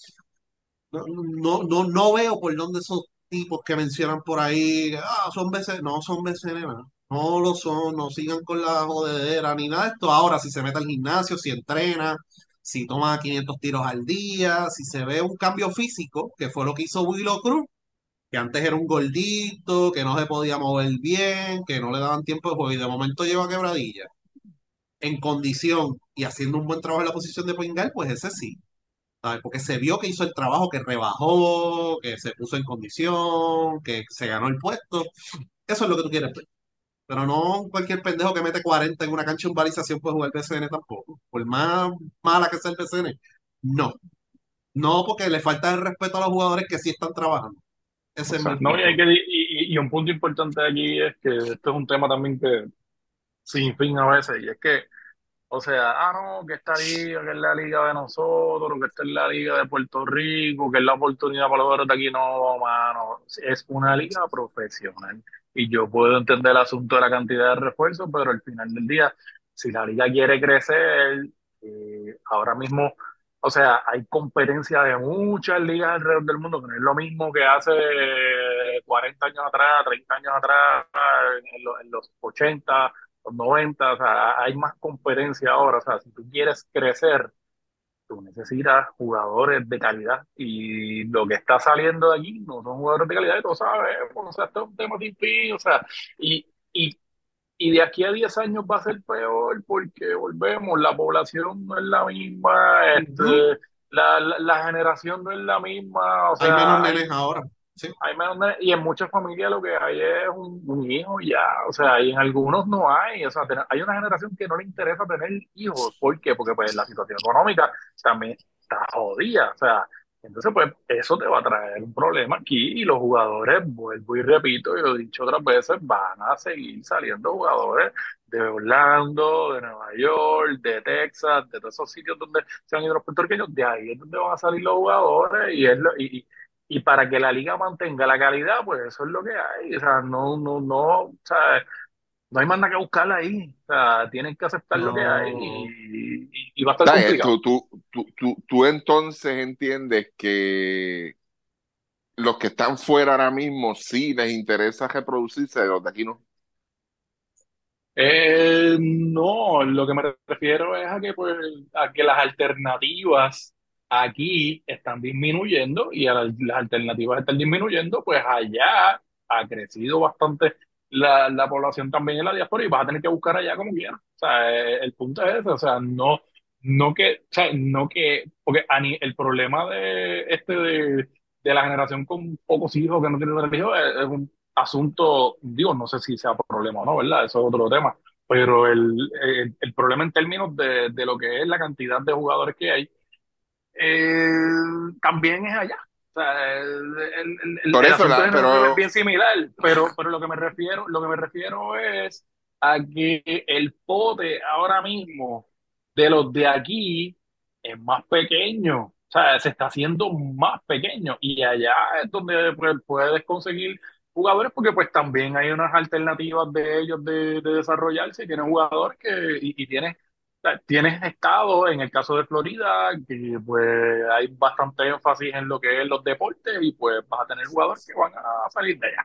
no, no, no, no veo por dónde esos tipos que mencionan por ahí, ah, son B C N, no son B C N, ¿no? No lo son, no sigan con la jodedera ni nada de esto. Ahora, si se mete al gimnasio, si entrena, si toma quinientos tiros al día, si se ve un cambio físico, que fue lo que hizo Willow Cruz, que antes era un gordito, que no se podía mover bien, que no le daban tiempo de juego y de momento lleva quebradilla, en condición y haciendo un buen trabajo en la posición de point guard, pues ese sí. ¿Sabes? Porque se vio que hizo el trabajo, que rebajó, que se puso en condición, que se ganó el puesto. Eso es lo que tú quieres ver. Pero no cualquier pendejo que mete cuarenta en una cancha de urbanización puede jugar B C N tampoco. Por más mala que sea el B C N. No. No, porque le falta el respeto a los jugadores que sí están trabajando. O Ese es sea, mi no, y, hay punto. que, y, y- y un punto importante aquí es que esto es un tema también que sin fin a veces, y es que, o sea, ah, no, que esta liga, que es la liga de nosotros, que esta es la liga de Puerto Rico, que es la oportunidad para los jugadores de aquí, no, mano, es una liga profesional. Y yo puedo entender el asunto de la cantidad de refuerzos, pero al final del día, si la liga quiere crecer, eh, ahora mismo, o sea, hay competencia de muchas ligas alrededor del mundo, que no es lo mismo que hace cuarenta años atrás, treinta años atrás, en, los, en los ochenta, los noventa, o sea, hay más competencia ahora, o sea, si tú quieres crecer, tú necesitas jugadores de calidad y lo que está saliendo de aquí no son jugadores de calidad, y tú sabes, o sea, esto es un tema sin fin, o sea, y, y, y de aquí a diez años va a ser peor porque volvemos, la población no es la misma, este, Ujú. la, la, la generación no es la misma, o Hay menos sea, hay nenes ahora. Sí. hay menos ne- y en muchas familias lo que hay es un, un hijo ya, o sea, y en algunos no hay, o sea, ten- hay una generación que no le interesa tener hijos, ¿por qué? Porque pues la situación económica también está jodida, o sea, entonces pues eso te va a traer un problema aquí y los jugadores, vuelvo y repito, y lo he dicho otras veces, van a seguir saliendo jugadores de Orlando, de Nueva York, de Texas, de todos esos sitios donde se han ido los puertorriqueños, de ahí es donde van a salir los jugadores y es lo, y, y para que la liga mantenga la calidad, pues eso es lo que hay. O sea, no, no, no, o sea, no hay más nada que buscar ahí. O sea, tienen que aceptar lo que hay No. y, y- y va a estar ¿Sabes? complicado. Tú, tú, tú, tú, tú entonces entiendes que los que están fuera ahora mismo sí les interesa reproducirse, los de aquí no. Eh, no, lo que me refiero es a que, pues, a que las alternativas aquí están disminuyendo y a las, las alternativas están disminuyendo, pues allá ha crecido bastante la, la población también en la diáspora y vas a tener que buscar allá como quieras. O sea, eh, el punto es ese, o sea, no, no que, o sea, no que, porque a ni- el problema de este de, de la generación con pocos hijos que no tienen religión es, es un asunto, digo, no sé si sea problema o no, ¿verdad? Eso es otro tema, pero el, el, el problema en términos de, de lo que es la cantidad de jugadores que hay, eh, también es allá. O sea, el, el- el- Por el eso, asunto de la, generación es pero bien similar, pero, pero lo que me refiero, lo que me refiero es a que el pote ahora mismo de los de aquí es más pequeño. O sea, se está haciendo más pequeño y allá es donde pues, puedes conseguir jugadores porque pues también hay unas alternativas de ellos de, de desarrollarse y tienen jugadores que y, y tienes sea, tienes estado, en el caso de Florida, que pues hay bastante énfasis en lo que es los deportes y pues vas a tener jugadores que van a salir de allá.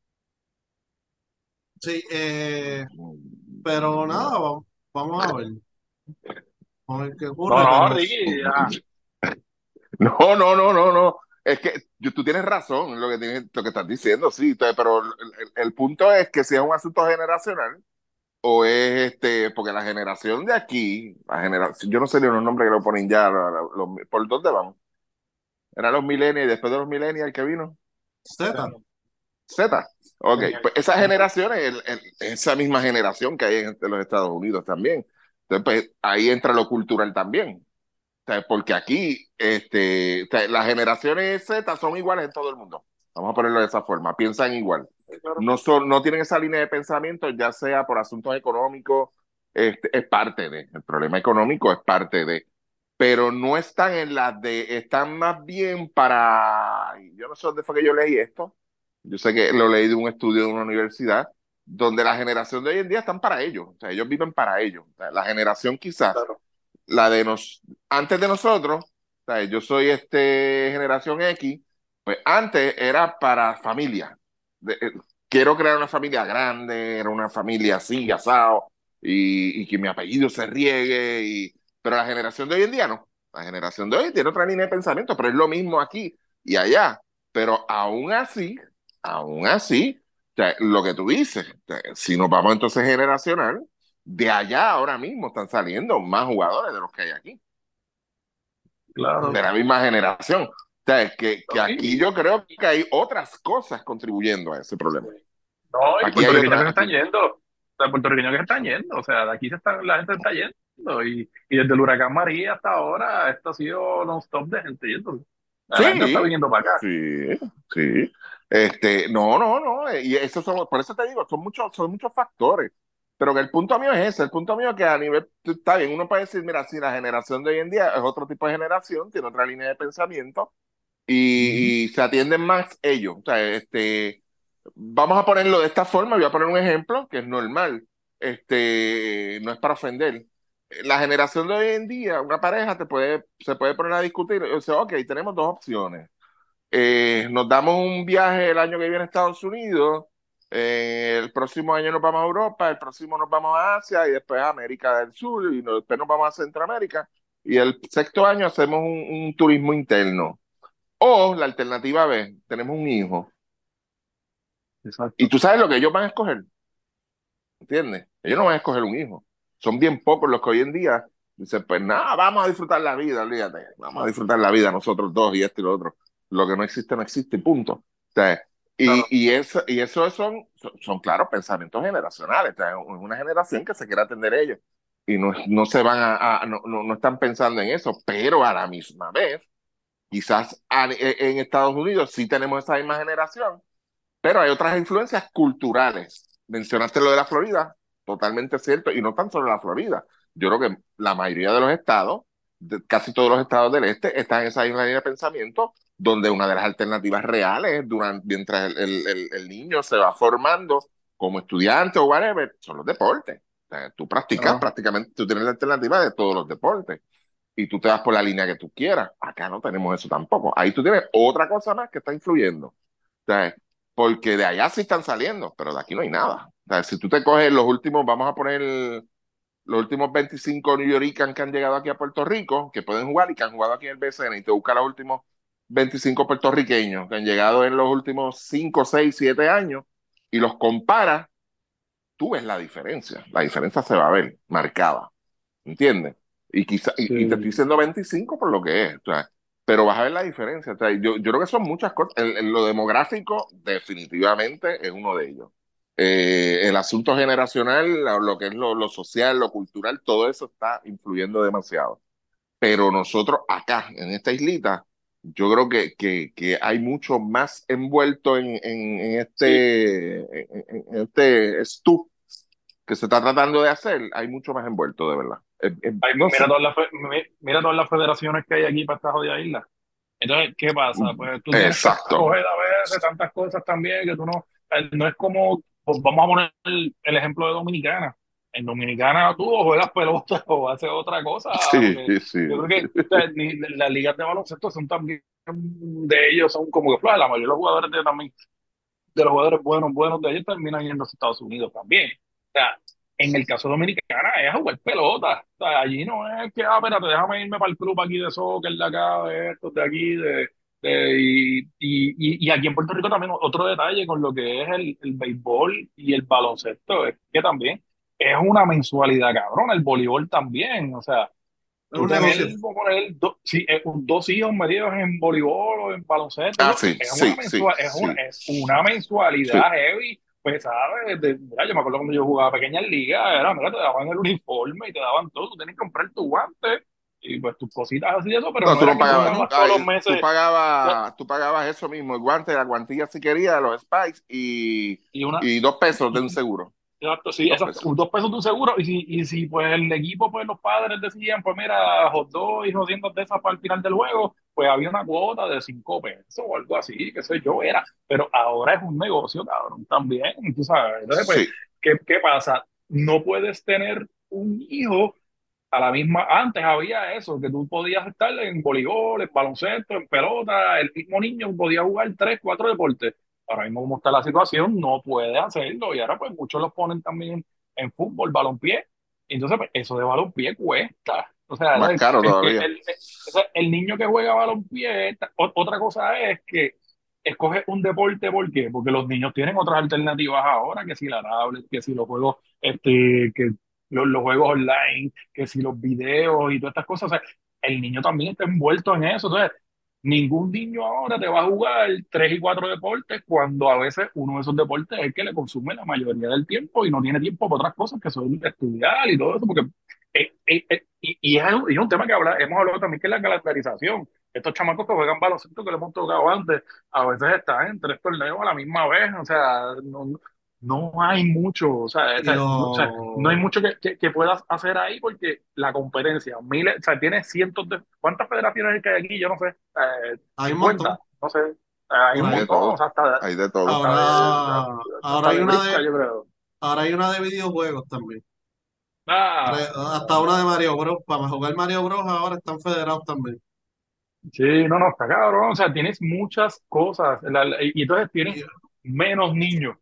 Sí, eh, pero nada, vamos, vamos a ver. Vamos a ver qué No, ocurre, no, pero Ricky, ya, no, no, no, no, no. Es que yo- tú tienes razón en lo que tienes, lo que estás diciendo, sí, entonces, pero el, el- el punto es que si es un asunto generacional o es este, porque la generación de aquí, la generación, yo no sé ni los nombres que lo ponen ya, la- la- los- ¿por dónde van? Eran los millennials y después de los millennials el que vino, Z. Z. Ok, genial. pues esa generación es el- el- esa misma generación que hay en los Estados Unidos también. Entonces, pues ahí entra lo cultural también. O sea, porque aquí este, o sea, las generaciones Z son iguales en todo el mundo. Vamos a ponerlo de esa forma. Piensan igual. Sí, claro. No, son, no tienen esa línea de pensamiento, ya sea por asuntos económicos, este, es parte de. El problema económico es parte de. Pero no están en las de. Están más bien para. Yo no sé dónde fue que yo leí esto. Yo sé que lo leí de un estudio de una universidad, donde la generación de hoy en día están para ellos. O sea, ellos viven para ellos. O sea, la generación quizás Claro. la de nos, antes de nosotros, o sea, yo soy este generación X, pues antes era para familia. De- eh, quiero crear una familia grande, era una familia así, asado, y, y que mi apellido se riegue, y, pero la generación de hoy en día no. La generación de hoy tiene otra línea de pensamiento, pero es lo mismo aquí y allá. Pero aún así, aún así, o sea, lo que tú dices, o sea, si nos vamos entonces generacional, de allá ahora mismo están saliendo más jugadores de los que hay aquí, Claro. de la misma generación. O sea, es que, que No, aquí y, yo creo que hay otras cosas contribuyendo a ese problema. no, y Aquí hay puertorriqueños que otras, se están aquí, yendo. O sea, puertorriqueños que se están yendo. O sea, de aquí se está, la gente se está yendo. Y, y desde el huracán María hasta ahora, esto ha sido non-stop de gente yendo. O sea, la gente está sí, viniendo para acá. sí, sí. Este, no, no, no, eh, y eso son, por eso te digo, son muchos, son muchos factores. Pero que el punto mío es ese, el punto mío es que a nivel, está bien, uno puede decir, mira, si la generación de hoy en día es otro tipo de generación, tiene otra línea de pensamiento, Ujú. y, y se atienden más ellos. O sea, este, vamos a ponerlo de esta forma, voy a poner un ejemplo que es normal, este, no es para ofender. La generación de hoy en día, una pareja te puede, se puede poner a discutir, o sea, ok, tenemos dos opciones. Eh, nos damos un viaje el año que viene a Estados Unidos, eh, el próximo año nos vamos a Europa, el próximo nos vamos a Asia y después a América del Sur y nos- después nos vamos a Centroamérica y el sexto año hacemos un, un turismo interno. O la alternativa B, tenemos un hijo. Y Exacto. tú sabes lo que ellos van a escoger, ¿entiendes? Ellos no van a escoger un hijo. Son bien pocos los que hoy en día dicen, pues nada, vamos a disfrutar la vida, olvídate. Vamos a disfrutar la vida nosotros dos y esto y lo otro. Lo que no existe, no existe, y punto. O sea, y, Claro. y, eso, y eso son, son, son, claro, pensamientos generacionales. O sea, es una generación que se quiere atender a ellos. Y no, no se van a, a no, no, no están pensando en eso, pero a la misma vez, quizás a- en Estados Unidos sí tenemos esa misma generación. Pero hay otras influencias culturales. Mencionaste lo de la Florida, totalmente cierto, y no tan solo la Florida. Yo creo que la mayoría de los estados, de casi todos los estados del este, están en esa misma línea de pensamiento, donde una de las alternativas reales, durante, mientras el, el, el, el niño se va formando como estudiante o whatever, son los deportes. O sea, tú practicas Claro. prácticamente, tú tienes la alternativa de todos los deportes y tú te vas por la línea que tú quieras. Acá no tenemos eso tampoco. Ahí tú tienes otra cosa más que está influyendo. O sea, porque de allá sí están saliendo, pero de aquí no hay nada. O sea, si tú te coges los últimos, vamos a poner los últimos veinticinco New Yorkers que han llegado aquí a Puerto Rico, que pueden jugar y que han jugado aquí en el B C N, y te busca los últimos veinticinco puertorriqueños que han llegado en los últimos cinco, seis, siete años, y los compara tú ves la diferencia. La diferencia se va a ver marcada, ¿entiendes? Y, quizá, y, y te estoy Sí. diciendo veinticinco por lo que es, o sea, pero vas a ver la diferencia. O sea, yo, yo creo que son muchas cosas. El- el- lo demográfico definitivamente es uno de ellos. Eh, el asunto generacional, lo, lo que es lo, lo social, lo cultural, todo eso está influyendo demasiado. Pero nosotros acá, en esta islita, yo creo que, que, que hay mucho más envuelto en, en, en Sí. este, en, en- en este stuff que se está tratando de hacer, hay mucho más envuelto, de verdad. Eh, eh, Ay, no mira sé. todas las, fe- mi- mira todas las federaciones que hay aquí para esta jodida isla. Entonces, ¿qué pasa? Pues tú tienes que Exacto. escoger a veces tantas cosas también que tú no, eh, no es como, pues vamos a poner el, el ejemplo de Dominicana. En Dominicana tú o juegas pelota o haces otra cosa, Sí, porque sí. yo creo que o sea, ni- las ligas de baloncesto son también de ellos, son como que flojas. La mayoría de los jugadores de, también de los jugadores buenos, buenos de ellos terminan yendo a Estados Unidos también. O sea, en el caso dominicana es a jugar pelota. O sea, allí no es que, ah, espérate, déjame irme para el club aquí de soccer de acá, de estos de aquí, de, de- y, y, y, y aquí en Puerto Rico también otro detalle con lo que es el, el béisbol y el baloncesto, es que también es una mensualidad cabrón, el voleibol también, o sea, Es tú un tener, negocio. vamos a poner, do- sí, eh, un- dos hijos metidos en voleibol o en baloncesto, Ah, eso sí, es una sí, sí, mensual, es una, sí, es una sí. mensualidad heavy, pues, ¿sabes? De- mira, yo me acuerdo cuando yo jugaba pequeñas ligas, era, mira, te daban el uniforme y te daban todo, tú tenías que comprar tu guante y pues tus cositas así de eso, pero No, no tú era no que tú pagabas, Bueno, jugabas todos ay, los tú meses ya, pagabas, tú pagabas eso mismo, el guante, la guantilla si querías, los spikes y, y una, y dos pesos de un seguro. exacto, sí, Dos exacto. pesos. Un dos pesos de un seguro. Y si, y si pues el equipo, pues los padres decían, pues mira, hot dog y jodiendo de esas para el final del juego, pues había una cuota de cinco pesos o algo así, qué sé yo, era. Pero ahora es un negocio, cabrón, también, tú sabes. Entonces, pues, Sí. ¿qué, qué pasa? No puedes tener un hijo a la misma, antes había eso, que tú podías estar en voleibol, en baloncesto, en pelota, el mismo niño podía jugar tres, cuatro deportes. Ahora mismo como está la situación, no puede hacerlo y ahora pues muchos los ponen también en fútbol, balompié. Entonces pues, eso de balompié cuesta. O sea, Más el, caro el, el, todavía. el- o sea, el niño que juega balompié, o- otra cosa es que escoge un deporte, ¿por qué? Porque los niños tienen otras alternativas ahora, que si la tablet, que si los juegos, este, que los, los juegos online, que si los videos y todas estas cosas, o sea, el niño también está envuelto en eso. Entonces, ningún niño ahora te va a jugar tres y cuatro deportes cuando a veces uno de esos deportes es el que le consume la mayoría del tiempo y no tiene tiempo para otras cosas que son estudiar y todo eso, porque eh, eh, eh, y, y es, un, y es un tema que habla, hemos hablado también que es la calendarización. Estos chamacos que juegan baloncesto que le hemos tocado antes, a veces están en tres torneos a la misma vez, o sea, no, no hay mucho, o sea, o y sea, no, o sea, no hay lo, mucho que, que, que puedas hacer ahí porque la competencia, miles, o sea, tiene cientos de, ¿cuántas federaciones hay que hay aquí? Yo no sé, eh, hay un cincuenta, montón no sé, eh, hay por un Hay de ahí. montón, o todo. sea, hasta, Hay de todo. hasta de, Ahora, ahora hasta hay de una brisca, de, yo creo. ahora hay una de videojuegos también. Ah, Ahora- Hasta una de Mario Bros. Para jugar Mario Bros. Ahora están federados también. sí, no, no, está cabrón, o sea, tienes muchas cosas, la- la- y entonces tienes Y, menos niños.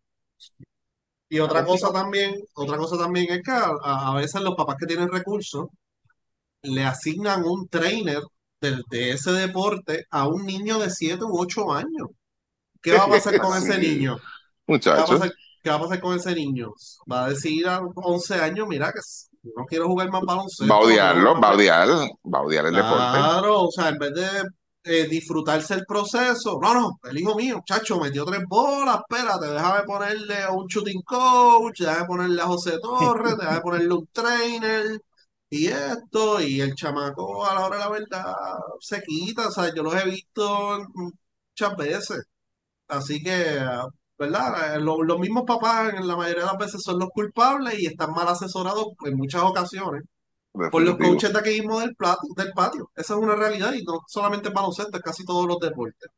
y La otra cosa continua- también, otra cosa también es que a, a veces los papás que tienen recursos le asignan un trainer del- de, ese deporte a un niño de siete u ocho años. ¿Qué va a pasar con ese Sí, niño? ¿Qué va a muchachos. pasar, qué va a pasar con ese niño? Va a decir a once años, mira que s- no quiero jugar más Va a baloncesto, no quiero jugar odiarlo, más va a be-". odiar, va a odiar el deporte. Claro, o sea, en vez de eh, disfrutarse el proceso, no, no, el hijo mío, chacho, metió tres bolas, espérate, déjame ponerle a un shooting coach, déjame ponerle a José Torres, déjame ponerle un trainer y esto, y el chamaco a la hora de la verdad se quita, o sea, yo los he visto muchas veces. Así que, ah, ¿verdad? Eh, lo- los mismos papás en la mayoría de las veces son los culpables y están mal asesorados en muchas ocasiones por los Definitivo. coaches de aquí mismo del, plato, del patio. Esa es una realidad y no solamente en baloncesto, es casi todos los deportes.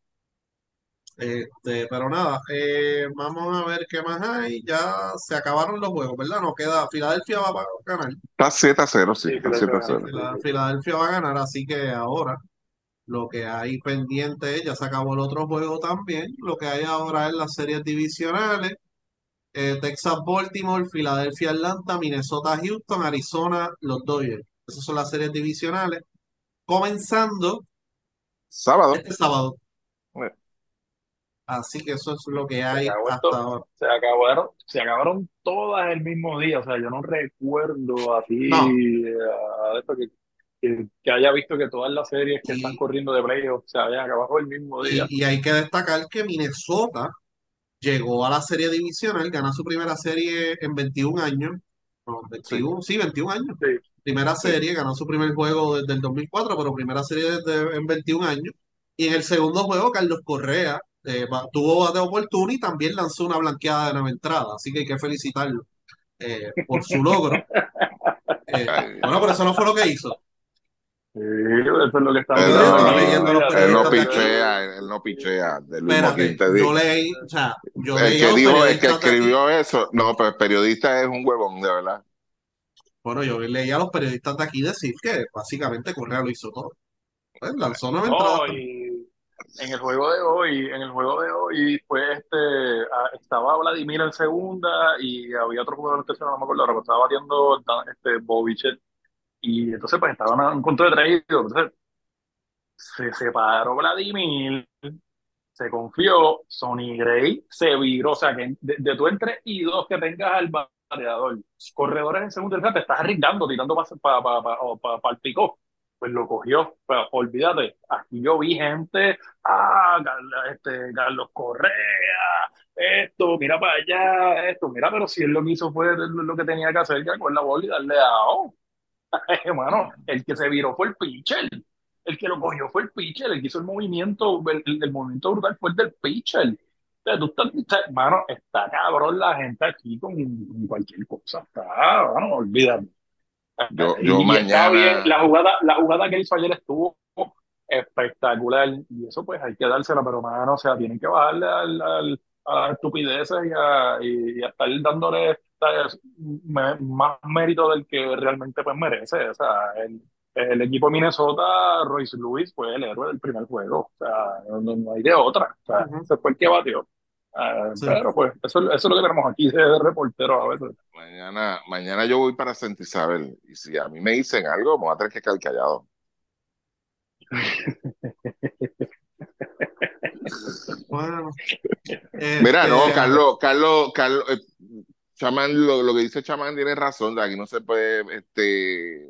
Este, pero nada, eh, vamos a ver qué más hay. Ya se acabaron los juegos, ¿verdad? No queda. Filadelfia va a ganar. Está siete a cero, sí, Sí, está creo que siete a Sí, cero. ganar, sí, Fila- sí. Filadelfia va a ganar, así que ahora lo que hay pendiente, ya se acabó el otro juego también. Lo que hay ahora es las series divisionales. eh, Texas, Baltimore, Filadelfia, Atlanta, Minnesota, Houston, Arizona, los Dodgers. Esas son las series divisionales. Comenzando Sábado. este sábado. Eh, Así que eso es lo que Se hay acabó hasta esto, ahora. se acabaron, se acabaron todas el mismo día. O sea, yo no recuerdo No, así eh, de esto que, que, que haya visto que todas las series que están y, corriendo de playoffs se hayan acabado el mismo día. y, y hay que destacar que Minnesota llegó a la serie divisional, ganó su primera serie en veintiún años, no, Sí, veintiuno, sí, veintiún años. Sí, Primera sí. serie, ganó su primer juego desde el dos mil cuatro, pero primera serie desde, en veintiún años. Y en el segundo juego, Carlos Correa eh, ba- tuvo bate oportuno y también lanzó una blanqueada de nueva entrada, así que hay que felicitarlo eh, por su logro. Eh, Ay, bueno, Dios. pero eso no fue lo que hizo. sí, eso es lo que estamos Él Oye, viendo yo estaba aquí. no, leyendo a los Olvídate, él no periodistas de aquí. pichea, él, olvídate. él no pichea, del mismo quien Espérate, te di. yo leí, o sea, yo El leí a que los dijo, el que periodistas de aquí. escribió eso, no, pero el periodista es un huevón, de verdad. Bueno, yo leí a los periodistas de aquí decir que básicamente Correa lo hizo todo. Pues lanzó nueve entradas No, también. y en el juego de hoy, en el juego de hoy, fue este, ah, estaba Vladimir en segunda y había otro jugador en tercera, no me acuerdo, ahora, pero estaba batiendo da- este Bobichet, y entonces pues estaban a un punto de tres y dos. Entonces se separó Vladimir, se confió, Sonny Gray se viró, o sea que de, de tú entre y dos que tengas al bateador, corredores en segunda y tercera, te estás arriesgando, tirando para pa, pa, pa, pa, pa el picó, pues lo cogió, pero olvídate, aquí yo vi gente, ah, Carla- este, Carlos Correa, esto, mira para allá, esto, mira, pero si él lo que hizo fue lo, lo que tenía que hacer, que con la bola y darle a O. Hermano, el que se viró fue el pitcher. El que lo cogió fue el pitcher. El que hizo el movimiento, el, el- el movimiento brutal fue el del pitcher. O sea, tú estás, estás- hermano, está cabrón la gente aquí con, con cualquier cosa. Está, hermano, olvídate. Yo, yo Y, y está bien, mañana, la jugada, la jugada que hizo ayer estuvo espectacular. Y eso pues hay que dársela, pero mano, o sea, tienen que bajarle al, al- a las estupideces y a, y, y a estar dándole, ¿sabes?, me- más mérito del que realmente pues merece. O sea, el, el equipo de Minnesota, Royce Lewis fue el héroe del primer juego. O sea, no, no- no hay de otra. O sea, Ujú. ese fue el que batió. Ah, Sí. pero pues eso, eso es lo que tenemos aquí de, de reportero a veces. mañana, mañana yo voy para Santa Isabel. Y si a mí me dicen algo, me voy a tener que quedar callado. Bueno, Mira, no, este, Carlos, Carlos, Carlos, eh, Chamán, lo, lo que dice Chamán tiene razón, de aquí no se puede, este,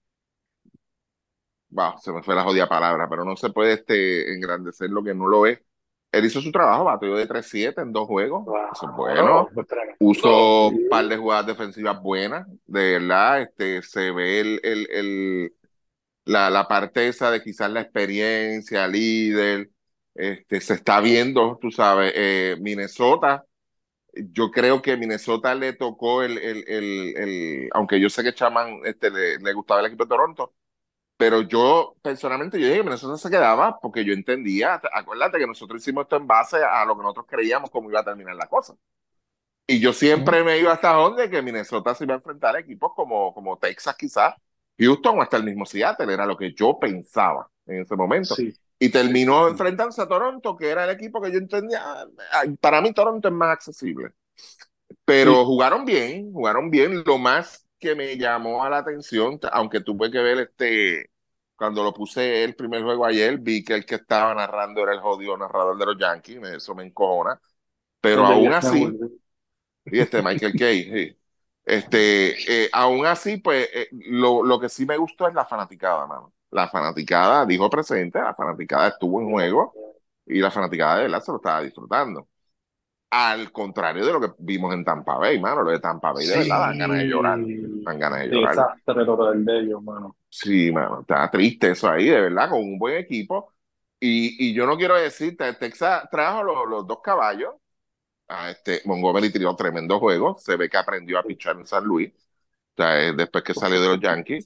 wow, se me fue la jodida palabra, pero no se puede este, engrandecer lo que no lo es. Él hizo su trabajo, batió de tres siete en dos juegos, eso es Claro, bueno. pues tremendo. Puso un par Sí. de jugadas defensivas buenas, de verdad, este, se ve el, el, el, la, la parte esa de quizás la experiencia, líder, este, se está viendo, tú sabes, eh, Minnesota. Yo creo que Minnesota le tocó el, el, el, el- aunque yo sé que Chaman este, le, le gustaba el equipo de Toronto, pero yo personalmente yo dije que Minnesota se quedaba porque yo entendía, acuérdate que nosotros hicimos esto en base a lo que nosotros creíamos cómo iba a terminar la cosa. Y yo Ujú. siempre me iba hasta donde que Minnesota se iba a enfrentar a equipos como, como Texas quizás, Houston o hasta el mismo Seattle, era lo que yo pensaba en ese momento. Sí, Y sí, sí, terminó sí. enfrentándose a Toronto, que era el equipo que yo entendía, ah, para mí Toronto es más accesible. Pero Sí. jugaron bien, jugaron bien. Lo más que me llamó a la atención, aunque tuve que ver este, cuando lo puse el primer juego ayer, vi que el que estaba narrando era el jodido narrador de los Yankees, eso me encojona. Pero El de aún Vietnam. así, y este Michael Kay, sí. Este, eh, aún así, pues eh, lo, lo que sí me gustó es la fanaticada, mano. La fanaticada dijo presente, la fanaticada estuvo en juego y la fanaticada de verdad se lo estaba disfrutando. Al contrario de lo que vimos en Tampa Bay, mano. Lo de Tampa Bay de verdad dan ganas de llorar. Sí, Dan ganas de llorar. desastre total de ellos, mano. Sí, mano. Está triste eso ahí, de verdad, con un buen equipo. Y, y yo no quiero decirte, Texas trajo los, los dos caballos. A este, Montgomery tiró tremendo juego. Se ve que aprendió a pichar en San Luis. O sea, eh, después que salió de los Yankees.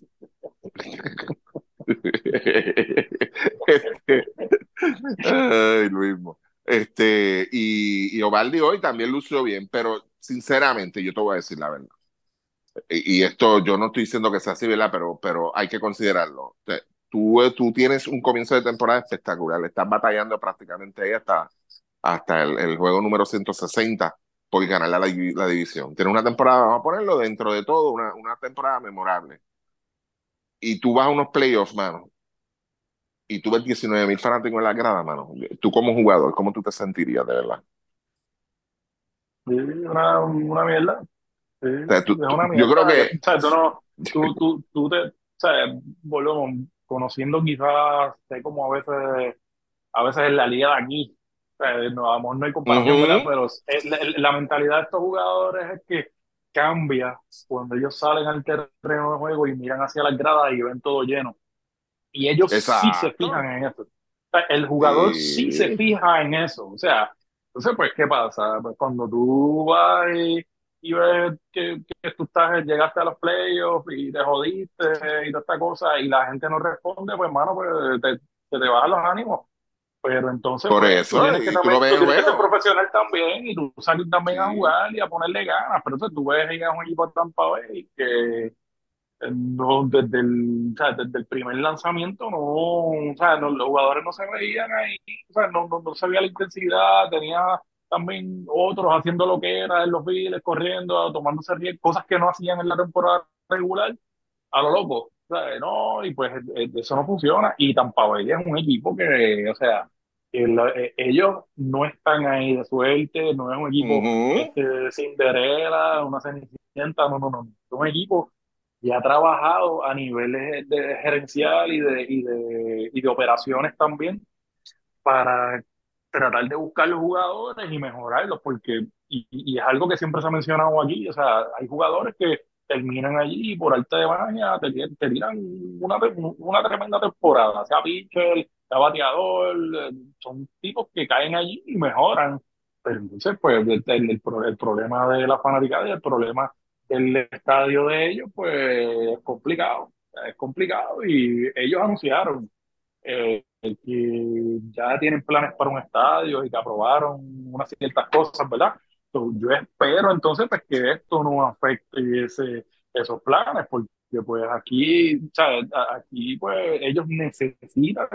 Este, ay, Luismo. Este, y, y Ovaldi hoy también lució bien, pero sinceramente, yo te voy a decir la verdad. Y, y esto yo no estoy diciendo que sea así, ¿verdad? Pero, pero hay que considerarlo. O sea, tú, tú tienes un comienzo de temporada espectacular. Estás batallando prácticamente ahí hasta, hasta el, el juego número ciento sesenta por ganar la, la división. Tienes una temporada, vamos a ponerlo dentro de todo, una, una temporada memorable. Y tú vas a unos playoffs, mano, y tú ves diecinueve mil fanáticos en la grada, mano, tú como jugador, ¿cómo tú te sentirías de verdad? Sí, una, una mierda. Sí, O sea, es tú- tú- una yo creo mierda. Que, que o sea, tú no, tú, tú, tú te, o sea, volvemos, conociendo quizás, sé como a veces, a veces en la liga de aquí, o sea, no, a lo mejor no hay comparación, ¿verdad? ujú, Pero es- la, la mentalidad de estos jugadores es que cambia cuando ellos salen al terreno de juego y miran hacia las gradas y ven todo lleno. Y ellos sí se fijan exacto. en eso. O sea, el jugador sí se Sí, fija en eso. O sea, entonces, pues, ¿qué pasa? Pues cuando tú vas y, y ves que, que tú estás, llegaste a los playoffs y te jodiste y toda esta cosa y la gente no responde, pues, hermano, pues te, te, te bajan los ánimos. Pero entonces, por pues, tú eso, tienes que y tú lo también, ves tú en tienes que ser juego. profesional también y tú salir también a Sí, jugar y a ponerle ganas. Pero entonces tú ves a un equipo de Tampa Bay que eh, no, desde el, o sea, desde el primer lanzamiento no, o sea, no, los jugadores no se veían ahí, o sea, no, no, no se veía la intensidad, tenía también otros haciendo lo que era en los files, corriendo, tomándose riesgos, cosas que no hacían en la temporada regular, a lo loco, o sea, no, y pues eh, eso no funciona, y Tampa Bay es un equipo que, o sea, el- eh, ellos no están ahí de suerte, no es un equipo ujú, este, Cinderella, una cenicienta, no, no, no, es un equipo y ha trabajado a niveles de gerencial y de, y de, y de operaciones también para tratar de buscar los jugadores y mejorarlos, porque, y, y es algo que siempre se ha mencionado aquí, o sea, hay jugadores que terminan allí y por arte de maña te, te tiran una, una tremenda temporada, sea pitcher, sea bateador, eh, son tipos que caen allí y mejoran. Pero entonces, pues, el, el, el pro- el problema de la fanaticada y el problema del estadio de ellos, pues, es complicado, es complicado y ellos anunciaron eh, que ya tienen planes para un estadio y que aprobaron unas ciertas cosas, ¿verdad? So, yo espero entonces pues, que esto no afecte ese, esos planes, porque pues aquí, o sea, a- aquí pues ellos necesitan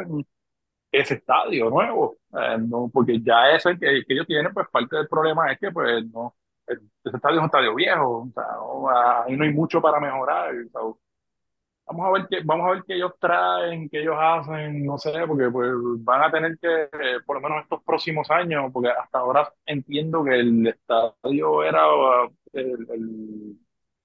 ese estadio nuevo, eh, no, porque ya ese que, que ellos tienen, pues parte del problema es que pues no, ese estadio es un estadio viejo, o sea, no, ahí no hay mucho para mejorar, o sea, vamos a ver qué, vamos a ver qué ellos traen, qué ellos hacen, no sé, porque pues van a tener que, eh, por lo menos estos próximos años, porque hasta ahora entiendo que el estadio era uh, el, el,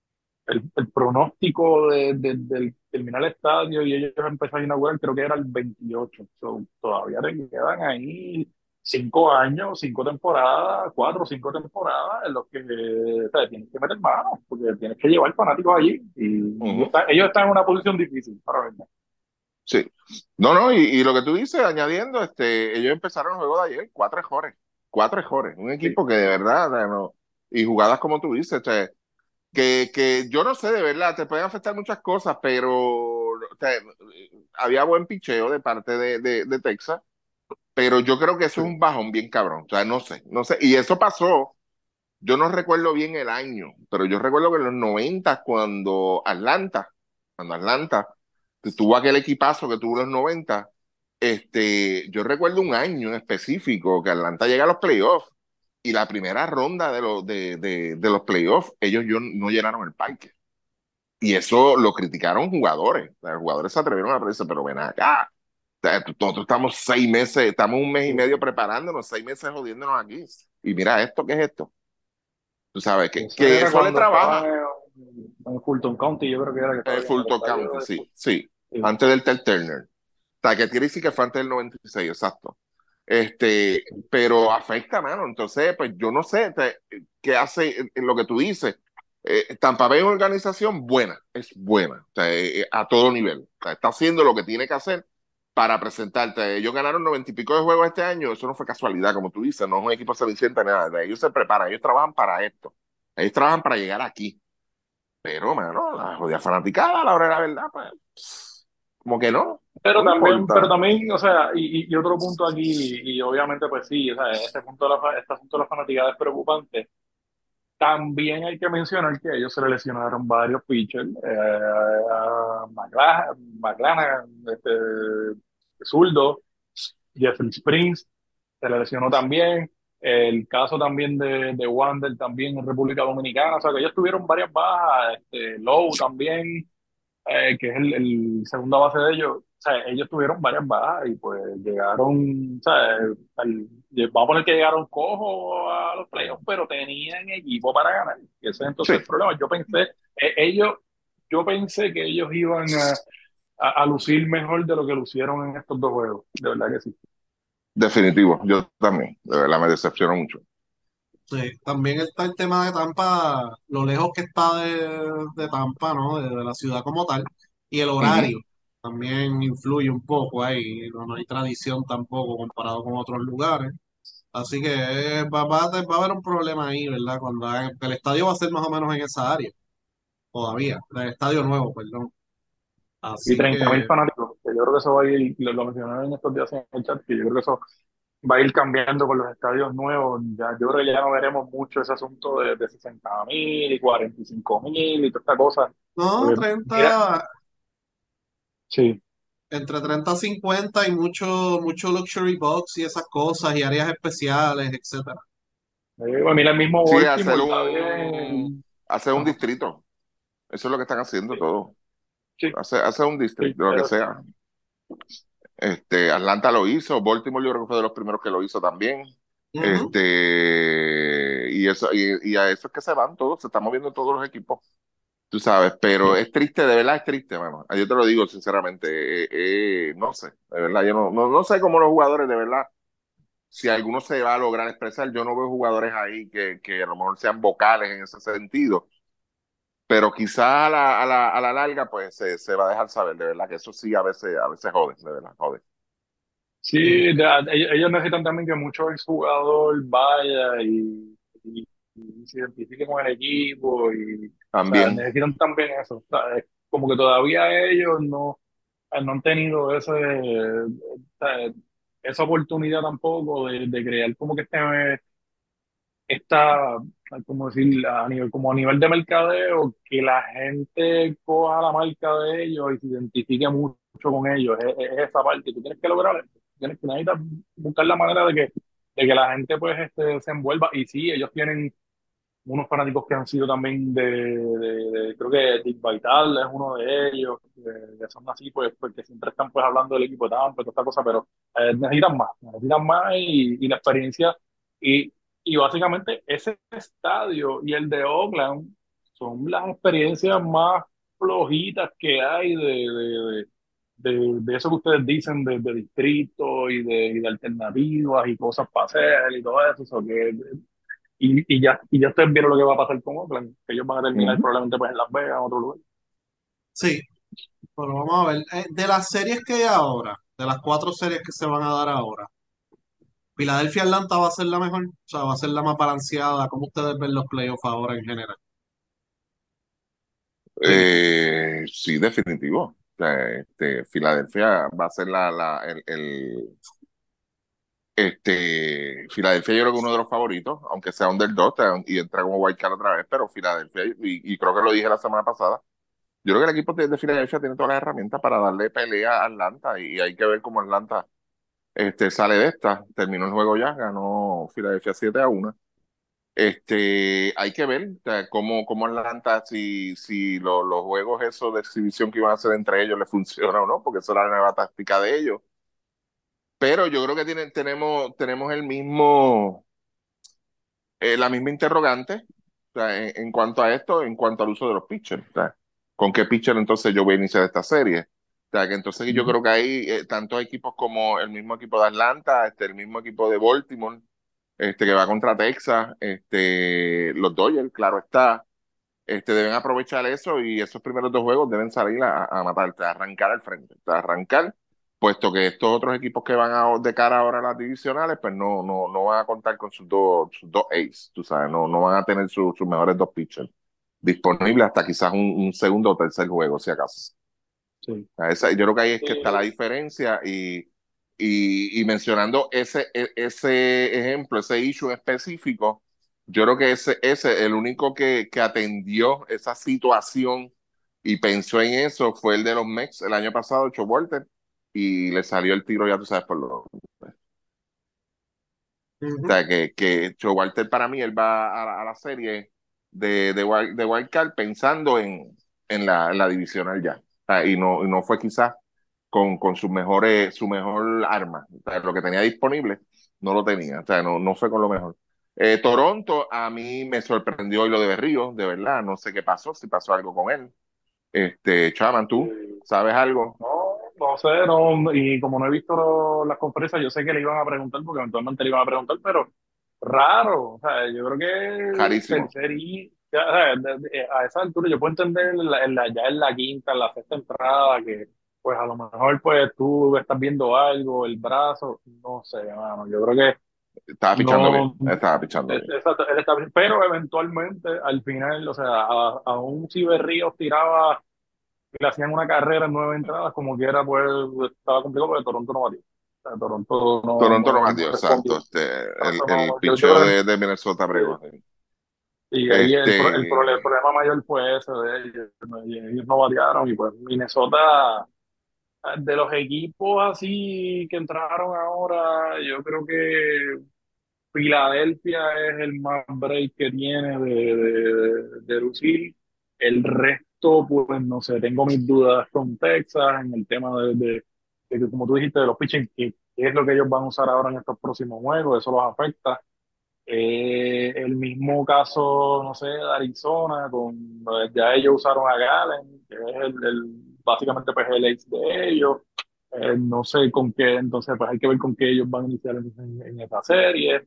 el- el pronóstico de, de- del terminar el estadio y ellos empezaron a inaugurar, creo que era el veintiocho. So, todavía le quedan ahí cinco años, cinco temporadas, cuatro o cinco temporadas en los que o sea, tienes que meter mano, porque tienes que llevar fanáticos allí y, y ujú, está- ellos están en una posición difícil para ver. sí. No, no, y, y lo que tú dices, añadiendo, este, ellos empezaron el juego de ayer, cuatro errores, cuatro errores, un Sí. equipo que de verdad, o sea, no, y jugadas como tú dices, o sea, que, que yo no sé, de verdad, te pueden afectar muchas cosas, pero o sea, había buen picheo de parte de, de, de Texas, pero yo creo que eso es Sí. un bajón bien cabrón, o sea, no sé, no sé, y eso pasó, yo no recuerdo bien el año, pero yo recuerdo que en los noventa cuando Atlanta, cuando Atlanta tuvo aquel equipazo que tuvo en los noventa, este, yo recuerdo un año en específico que Atlanta llega a los playoffs y la primera ronda de, los de, de, de los playoffs, ellos yo, no llenaron el parque. Y eso lo criticaron jugadores. O sea, los jugadores se atrevieron a decir, pero ven acá. O sea, nosotros estamos seis meses, estamos un mes y Sí, medio sí. preparándonos, seis meses jodiéndonos aquí. Y mira esto, ¿qué es esto? Tú sabes, que, Eso que era eso le cuando estaban trabaja. en, en Fulton County, yo creo que era que estaba El bien en el Fulton estadio County, de sí, Fulton. sí. Sí, Antes del Ted Turner. O sea, que quiere decir que fue antes del noventa y seis, exacto. Este, sí. pero afecta, mano. Entonces, pues yo no sé te- qué hace en, en lo que tú dices. Eh, Tampa Bay es una organización buena, es buena, o sea, eh, eh, a todo nivel. O sea, está haciendo lo que tiene que hacer para presentarte. Ellos ganaron noventa y pico de juegos este año, eso no fue casualidad, como tú dices, no es un equipo cenicienta ni nada. O sea, ellos se preparan, ellos trabajan para esto. Ellos trabajan para llegar aquí. Pero, mano, la jodida fanaticada, a la hora de la verdad, pues, como que no, Pero no también, pero importa. también, o sea, y, y- y otro punto aquí, y obviamente pues sí, o sea, este punto de la, fa- este asunto de la fanaticada es preocupante. También hay que mencionar que ellos se le lesionaron varios pitchers, eh, a McClanahan, McClanahan, este, Zurdo, Jeffrey Springs, se le lesionó también. El caso también de, de Wander también en República Dominicana, o sea que ellos tuvieron varias bajas, este, Lowe también. eh, que es el, el segunda base de ellos, o sea, ellos tuvieron varias bajas y pues llegaron, o sea, al- vamos a poner que llegaron cojos a los playoffs, pero tenían equipo para ganar. Y ese es Sí, entonces el problema. Yo pensé, eh, ellos, yo pensé que ellos iban a, a, a lucir mejor de lo que lucieron en estos dos juegos, de verdad que sí. definitivo. Yo también. De verdad me decepcionó mucho. Sí, también está el tema de Tampa, lo lejos que está de, de Tampa, ¿no? De, de la ciudad como tal, y el Ujú. horario también influye un poco ahí, no, no hay tradición tampoco comparado con otros lugares. Así que eh, va, va, a te- va a haber un problema ahí, ¿verdad? Cuando hagan- el estadio va a ser más o menos en esa área, todavía, el estadio nuevo, perdón. Y Así treinta mil que, fanáticos, que yo creo que eso va a ir, lo, lo mencionaron en estos días en el chat, que yo creo que eso va a ir cambiando con los estadios nuevos. Ya, yo creo que ya no veremos mucho ese asunto de, de sesenta mil y cuarenta y cinco mil y toda esta cosa. no, Porque, mira, treinta sí, entre treinta a cincuenta y mucho, mucho luxury box y esas cosas, y áreas especiales, etcétera. eh, bueno, mira el mismo Sí, hacer Baltimore, está un, bien. hacer un Ajá, distrito. Eso es lo que están haciendo sí, todo. sí, Hacer, hacer un sí, distrito, lo que eso sí. sea. Este, Atlanta lo hizo, Baltimore yo creo que fue de los primeros que lo hizo también. Ujú. Este, y eso, y, y a eso es que se van todos, se están moviendo todos los equipos, tú sabes, pero Sí. es triste, de verdad es triste, mano. Yo te lo digo sinceramente, eh, eh, no sé, de verdad, yo no, no, no sé cómo los jugadores, de verdad, si alguno se va a lograr expresar, yo no veo jugadores ahí que, que a lo mejor sean vocales en ese sentido, pero quizás a la, a la, a la larga, pues se, se va a dejar saber, de verdad, que eso sí a veces, a veces jode, de verdad, jode. Sí, Sí. de- ellos, ellos necesitan también que mucho exjugador vaya y, y, y se identifique con el equipo y, o sea, También. necesitan también eso. O sea, es como que todavía ellos no, no han tenido ese, o sea, esa oportunidad tampoco de, de crear como que este, esta, como decir, a nivel, como a nivel de mercadeo, que la gente coja la marca de ellos y se identifique mucho con ellos. Es, es esa parte. Tú tienes que lograr, tienes que necesitas buscar la manera de que, de que la gente pues este, se envuelva. Y sí, ellos tienen unos fanáticos que han sido también de, de- de- creo que Dick Vital es uno de ellos, que, que son así, pues, porque siempre están pues hablando del equipo de Tampa y toda esta cosa, pero eh, necesitan más, necesitan más y, y la experiencia, y, y básicamente ese estadio y el de Oakland son las experiencias más flojitas que hay de, de, de, de- de eso que ustedes dicen de, de distrito y de, y de alternativas y cosas para hacer y todo eso, so que y, y ya, y ya ustedes vieron lo que va a pasar con Oakland, que ellos van a terminar Ujú. probablemente pues en Las Vegas, en otro lugar. Sí, pero vamos a ver. Eh, de las series que hay ahora, de las cuatro series que se van a dar ahora, Filadelfia Atlanta va a ser la mejor, o sea, va a ser la más balanceada. ¿Cómo ustedes ven los playoffs ahora en general? Eh, sí, definitivo. O sea, este, Filadelfia va a ser la, la, el, el- este, Filadelfia yo creo que uno de los favoritos, aunque sea underdog eh, y entra como wildcard otra vez, pero Filadelfia, y, y creo que lo dije la semana pasada, yo creo que el equipo de, de Filadelfia tiene todas las herramientas para darle pelea a Atlanta y, hay que ver cómo Atlanta este, sale de esta. Terminó el juego ya, ganó Filadelfia siete a uno. Este, hay que ver, o sea, cómo, cómo Atlanta, si, si lo- los juegos esos de exhibición que iban a hacer entre ellos les funciona o no, porque eso era la nueva táctica de ellos. Pero yo creo que tienen, tenemos, tenemos el mismo, eh, la misma interrogante, o sea, en, en cuanto a esto, en cuanto al uso de los pitchers. O sea, ¿con qué pitcher entonces yo voy a iniciar esta serie? O sea, que entonces yo Ujú. creo que hay eh, tantos equipos como el mismo equipo de Atlanta, este, el mismo equipo de Baltimore, este, que va contra Texas, este, los Dodgers, claro está. Este, deben aprovechar eso y esos primeros dos juegos deben salir a, a matarte, a arrancar al frente, a arrancar, puesto que estos otros equipos que van a, de cara ahora a las divisionales, pues no, no, no van a contar con sus dos, sus dos aces, tú sabes, no, no van a tener su- sus mejores dos pitchers disponibles hasta quizás un, un segundo o tercer juego, si acaso. Sí. O sea, esa- yo creo que ahí es que está la Eh, diferencia y, y, y mencionando ese, e- ese ejemplo, ese issue en específico, yo creo que ese, ese el único que, que atendió esa situación y pensó en eso fue el de los Mets el año pasado, Joe Walter, y le salió el tiro, ya tú sabes, por lo... O Ujú. sea, que, que Joe Walter para mí, él va a la, a la serie de, de, Wild, de Wild Card pensando en, en la, en la divisional ya. sea, y no, y no fue quizás con, con sus mejores, su mejor arma. O sea, lo que tenía disponible no lo tenía. O sea, no, no fue con lo mejor. Eh, Toronto, a mí me sorprendió hoy lo de Berrío, de verdad. No sé qué pasó, si pasó algo con él. Este, Chaman, ¿tú Y sabes algo? no, no sé, no, y como no he visto lo- las conferencias, yo sé que le iban a preguntar, porque eventualmente le iban a preguntar, pero raro, o sea, yo creo que Carísimo. tercer y ya, o sea, de- de- a esa altura yo puedo entender en la, en la- ya en la quinta, en la sexta entrada, que pues a lo mejor pues tú estás viendo algo, el brazo, no sé, mano, yo creo que Estaba pichando bien. no, Estaba pichando es- bien. exacto, él está bien, pero eventualmente al final, o sea, a- aún si Berríos tiraba le hacían una carrera en nueve entradas, como quiera, pues estaba complicado porque Toronto no batió. O sea, Toronto no, Toronto no no, no batió, respondió. exacto. Este, el, Eso el no, yo, yo picheo creo de, de Minnesota que bregó. Sí. y ahí el, pro- el, pro- el Este, problema mayor fue ese de ellos. ¿No? Y ellos no batearon y pues Minnesota, de los equipos así que entraron ahora, yo creo que Filadelfia es el más break que tiene de, de, de lucir. El resto, pues no sé, tengo mis dudas con Texas en el tema de, de, de que, como tú dijiste, de los pitching, que qué es lo que ellos van a usar ahora en estos próximos juegos, eso los afecta. Eh, el mismo caso, no sé, de Arizona, con, ya ellos usaron a Gallen, que es el, el- básicamente pues el ex de ellos. Eh, no sé con qué, entonces pues hay que ver con qué ellos van a iniciar en, en, en esta serie.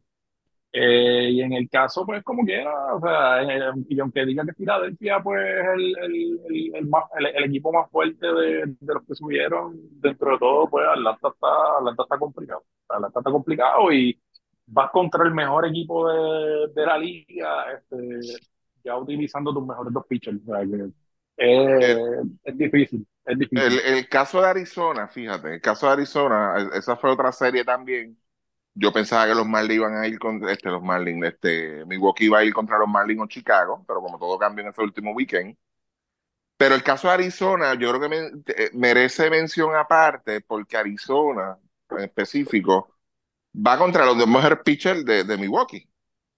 Eh, y en el caso, pues como quiera, o sea, eh, y aunque diga que Filadelfia, pues el, el, el, el más, el, el equipo más fuerte de, de los que subieron, dentro de todo, pues Atlanta está, Atlanta está complicado. Atlanta está complicado y vas contra el mejor equipo de, de la liga, este, ya utilizando tus mejores dos pitchers. O sea, que el, eh, es difícil, es el, difícil. el caso de Arizona, fíjate, el caso de Arizona, e- esa fue otra serie también. Yo pensaba que los Marlins iban a ir con este, los Marlins, este, Milwaukee iba a ir contra los Marlins o Chicago, pero como todo cambió en ese último weekend. Pero el caso de Arizona, yo creo que me- eh, merece mención aparte, porque Arizona, en específico, va contra los dos mejores pitchers de, de Milwaukee.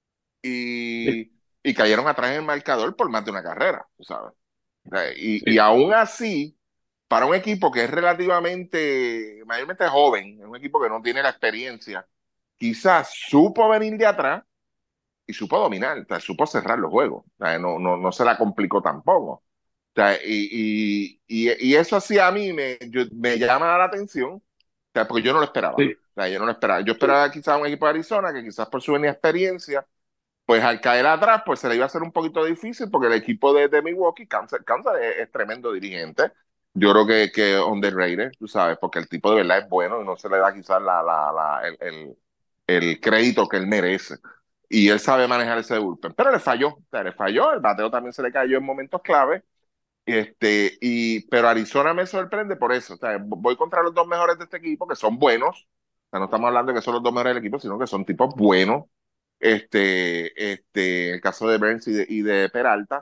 Sí, Y, y cayeron atrás en el marcador por más de una carrera, tú sabes. O sea, Y, y sí, aún así, para un equipo que es relativamente, mayormente joven, es un equipo que no tiene la experiencia, quizás supo venir de atrás y supo dominar, o sea, supo cerrar los juegos, o sea, no, no, no se la complicó tampoco. O sea, y, y, y, y eso sí a mí me, yo- me llama la atención, o sea, porque yo no lo esperaba. sí, O sea, yo no lo esperaba. Yo sí, esperaba quizás un equipo de Arizona que quizás por su inexperiencia pues al caer atrás, pues se le iba a hacer un poquito difícil porque el equipo de, de Milwaukee, Kansas, Kansas es, es tremendo dirigente. Yo creo que, que underrated, tú sabes, porque el tipo de verdad es bueno y no se le da quizás la, la, la, el, el, el crédito que él merece. Y él sabe manejar ese bullpen, pero le falló, o sea, le falló, el bateo también se le cayó en momentos clave. Este, y, pero Arizona me sorprende por eso. O sea, voy contra los dos mejores de este equipo, que son buenos. O sea, no estamos hablando de que son los dos mejores del equipo, sino que son tipos buenos. Este, este, el caso de Burns y de, y de Peralta.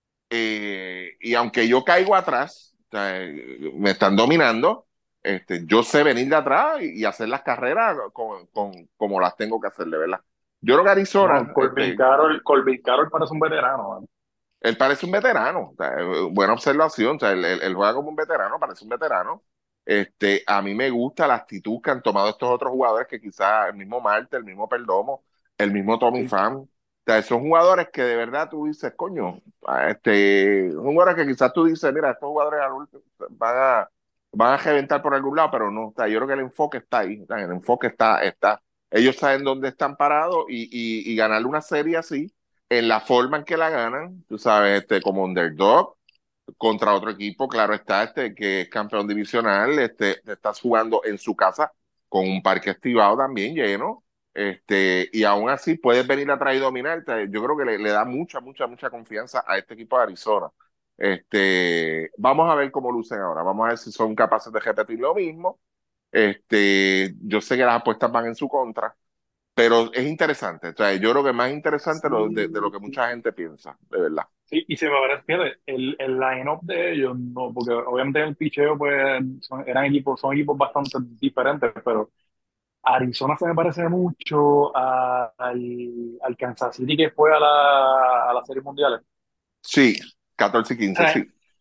Eh, y aunque yo caigo atrás, o sea, me están dominando, este, yo sé venir de atrás y, y hacer las carreras con, con, como las tengo que hacer, de verdad. Yo creo que no, Arizona, Corbin este, Carroll, Corbin Carroll parece un veterano, mano. él parece un veterano, o sea, eh, buena observación, o sea, él, él- él juega como un veterano, parece un veterano. Este, a mí me gusta la actitud que han tomado estos otros jugadores, que quizás el mismo Marte, el mismo Perdomo, el mismo Tommy Sí. Pham. O sea, son jugadores que de verdad tú dices, coño, a este, son jugadores que quizás tú dices, mira, estos jugadores adultos van a, van a reventar por algún lado, pero no, o sea, yo creo que el enfoque está ahí, o sea, el enfoque está, está, ellos saben dónde están parados y, y, y ganarle una serie así en la forma en que la ganan, tú sabes, este, como underdog, contra otro equipo, claro está, este, que es campeón divisional, este, estás jugando en su casa con un parque estivado también lleno, este, y aún así puedes venir atrás y dominar. Yo creo que le, le da mucha, mucha, mucha confianza a este equipo de Arizona. Este, vamos a ver cómo lucen ahora, vamos a ver si son capaces de repetir lo mismo. Este, yo sé que las apuestas van en su contra, pero es interesante. O sea, yo creo que es más interesante lo de, de lo Sí, que sí, mucha gente piensa, de verdad. sí, y se me parece, fíjate, el, el line-up de ellos, no, porque obviamente en el picheo, pues, son, eran equipos, son equipos bastante diferentes, pero Arizona se me parece mucho a- al, al Kansas City que fue a la, a las series mundiales. Sí, catorce y O quince, sea, sí, sí.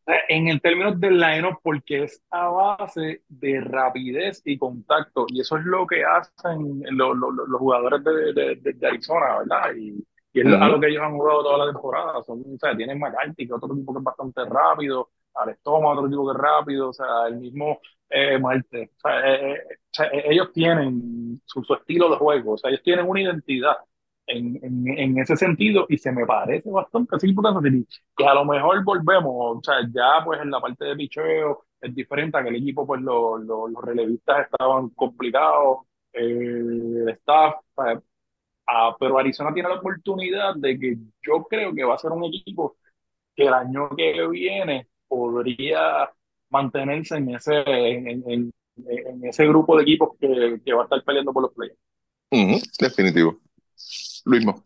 En el término del line-up, porque es a base de rapidez y contacto, y eso es lo que hacen lo- lo- lo- los jugadores de, de- de- de Arizona, ¿verdad? Y, y es lo- a lo Ujú. que ellos han jugado toda la temporada. Son, o sea, tienen McCarthy, que es otro tipo que es bastante rápido, Alestoma, otro tipo que es rápido, o sea, el mismo eh, Marte. O sea, eh, eh, o sea, eh, ellos tienen su, su estilo de juego, o sea, ellos tienen una identidad en, en, en ese sentido, y se me parece bastante así por Kansas City, que a lo mejor volvemos, o sea, ya pues en la parte de picheo es diferente, a que el equipo pues lo- lo- los relevistas estaban complicados, eh, el staff, o sea, ah, pero Arizona tiene la oportunidad de que yo creo que va a ser un equipo que el año que viene podría mantenerse en ese, en, en- en ese grupo de equipos que, que va a estar peleando por los playoffs. Ujú, definitivo. Lo mismo.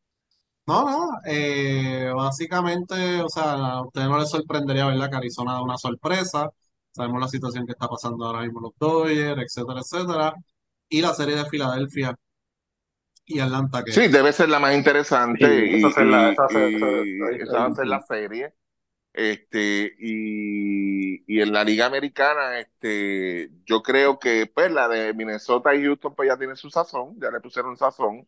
No, no, eh, básicamente, o sea, a ustedes no les sorprendería, ¿verdad? Que Arizona da una sorpresa. Sabemos la situación que está pasando ahora mismo los Dodgers, etcétera, etcétera. Y la serie de Filadelfia y Atlanta, que Sí, debe ser la más interesante Sí, esa y, es la, y, esa, esa, esa- y ahí- esa va a ahí ser la sí. serie. Este, y, y en la Liga Americana, este, yo creo que pues la de Minnesota y Houston pues ya tiene su sazón, ya le pusieron sazón.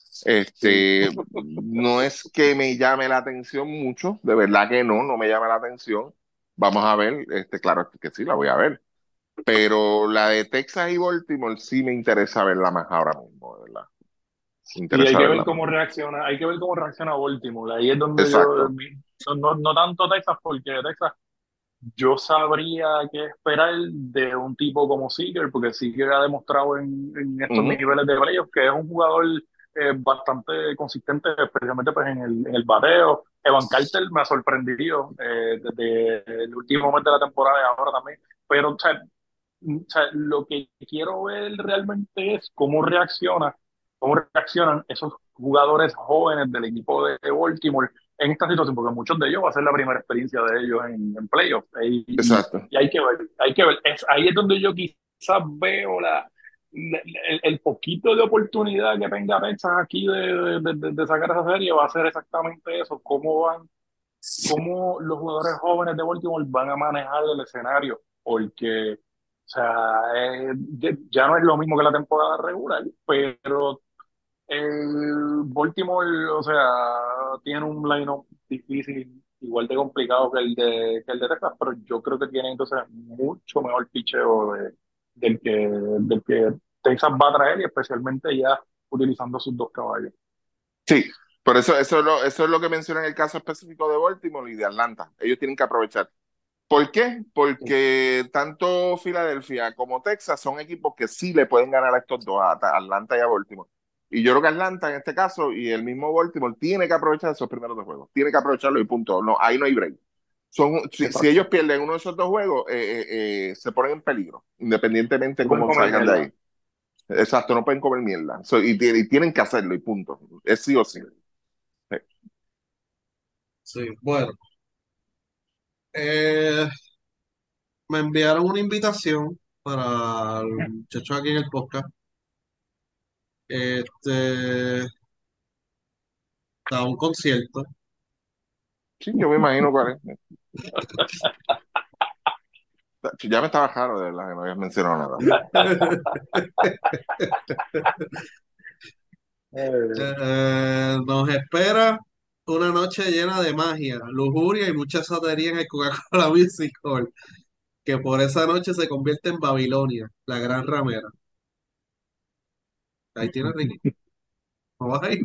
Sí. Este, no es que me llame la atención mucho, de verdad que no, no me llama la atención. Vamos a ver, este, claro que sí, la voy a ver. Pero la de Texas y Baltimore sí me interesa verla más ahora mismo, de verdad. Me Y hay interesa que ver verla más. cómo reacciona, hay que ver cómo reacciona Baltimore. Ahí es donde yo, Exacto. no, no, no tanto Texas, porque Texas yo sabría qué esperar de un tipo como Seager, porque Seager ha demostrado en, en estos Ujú. niveles de playoff que es un jugador eh, bastante consistente, especialmente pues, en el, en el bateo. Evan Carter me ha sorprendido eh, desde el último mes de la temporada y ahora también. Pero, o sea, o sea, lo que quiero ver realmente es cómo reacciona, cómo reaccionan esos jugadores jóvenes del equipo de Baltimore en esta situación, porque muchos de ellos va a ser la primera experiencia de ellos en, en playoffs. Y, y- Exacto. y hay que ver, hay que ver. Es, ahí es donde yo quizás veo la, la- el, el poquito de oportunidad que tenga Texas aquí de, de, de- de sacar esa serie, va a ser exactamente eso, cómo van, cómo los jugadores jóvenes de Baltimore van a manejar el escenario, porque, o sea, eh, ya ya no es lo mismo que la temporada regular, pero el Baltimore, o sea, tiene un line-up difícil, igual de complicado que el de, que el de Texas, pero yo creo que tiene entonces mucho mejor picheo de- del que, del que Texas va a traer, y especialmente ya utilizando sus dos caballos. Sí, por eso, eso es lo, eso es lo que menciona en el caso específico de Baltimore y de Atlanta. Ellos tienen que aprovechar. ¿Por qué? Porque tanto Filadelfia como Texas son equipos que sí le pueden ganar a estos dos, a Atlanta y a Baltimore. Y yo creo que Atlanta en este caso y el mismo Baltimore tiene que aprovechar esos primeros dos juegos. Tiene que aprovecharlo y punto. No, ahí no hay break. Son, si, si ellos Exacto. pierden uno de esos dos juegos, eh, eh, eh, se ponen en peligro, independientemente No de pueden cómo comer salgan de mierda. ahí. Exacto, no pueden comer mierda. So, y, tienen- y tienen que hacerlo y punto. Es sí o sí. Sí. sí. Bueno, eh, me enviaron una invitación para los muchachos aquí en el podcast. Este, a un concierto. Sí, yo me imagino cuál es. Ya me estaba raro, de verdad, que no habías mencionado nada. Eh, Eh, nos espera una noche llena de magia, lujuria y mucha satería en el Coca-Cola Music Hall, que por esa noche se convierte en Babilonia, la gran ramera. Ahí tiene Ricky. ¿No vas ahí?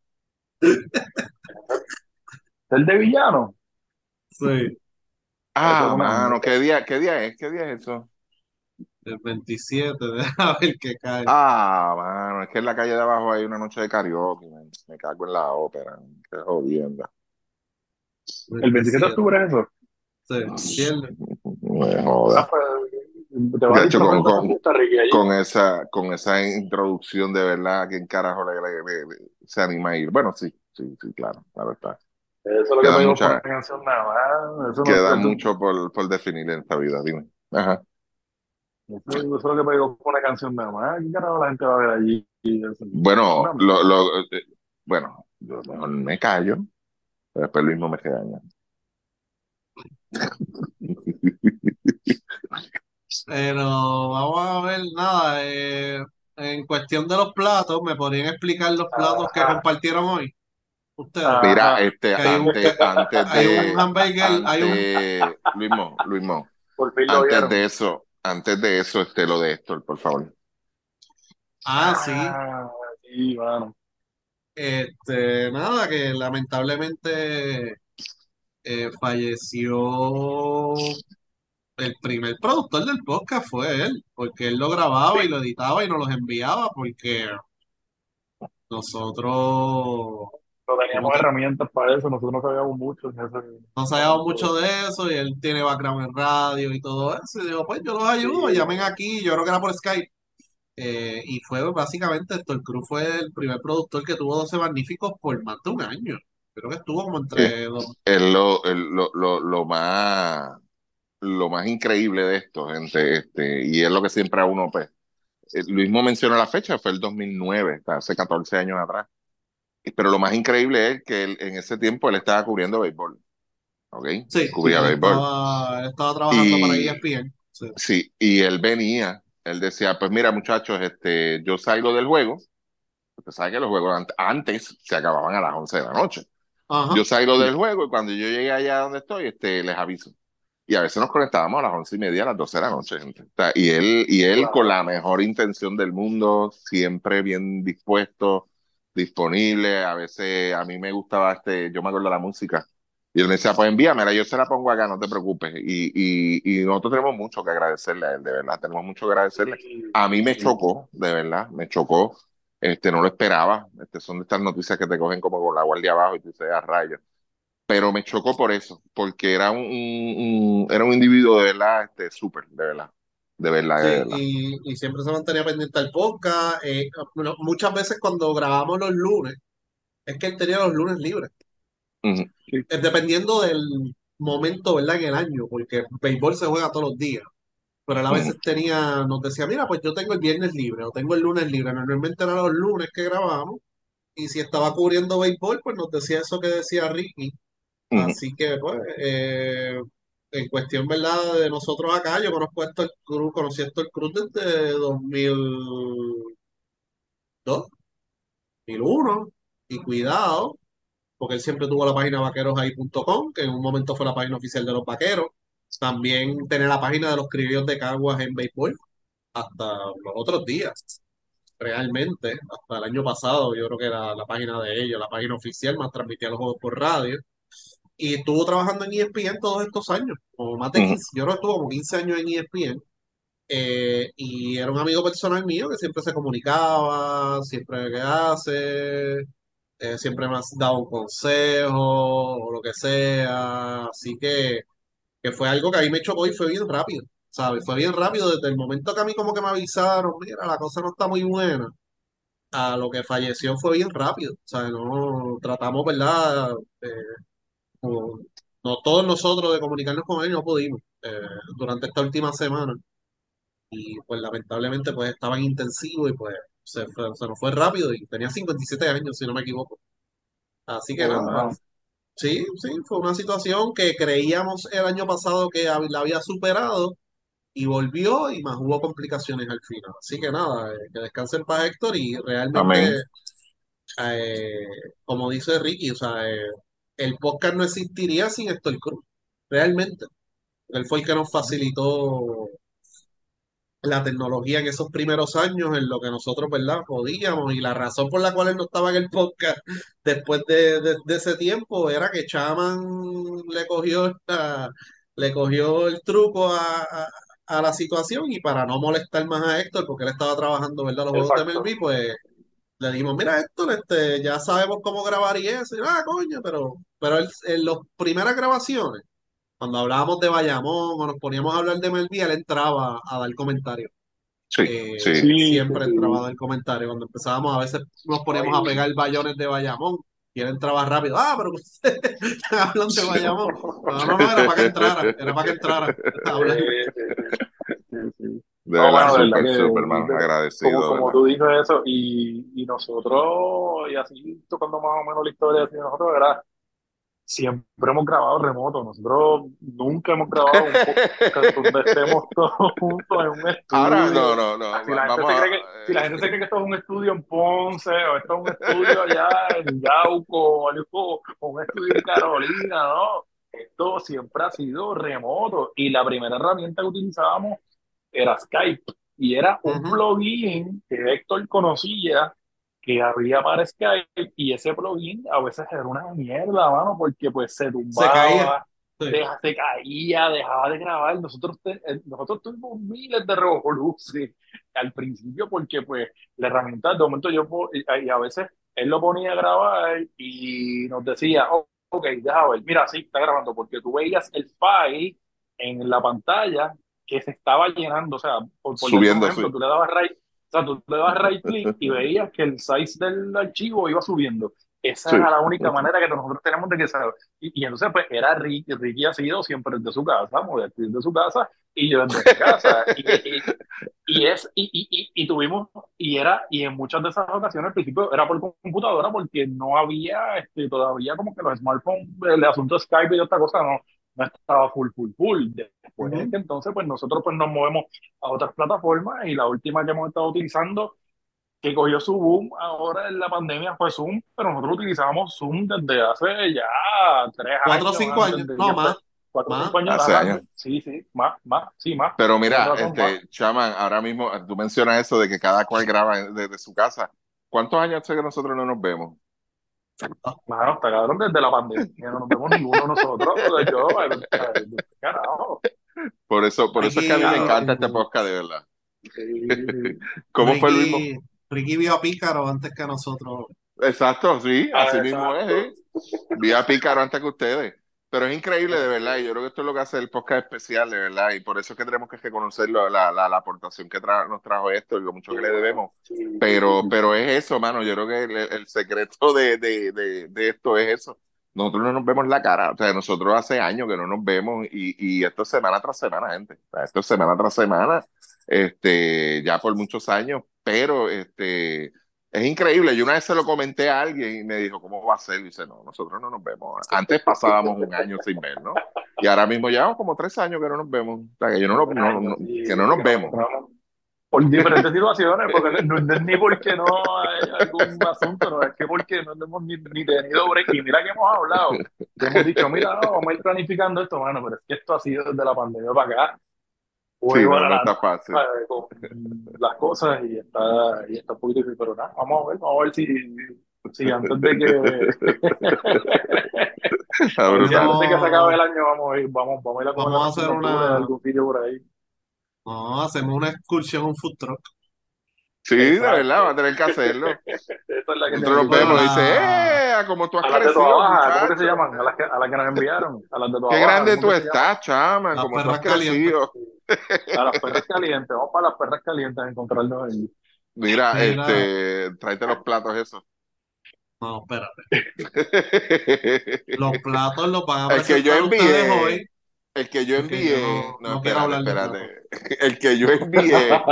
el de villano, Sí, eso es Ah, una mano, mierda. ¿qué día, qué día es? ¿Qué día es eso? el veintisiete, deja ver qué cae. Ah, mano, es que en la calle de abajo hay una noche de karaoke, man. Me cago en la ópera, man. Qué jodienda. El veintisiete de veintisiete, octubre es eso. sí, viernes. Me Ah, joda. pues, te vas De a hecho, con, disfrazar de esa con, fiesta, Ricky, allí. con esa, con esa introducción de verdad, ¿quién carajo le, le- le- le- se anima a ir? Bueno, sí, sí, sí, claro, claro está. Eso es lo que Queda te digo por una mucha, canción nada más. Eso no, queda eso, mucho por, por definir en esta vida, dime. Ajá. eso, eso es lo que te digo por una canción nada más. ¿Qué carajo la gente va a ver allí? Y eso, una Bueno, mierda. lo, lo, eh, bueno, yo mejor me callo, pero después lo mismo me regaña. Pero vamos a ver, nada, eh, en cuestión de los platos, ¿me podrían explicar los platos que Ajá, compartieron hoy ustedes? Mira, ajá. este, Que hay un, antes, antes hay un de, hamburger, hay un... antes, Luismo, Luismo, Por fin lo antes de vieron. eso, antes de eso, este, lo de Héctor, por favor. Ah, sí, Ah, sí, mano. este, nada, que lamentablemente eh, falleció el primer productor del podcast, fue él, porque él lo grababa y Sí, lo editaba y nos los enviaba, porque nosotros, no ¿cómo teníamos te herramientas para eso, nosotros no sabíamos mucho en ese no sabíamos momento. mucho de eso y él tiene background en radio y todo eso. Y digo, pues yo los ayudo, Sí, llamen aquí, yo creo que era por Skype. Eh, y fue básicamente esto, el Cruz fue el primer productor que tuvo doce Magníficos por más de un año. Creo que estuvo como Es, entre dos. es lo, el- lo, lo, lo más, lo más increíble de esto, gente, este, y es lo que siempre a uno, pues, eh, Luismo mencionó la fecha, fue el dos mil nueve, o sea, hace catorce años atrás. Pero lo más increíble es que él- en ese tiempo él estaba cubriendo béisbol, ¿ok? Sí, Él cubría él béisbol. estaba, él estaba trabajando para Y E S P N. Sí. sí, y él venía, él decía, pues mira muchachos, este, yo salgo del juego, usted sabe que los juegos ant- antes se acababan a las once de la noche. Ajá. Yo salgo del juego y cuando yo llegue allá donde estoy, este, les aviso. Y a veces nos conectábamos a las once y media, a las doce de la noche, gente. O sea, y él, y él con claro. la mejor intención del mundo, siempre bien dispuesto, disponible. A veces a mí me gustaba, este, yo me acuerdo de la música. Y él me decía, pues envíamela, yo se la pongo acá, no te preocupes. Y, y, y nosotros tenemos mucho que agradecerle a él, de verdad, tenemos mucho que agradecerle. Sí, A mí sí, me sí. chocó, de verdad, me chocó. Este, no lo esperaba. Este, son de estas noticias que te cogen como con la guardia abajo y te dices, a rayos, pero me chocó por eso, porque era un, un- un- era un individuo de verdad, este, súper, de verdad, de verdad, de Sí, verdad. y, y siempre se mantenía pendiente del podcast. Eh, bueno, muchas veces cuando grabamos los lunes, es que él tenía los lunes libres. Ujú, Sí. Eh, dependiendo del momento, ¿verdad? En el año, porque el béisbol se juega todos los días. Pero él a ujú, veces tenía, nos decía, mira, pues yo tengo el viernes libre o tengo el lunes libre. Normalmente eran los lunes que grabamos. Y si estaba cubriendo béisbol, pues nos decía eso que decía Ricky. ujú, Así que, pues, eh, en cuestión, ¿verdad? De nosotros acá, yo conozco esto el Cruz, conocí esto el Cruz desde dos mil dos, dos mil uno. Y cuidado, porque él siempre tuvo la página vaqueros ahí punto com, que en un momento fue la página oficial de los vaqueros. También tenía la página de los criollos de Caguas en béisbol hasta los otros días, realmente, hasta el año pasado, yo creo que era la página de ellos, la página oficial, más transmitía los juegos por radio. Y estuvo trabajando en E S P N todos estos años, como más de ujú, quince, yo creo que estuvo como quince años en E S P N. Eh, y era un amigo personal mío que siempre se comunicaba, siempre que hace, eh, siempre me ha dado un consejo o lo que sea. Así que, que fue algo que a mí me chocó y fue bien rápido, ¿sabes? Fue bien rápido desde el momento que a mí como que me avisaron, mira, la cosa no está muy buena, a lo que falleció fue bien rápido. O sea, no tratamos, ¿verdad? Eh, como- no todos nosotros de comunicarnos con él no pudimos eh, durante esta última semana. Y pues lamentablemente pues estaba en intensivo y pues se, fue- se nos fue rápido y tenía cincuenta y siete años, si no me equivoco. Así que nada, Wow. sí, sí, fue una situación que creíamos el año pasado que hab- la había superado y volvió y más hubo complicaciones al final. Así que nada, eh, que descanse en paz Héctor y amén. realmente, eh, como dice Ricky, o sea, eh, el podcast no existiría sin Héctor Cruz, realmente. Él fue el que nos facilitó la tecnología en esos primeros años, en lo que nosotros, ¿verdad? Podíamos, y la razón por la cual él no estaba en el podcast después de, de- de ese tiempo era que Chaman le cogió, la- le cogió el truco a, a- a la situación y para no molestar más a Héctor, porque él estaba trabajando, ¿verdad? Los juegos de Exacto. Melví, pues le dijimos, mira Héctor, este, ya sabemos cómo grabar y eso, y, ah, coño, pero, pero él- en las primeras grabaciones, cuando hablábamos de Bayamón o nos poníamos a hablar de Melví, él entraba a dar comentarios. Sí, eh, sí. Sí, sí, siempre entraba a sí. dar comentarios. Cuando empezábamos, a veces nos No, poníamos a y- pegar bayones de Bayamón y él entraba rápido. Ah, pero ustedes están hablando de Bayamón. No, no, no, era para que entrara, era para que entrara a hablar. Sí, sí, sí, sí, sí. De No, verdad, bueno, de verdad súper, súper, que hermano, de- como, agradecido, de como verdad. tú dices eso, y, y nosotros, y así tocando más o menos la historia así de nosotros, ¿verdad? siempre hemos grabado remoto. Nosotros nunca hemos grabado un podcast donde estemos todos juntos en un Ahora, no, estudio. no, no, Si va- la gente vamos se a... cree que, si la gente se cree que esto es un estudio en Ponce, o esto es un estudio allá en Yauco, o algo, o un estudio en Carolina, ¿no? Esto siempre ha sido remoto. Y la primera herramienta que utilizábamos era Skype. Y era un Ujú. plugin que Héctor conocía que había para Skype, y ese plugin a veces era una mierda, mano, porque pues se Se caía. tumbaba, Sí. deja, se caía, dejaba de grabar. Nosotros, te- eh, nosotros tuvimos miles de revoluciones al principio porque pues la herramienta, de momento yo, po- y, y a veces él lo ponía a grabar y nos decía, "Oh, ok, deja ver, mira, sí, está grabando", porque tú veías el file en la pantalla que se estaba llenando. O sea, por, por darte un Subiendo, ejemplo, sí. tú le dabas right, o sea, tú le dabas right click y veías que el size del archivo iba subiendo. Esa Sí. era la única manera que nosotros tenemos de que se... Y, y entonces, pues, era Ricky. Ricky ha sido siempre desde su casa, Modesti desde su casa, y yo desde mi casa. Y, y, y es, y, y, y, y tuvimos, y era, y en muchas de esas ocasiones al principio era por computadora, porque no había este, todavía como que los smartphones, el asunto de Skype y otra cosa no, no estaba full, full, full. Después es Ujú. que entonces, pues nosotros pues nos movemos a otras plataformas, y la última que hemos estado utilizando, que cogió su boom ahora en la pandemia, fue Zoom. Pero nosotros utilizábamos Zoom desde hace ya tres Cuatro o años cinco antes años. de No, ella, más. cuatro o Más. cinco años, Hace ajá, años. sí, sí, más, más, sí, más, Pero tienes mira, razón, más. este, Chaman, ahora mismo tú mencionas eso de que cada cual graba desde su casa. ¿Cuántos años hace que nosotros no nos vemos? Mano, está cabrón desde la pandemia, no nos vemos ninguno de nosotros. Yo, eh, eh, carajo, Por eso, por eso es que a mí me Ricky, encanta este podcast, de verdad. sí. ¿Cómo fue el mismo? Ricky, Ricky vio a Pícaro antes que nosotros. Exacto, sí, así Ah, mismo es, exacto. ¿sí? Vi a Pícaro antes que ustedes. Pero es increíble, de verdad, y yo creo que esto es lo que hace el podcast especial, de verdad, y por eso es que tenemos que reconocer la, la, la, la aportación que tra- nos trajo esto y lo mucho Sí, que le bueno, debemos. sí, Pero, sí, pero es eso, mano, yo creo que el, el secreto de, de, de, de esto es eso. Nosotros no nos vemos la cara, o sea, nosotros hace años que no nos vemos, y, y esto es semana tras semana, gente. O sea, esto es semana tras semana, este, ya por muchos años, pero este es increíble. Yo una vez se lo comenté a alguien y me dijo, ¿cómo va a ser? Y dice, no, nosotros no nos vemos. Antes pasábamos un año sin vernos, y ahora mismo llevamos como tres años que no nos vemos. O sea, que yo no, lo- un no- año, no- que sí, no nos que nos vemos. encontramos por diferentes situaciones, porque no, no es ni porque no hay algún asunto, no es que porque no hemos ni, ni tenido break. Y mira que hemos hablado, que hemos dicho, mira, no, vamos a ir planificando esto, bueno, pero es que esto ha sido desde la pandemia para acá, Sí, juego no, a no la está fácil. eh, con las cosas, y está, y está un poquito difícil. Pero nada, vamos a ver, vamos a ver si, si antes de que Está a ver si brutal. antes de que se acabe Hacemos, el año vamos a ir, vamos, vamos a ir a comer vamos a una hacer asignatura de una, algún sitio por ahí. no, hacemos una excursión, un food truck. Sí, de verdad, va a Exacto. tener que hacerlo. Esa es la que Nosotros tiene que nos Bueno, vemos y ser. dice, la, ¡eh! ¿Cómo tú has A las de Toa crecido, Baja, ¿cómo que se muchacho? llaman? A las que, a las que nos enviaron, a las de Toa ¡Qué Baja, grande ¿cómo tú que se llaman? estás, chama! las ¿Cómo tú has perras calientes. crecido? A las perras calientes, vamos para las perras calientes a encontrarnos allí. Mira, Mira, este, tráete los platos esos. no, espérate. Los platos los van a El que yo presentar ustedes envié, hoy, el que yo porque yo envié, no, no, no quiero espérate, hablar de platos. espérate. El que yo envié,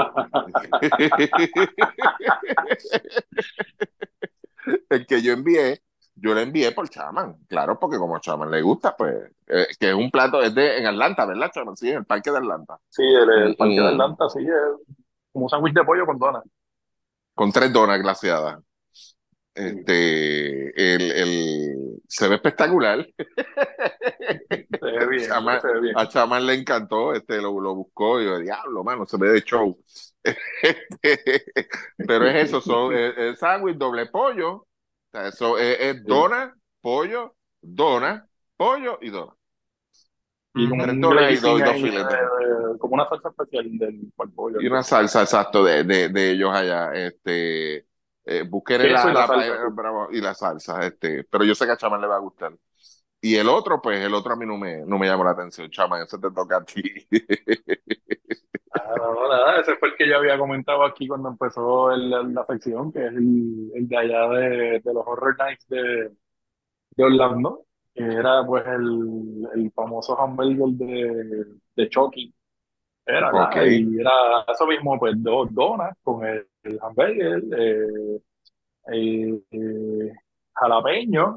el que yo envié, yo lo envié por Chaman, claro, porque como a Chaman le gusta, pues, eh, que es un plato, es de en Atlanta, ¿verdad, Chaman? Sí, en el parque de Atlanta. Sí, el, Un- el Parque de un- Atlanta, sí, es como un sándwich de pollo con donas. con tres donas glaseadas. Sí, Este, el, el, se ve espectacular. se ve bien, yo creo Chama- que se ve bien. a Chaman le encantó, este, lo, lo buscó y yo, diablo, mano, se ve de show. Este, pero es eso, son, es, es sándwich, doble pollo. O sea, eso es, es Sí. dona, pollo, dona, pollo y dona. Y con Ujú. Tres un donas y dos, glazing y dos ahí, filetes. de- de- como una salsa especial del para el pollo, Y algo una así. salsa, exacto, de, de, de ellos allá. Este, eh, busquen Queso y la, la la, salsa, eh, sí. bravo, y la salsa, este, pero yo sé que a Chaman le va a gustar. Y el otro, pues el otro a mí no me, no me llamó la atención, Chaman, ese te toca a ti. Ah, no, nada, ese fue el que yo había comentado aquí cuando empezó el- la, la sección, que es el, el de allá de, de los Horror Nights de, de Orlando, que era pues el, el famoso hamburger de, de Chucky, era Ok, acá, y era eso mismo, pues dos donas con el, el hamburger, eh, eh, eh, jalapeño,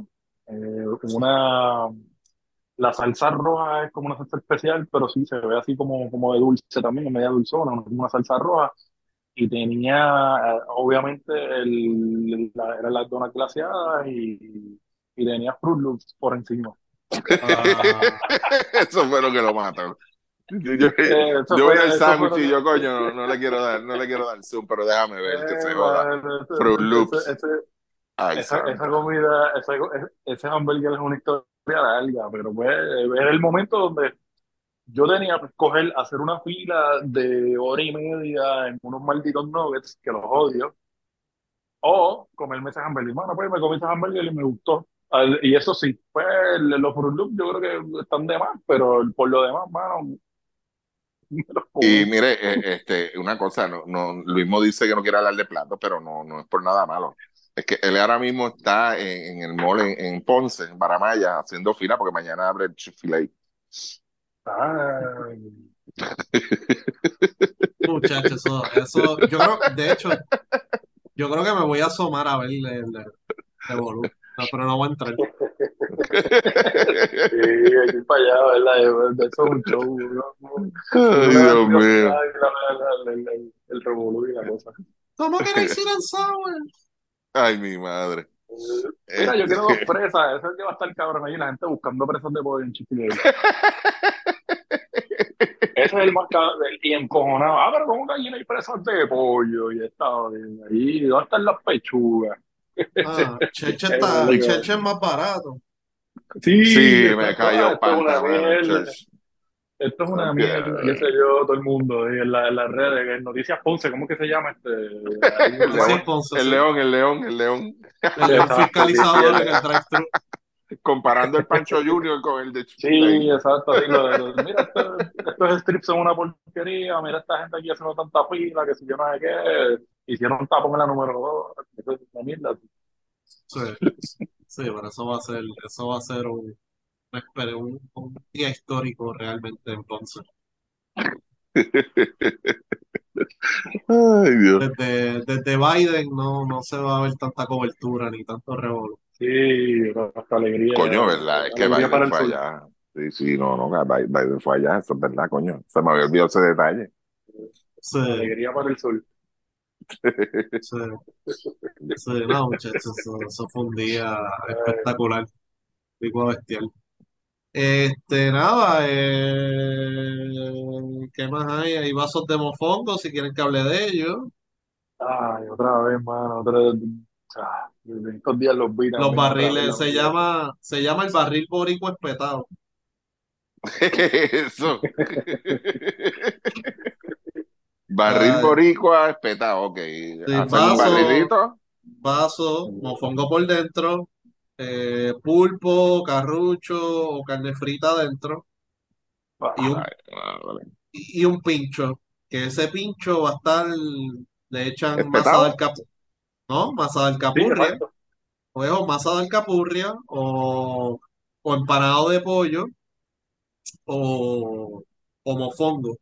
Eh, una, la salsa roja es como una salsa especial, pero sí se ve así como, como de dulce también, media dulzona, ¿no? Como una salsa roja. Y tenía, eh, obviamente, el, la, eran las donas glaseadas y, y tenía Fruit Loops por encima. Ah, Eso fue lo que lo mató. Yo, yo, Eh, eso yo fue, veo el eso fue sándwich lo y que... yo, coño, no, no le quiero dar, no le quiero dar zoom, pero déjame ver que se Eh, joda. man, Fruit ese, ese, Loops. ese- Ay, esa, esa santo. comida, ese, ese hamburger es una historia larga, pero pues era el momento donde yo tenía que escoger hacer una fila de hora y media en unos malditos nuggets, que los odio, o comerme ese hamburger. Bueno, pues me comí ese hamburger y me gustó. Al- Y eso sí, pues los Fruit Loops yo creo que están de más, pero por lo demás, mano, me los Y comí. mire, eh, este, una cosa, no, no, Luis Mo dice que no quiere hablar de plato, pero no, no es por nada malo. Es que él ahora mismo está en, en el mall en, en Ponce, en Baramaya, haciendo fila porque mañana abre el Chick-fil-A. Ay, muchachos, eso, eso, yo creo, de hecho, yo creo que me voy a asomar a ver el, el Revolú. No, pero no voy a entrar. sí, aquí para allá, ¿verdad? Eso es un show, ¿no? Ay, Uno de Dios ansiosidad mío. y la, la- la- el, el, el revolú y la cosa. ¿Cómo que no hicieron sour? Ay, mi madre. Eh, Mira, yo Este, quiero dos presas, eso es que va a estar cabrón ahí, la gente buscando presas de pollo en Chick-fil-A. Ese es el más cabrón, y encojonado. Ah, pero ¿cómo que allí no hay presas de pollo? Y está ahí, ¿dónde están las pechugas? Ah, Cheche Es está, único. Cheche es más barato. Sí, sí, me exacto. Ah, cayó esto es una panta, mano, el mierda. church. Esto es una Ok. mierda, qué sé yo, todo el mundo, eh, en, la- en las redes, en Noticias Ponce, ¿cómo que se llama este? Ahí El una Noticias león, vez. Ponce, el sí. león, el león, el león. El león Exacto, sí, sí, fiscalizador el- en el drive-thru. Comparando el Pancho Junior con el de sí, Chick-fil-A. exacto, sí, lo de los- mira, esto- estos strips son una porquería, mira esta gente aquí haciendo tanta fila, que si yo no sé qué, hicieron tapón en la número dos, eso es una mierda. Sí, sí, pero eso va a ser, eso va a ser un, espere, un, un día histórico realmente en Ponce. Ay, Dios. Desde, desde Biden no, no se va a ver tanta cobertura ni tanto revuelo. Sí, hasta alegría, Coño, ¿verdad? Es que alegría Biden para el fue sur. allá. Sí, sí, no, no, Bi- Biden fue allá, eso es verdad, coño. Se me había olvidado ese detalle. Sí, Alegría para el sur. sí, sí, no, muchachos, eso, eso fue un día Ay, espectacular, tipo bestial. Este, nada, eh, ¿qué más hay? Hay vasos de mofongo, si quieren que hable de ellos. ay, otra vez, mano, otra vez. Ah, desde estos días los vi Los también otra vez, barriles, la se metida esa. llama, se llama el barril boricua espetado. Eso. Barril Ah, boricua, espetado, ok. sí, Hacen un vaso, barrilito. vaso, mofongo por dentro, eh, pulpo, carrucho o carne frita adentro y Ah, un, Ay, ah, vale. y un pincho, que ese pincho va a estar, le echan masa de ¿Espetado? alcapurria, ¿no? Masa de sí, alcapurria, exacto. o, es o masa de alcapurria o, o empanado de pollo o, o mofongo.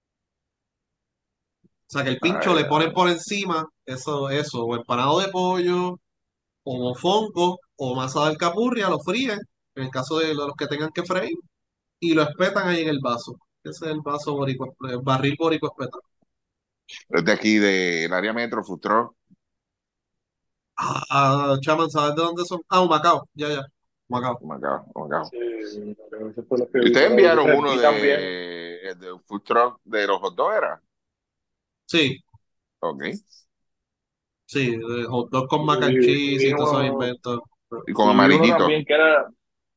O sea, que el pincho Ay, le ponen ah. por encima eso, eso, o empanado de pollo, o mofongo, o masa de alcapurria, lo fríen, en el caso de los que tengan que freír, y lo espetan ahí en el vaso. Ese es el vaso boricua, el barril boricua espetado. Es de aquí, del área metro, Futuro. Ah, ah, chaman, ¿sabes de dónde son? Ah, Humacao, ya, ya, Humacao. Oh my God, oh my God. Sí, eso fue lo que Y vi, ustedes pero enviaron entonces uno vi también. de, de un food truck de los hot dog, ¿era? Sí, Ok. sí, de hot dog con Y mac and vi, cheese vi y todos esos uno, inventos. Y con y vi uno amarillito. también que era,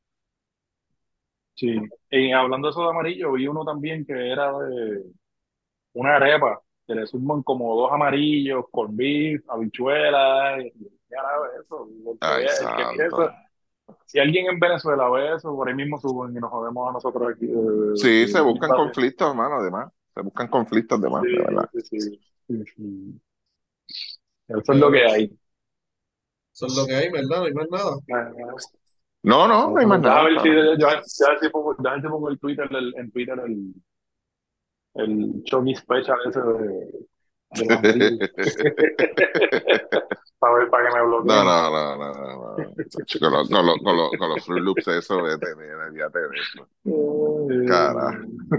sí, y hablando de eso de amarillo, vi uno también que era de una arepa, que le suman como dos amarillos, con beef, habichuelas, y ya nada, eso, el que Ay, vea, el que mire santo. eso, si alguien en Venezuela ve eso, por ahí mismo suben y nos jodemos a nosotros aquí de, de- Sí, de se una buscan invasión. conflictos, hermano, además. Se buscan conflictos, además, de Sí, verdad. sí, sí, sí, sí. Eso es lo Pero que eso hay. es lo que hay, ¿verdad? No hay más nada. No, no, no hay más Déjame nada, ver si, claro. déjame ver si pongo, déjame ver si pongo el Twitter, el- en Twitter el, el Chucky Special ese de, de los amarillos. Para ver, para que me No, bloqueen. no, no, no, no, no. Con los, con los, con los, con los Fruit Loops, eso, vete, nena, olvídate de eso. Cara.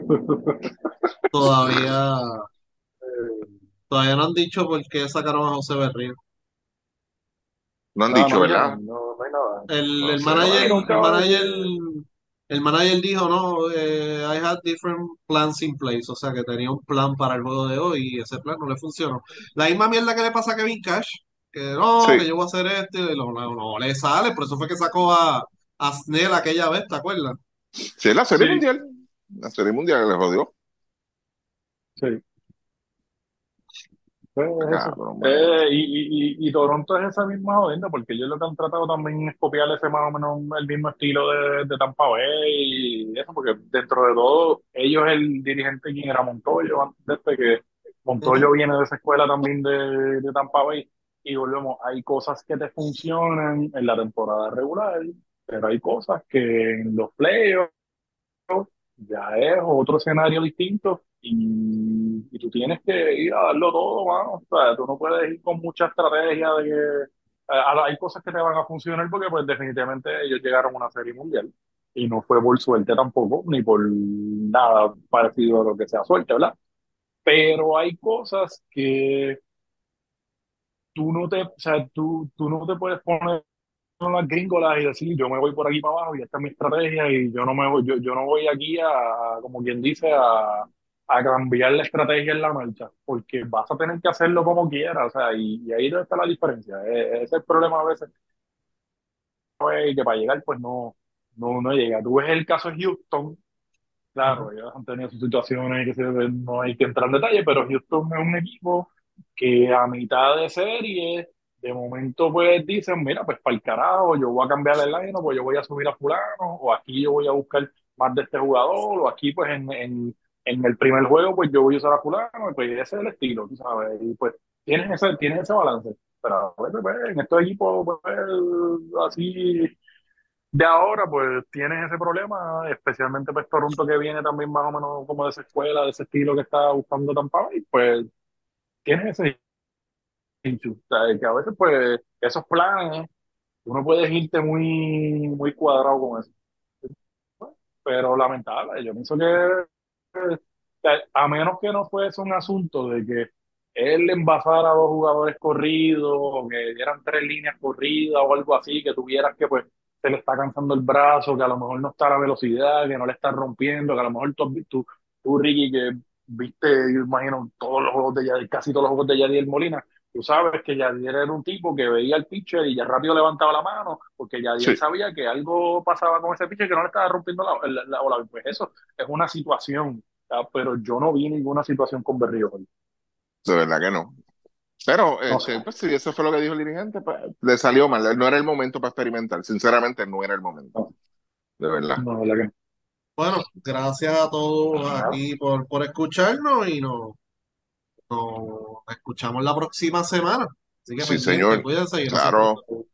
Todavía, todavía no han dicho por qué sacaron a José Berrío. No han No, dicho, no ¿verdad? dijeron, no, no hay nada. El, No el sé. No me manager, dijeron que el va a manager, decir. el manager dijo, no, eh, I had different plans in place, o sea que tenía un plan para el juego de hoy y ese plan no le funcionó. La misma mierda que le pasa a Kevin Cash, que no, Sí, que yo voy a hacer esto, y no, no, no le sale, por eso fue que sacó a, a Snell aquella vez, ¿te acuerdas? sí, es la Serie Sí, Mundial. La Serie Mundial le jodió. sí. Pues eso. Cabrón, mano. Eh, y, y, y Toronto es esa misma jodienda, porque ellos lo que han tratado también es copiar ese más o menos el mismo estilo de, de Tampa Bay y eso, porque dentro de todo, ellos, el dirigente quien era Montoyo, antes de este, que Ujú, Montoyo viene de esa escuela también de, de Tampa Bay, y volvemos, hay cosas que te funcionan en la temporada regular, pero hay cosas que en los playoffs ya es otro escenario distinto y, y tú tienes que ir a darlo todo, mano. O sea, tú no puedes ir con mucha estrategia de que eh, ahora hay cosas que te van a funcionar porque pues definitivamente ellos llegaron a una serie mundial y no fue por suerte tampoco, ni por nada parecido a lo que sea suerte, ¿verdad? Pero hay cosas que tú no te, o sea, tú, tú no te puedes poner son las gringolas y decir yo me voy por aquí para abajo y esta es mi estrategia y yo no me voy, yo, yo no voy aquí a, como quien dice, a, a cambiar la estrategia en la marcha, porque vas a tener que hacerlo como quieras, o sea, y, y ahí está la diferencia. Eh, ese es el problema a veces, pues, que para llegar pues no, no, no llega. Tú ves el caso de Houston. ujú. Claro, ellos han tenido sus situaciones que se- no hay que entrar en detalle, pero Houston es un equipo que a mitad de serie, de momento pues dicen, mira, pues para el carajo, yo voy a cambiar el line, pues yo voy a subir a fulano, o aquí yo voy a buscar más de este jugador, o aquí pues en, en, en el primer juego pues yo voy a usar a fulano, y pues ese es el estilo, tú sabes, y pues tienes ese, tienes ese balance. Pero pues, pues, en estos equipos pues, así de ahora, pues tienes ese problema, especialmente pues Toronto que viene también más o menos como de esa escuela, de ese estilo que está buscando Tampa Bay, pues tienes ese issue, o sea, que a veces pues esos planes, uno puede irte muy, muy cuadrado con eso, pero lamentable, yo pienso que eh, a menos que no fuese un asunto de que él envasara a dos jugadores corridos o que dieran tres líneas corridas o algo así, que tuvieras que pues se le está cansando el brazo, que a lo mejor no está a la velocidad, que no le está rompiendo, que a lo mejor tú, tú, tú Ricky, que viste, yo imagino, todos los juegos de Yadier, casi todos los juegos de Yadier Molina, tú sabes que Yadier era un tipo que veía al pitcher y ya rápido levantaba la mano, porque Yadier Sí, sabía que algo pasaba con ese pitcher que no le estaba rompiendo la, la, la bola. Pues eso es una situación, ah, pero yo no vi ninguna situación con Berrío hoy. de verdad que no. Pero, No sé. este, pues si eso fue lo que dijo el dirigente, pues le salió mal. No era el momento para experimentar. Sinceramente, no era el momento. No, De verdad. no, la verdad que Bueno, gracias a todos no. aquí por, por escucharnos y nos, nos escuchamos la próxima semana. Así que Sí, pendiente, señor. cuídense y no se Claro. importa.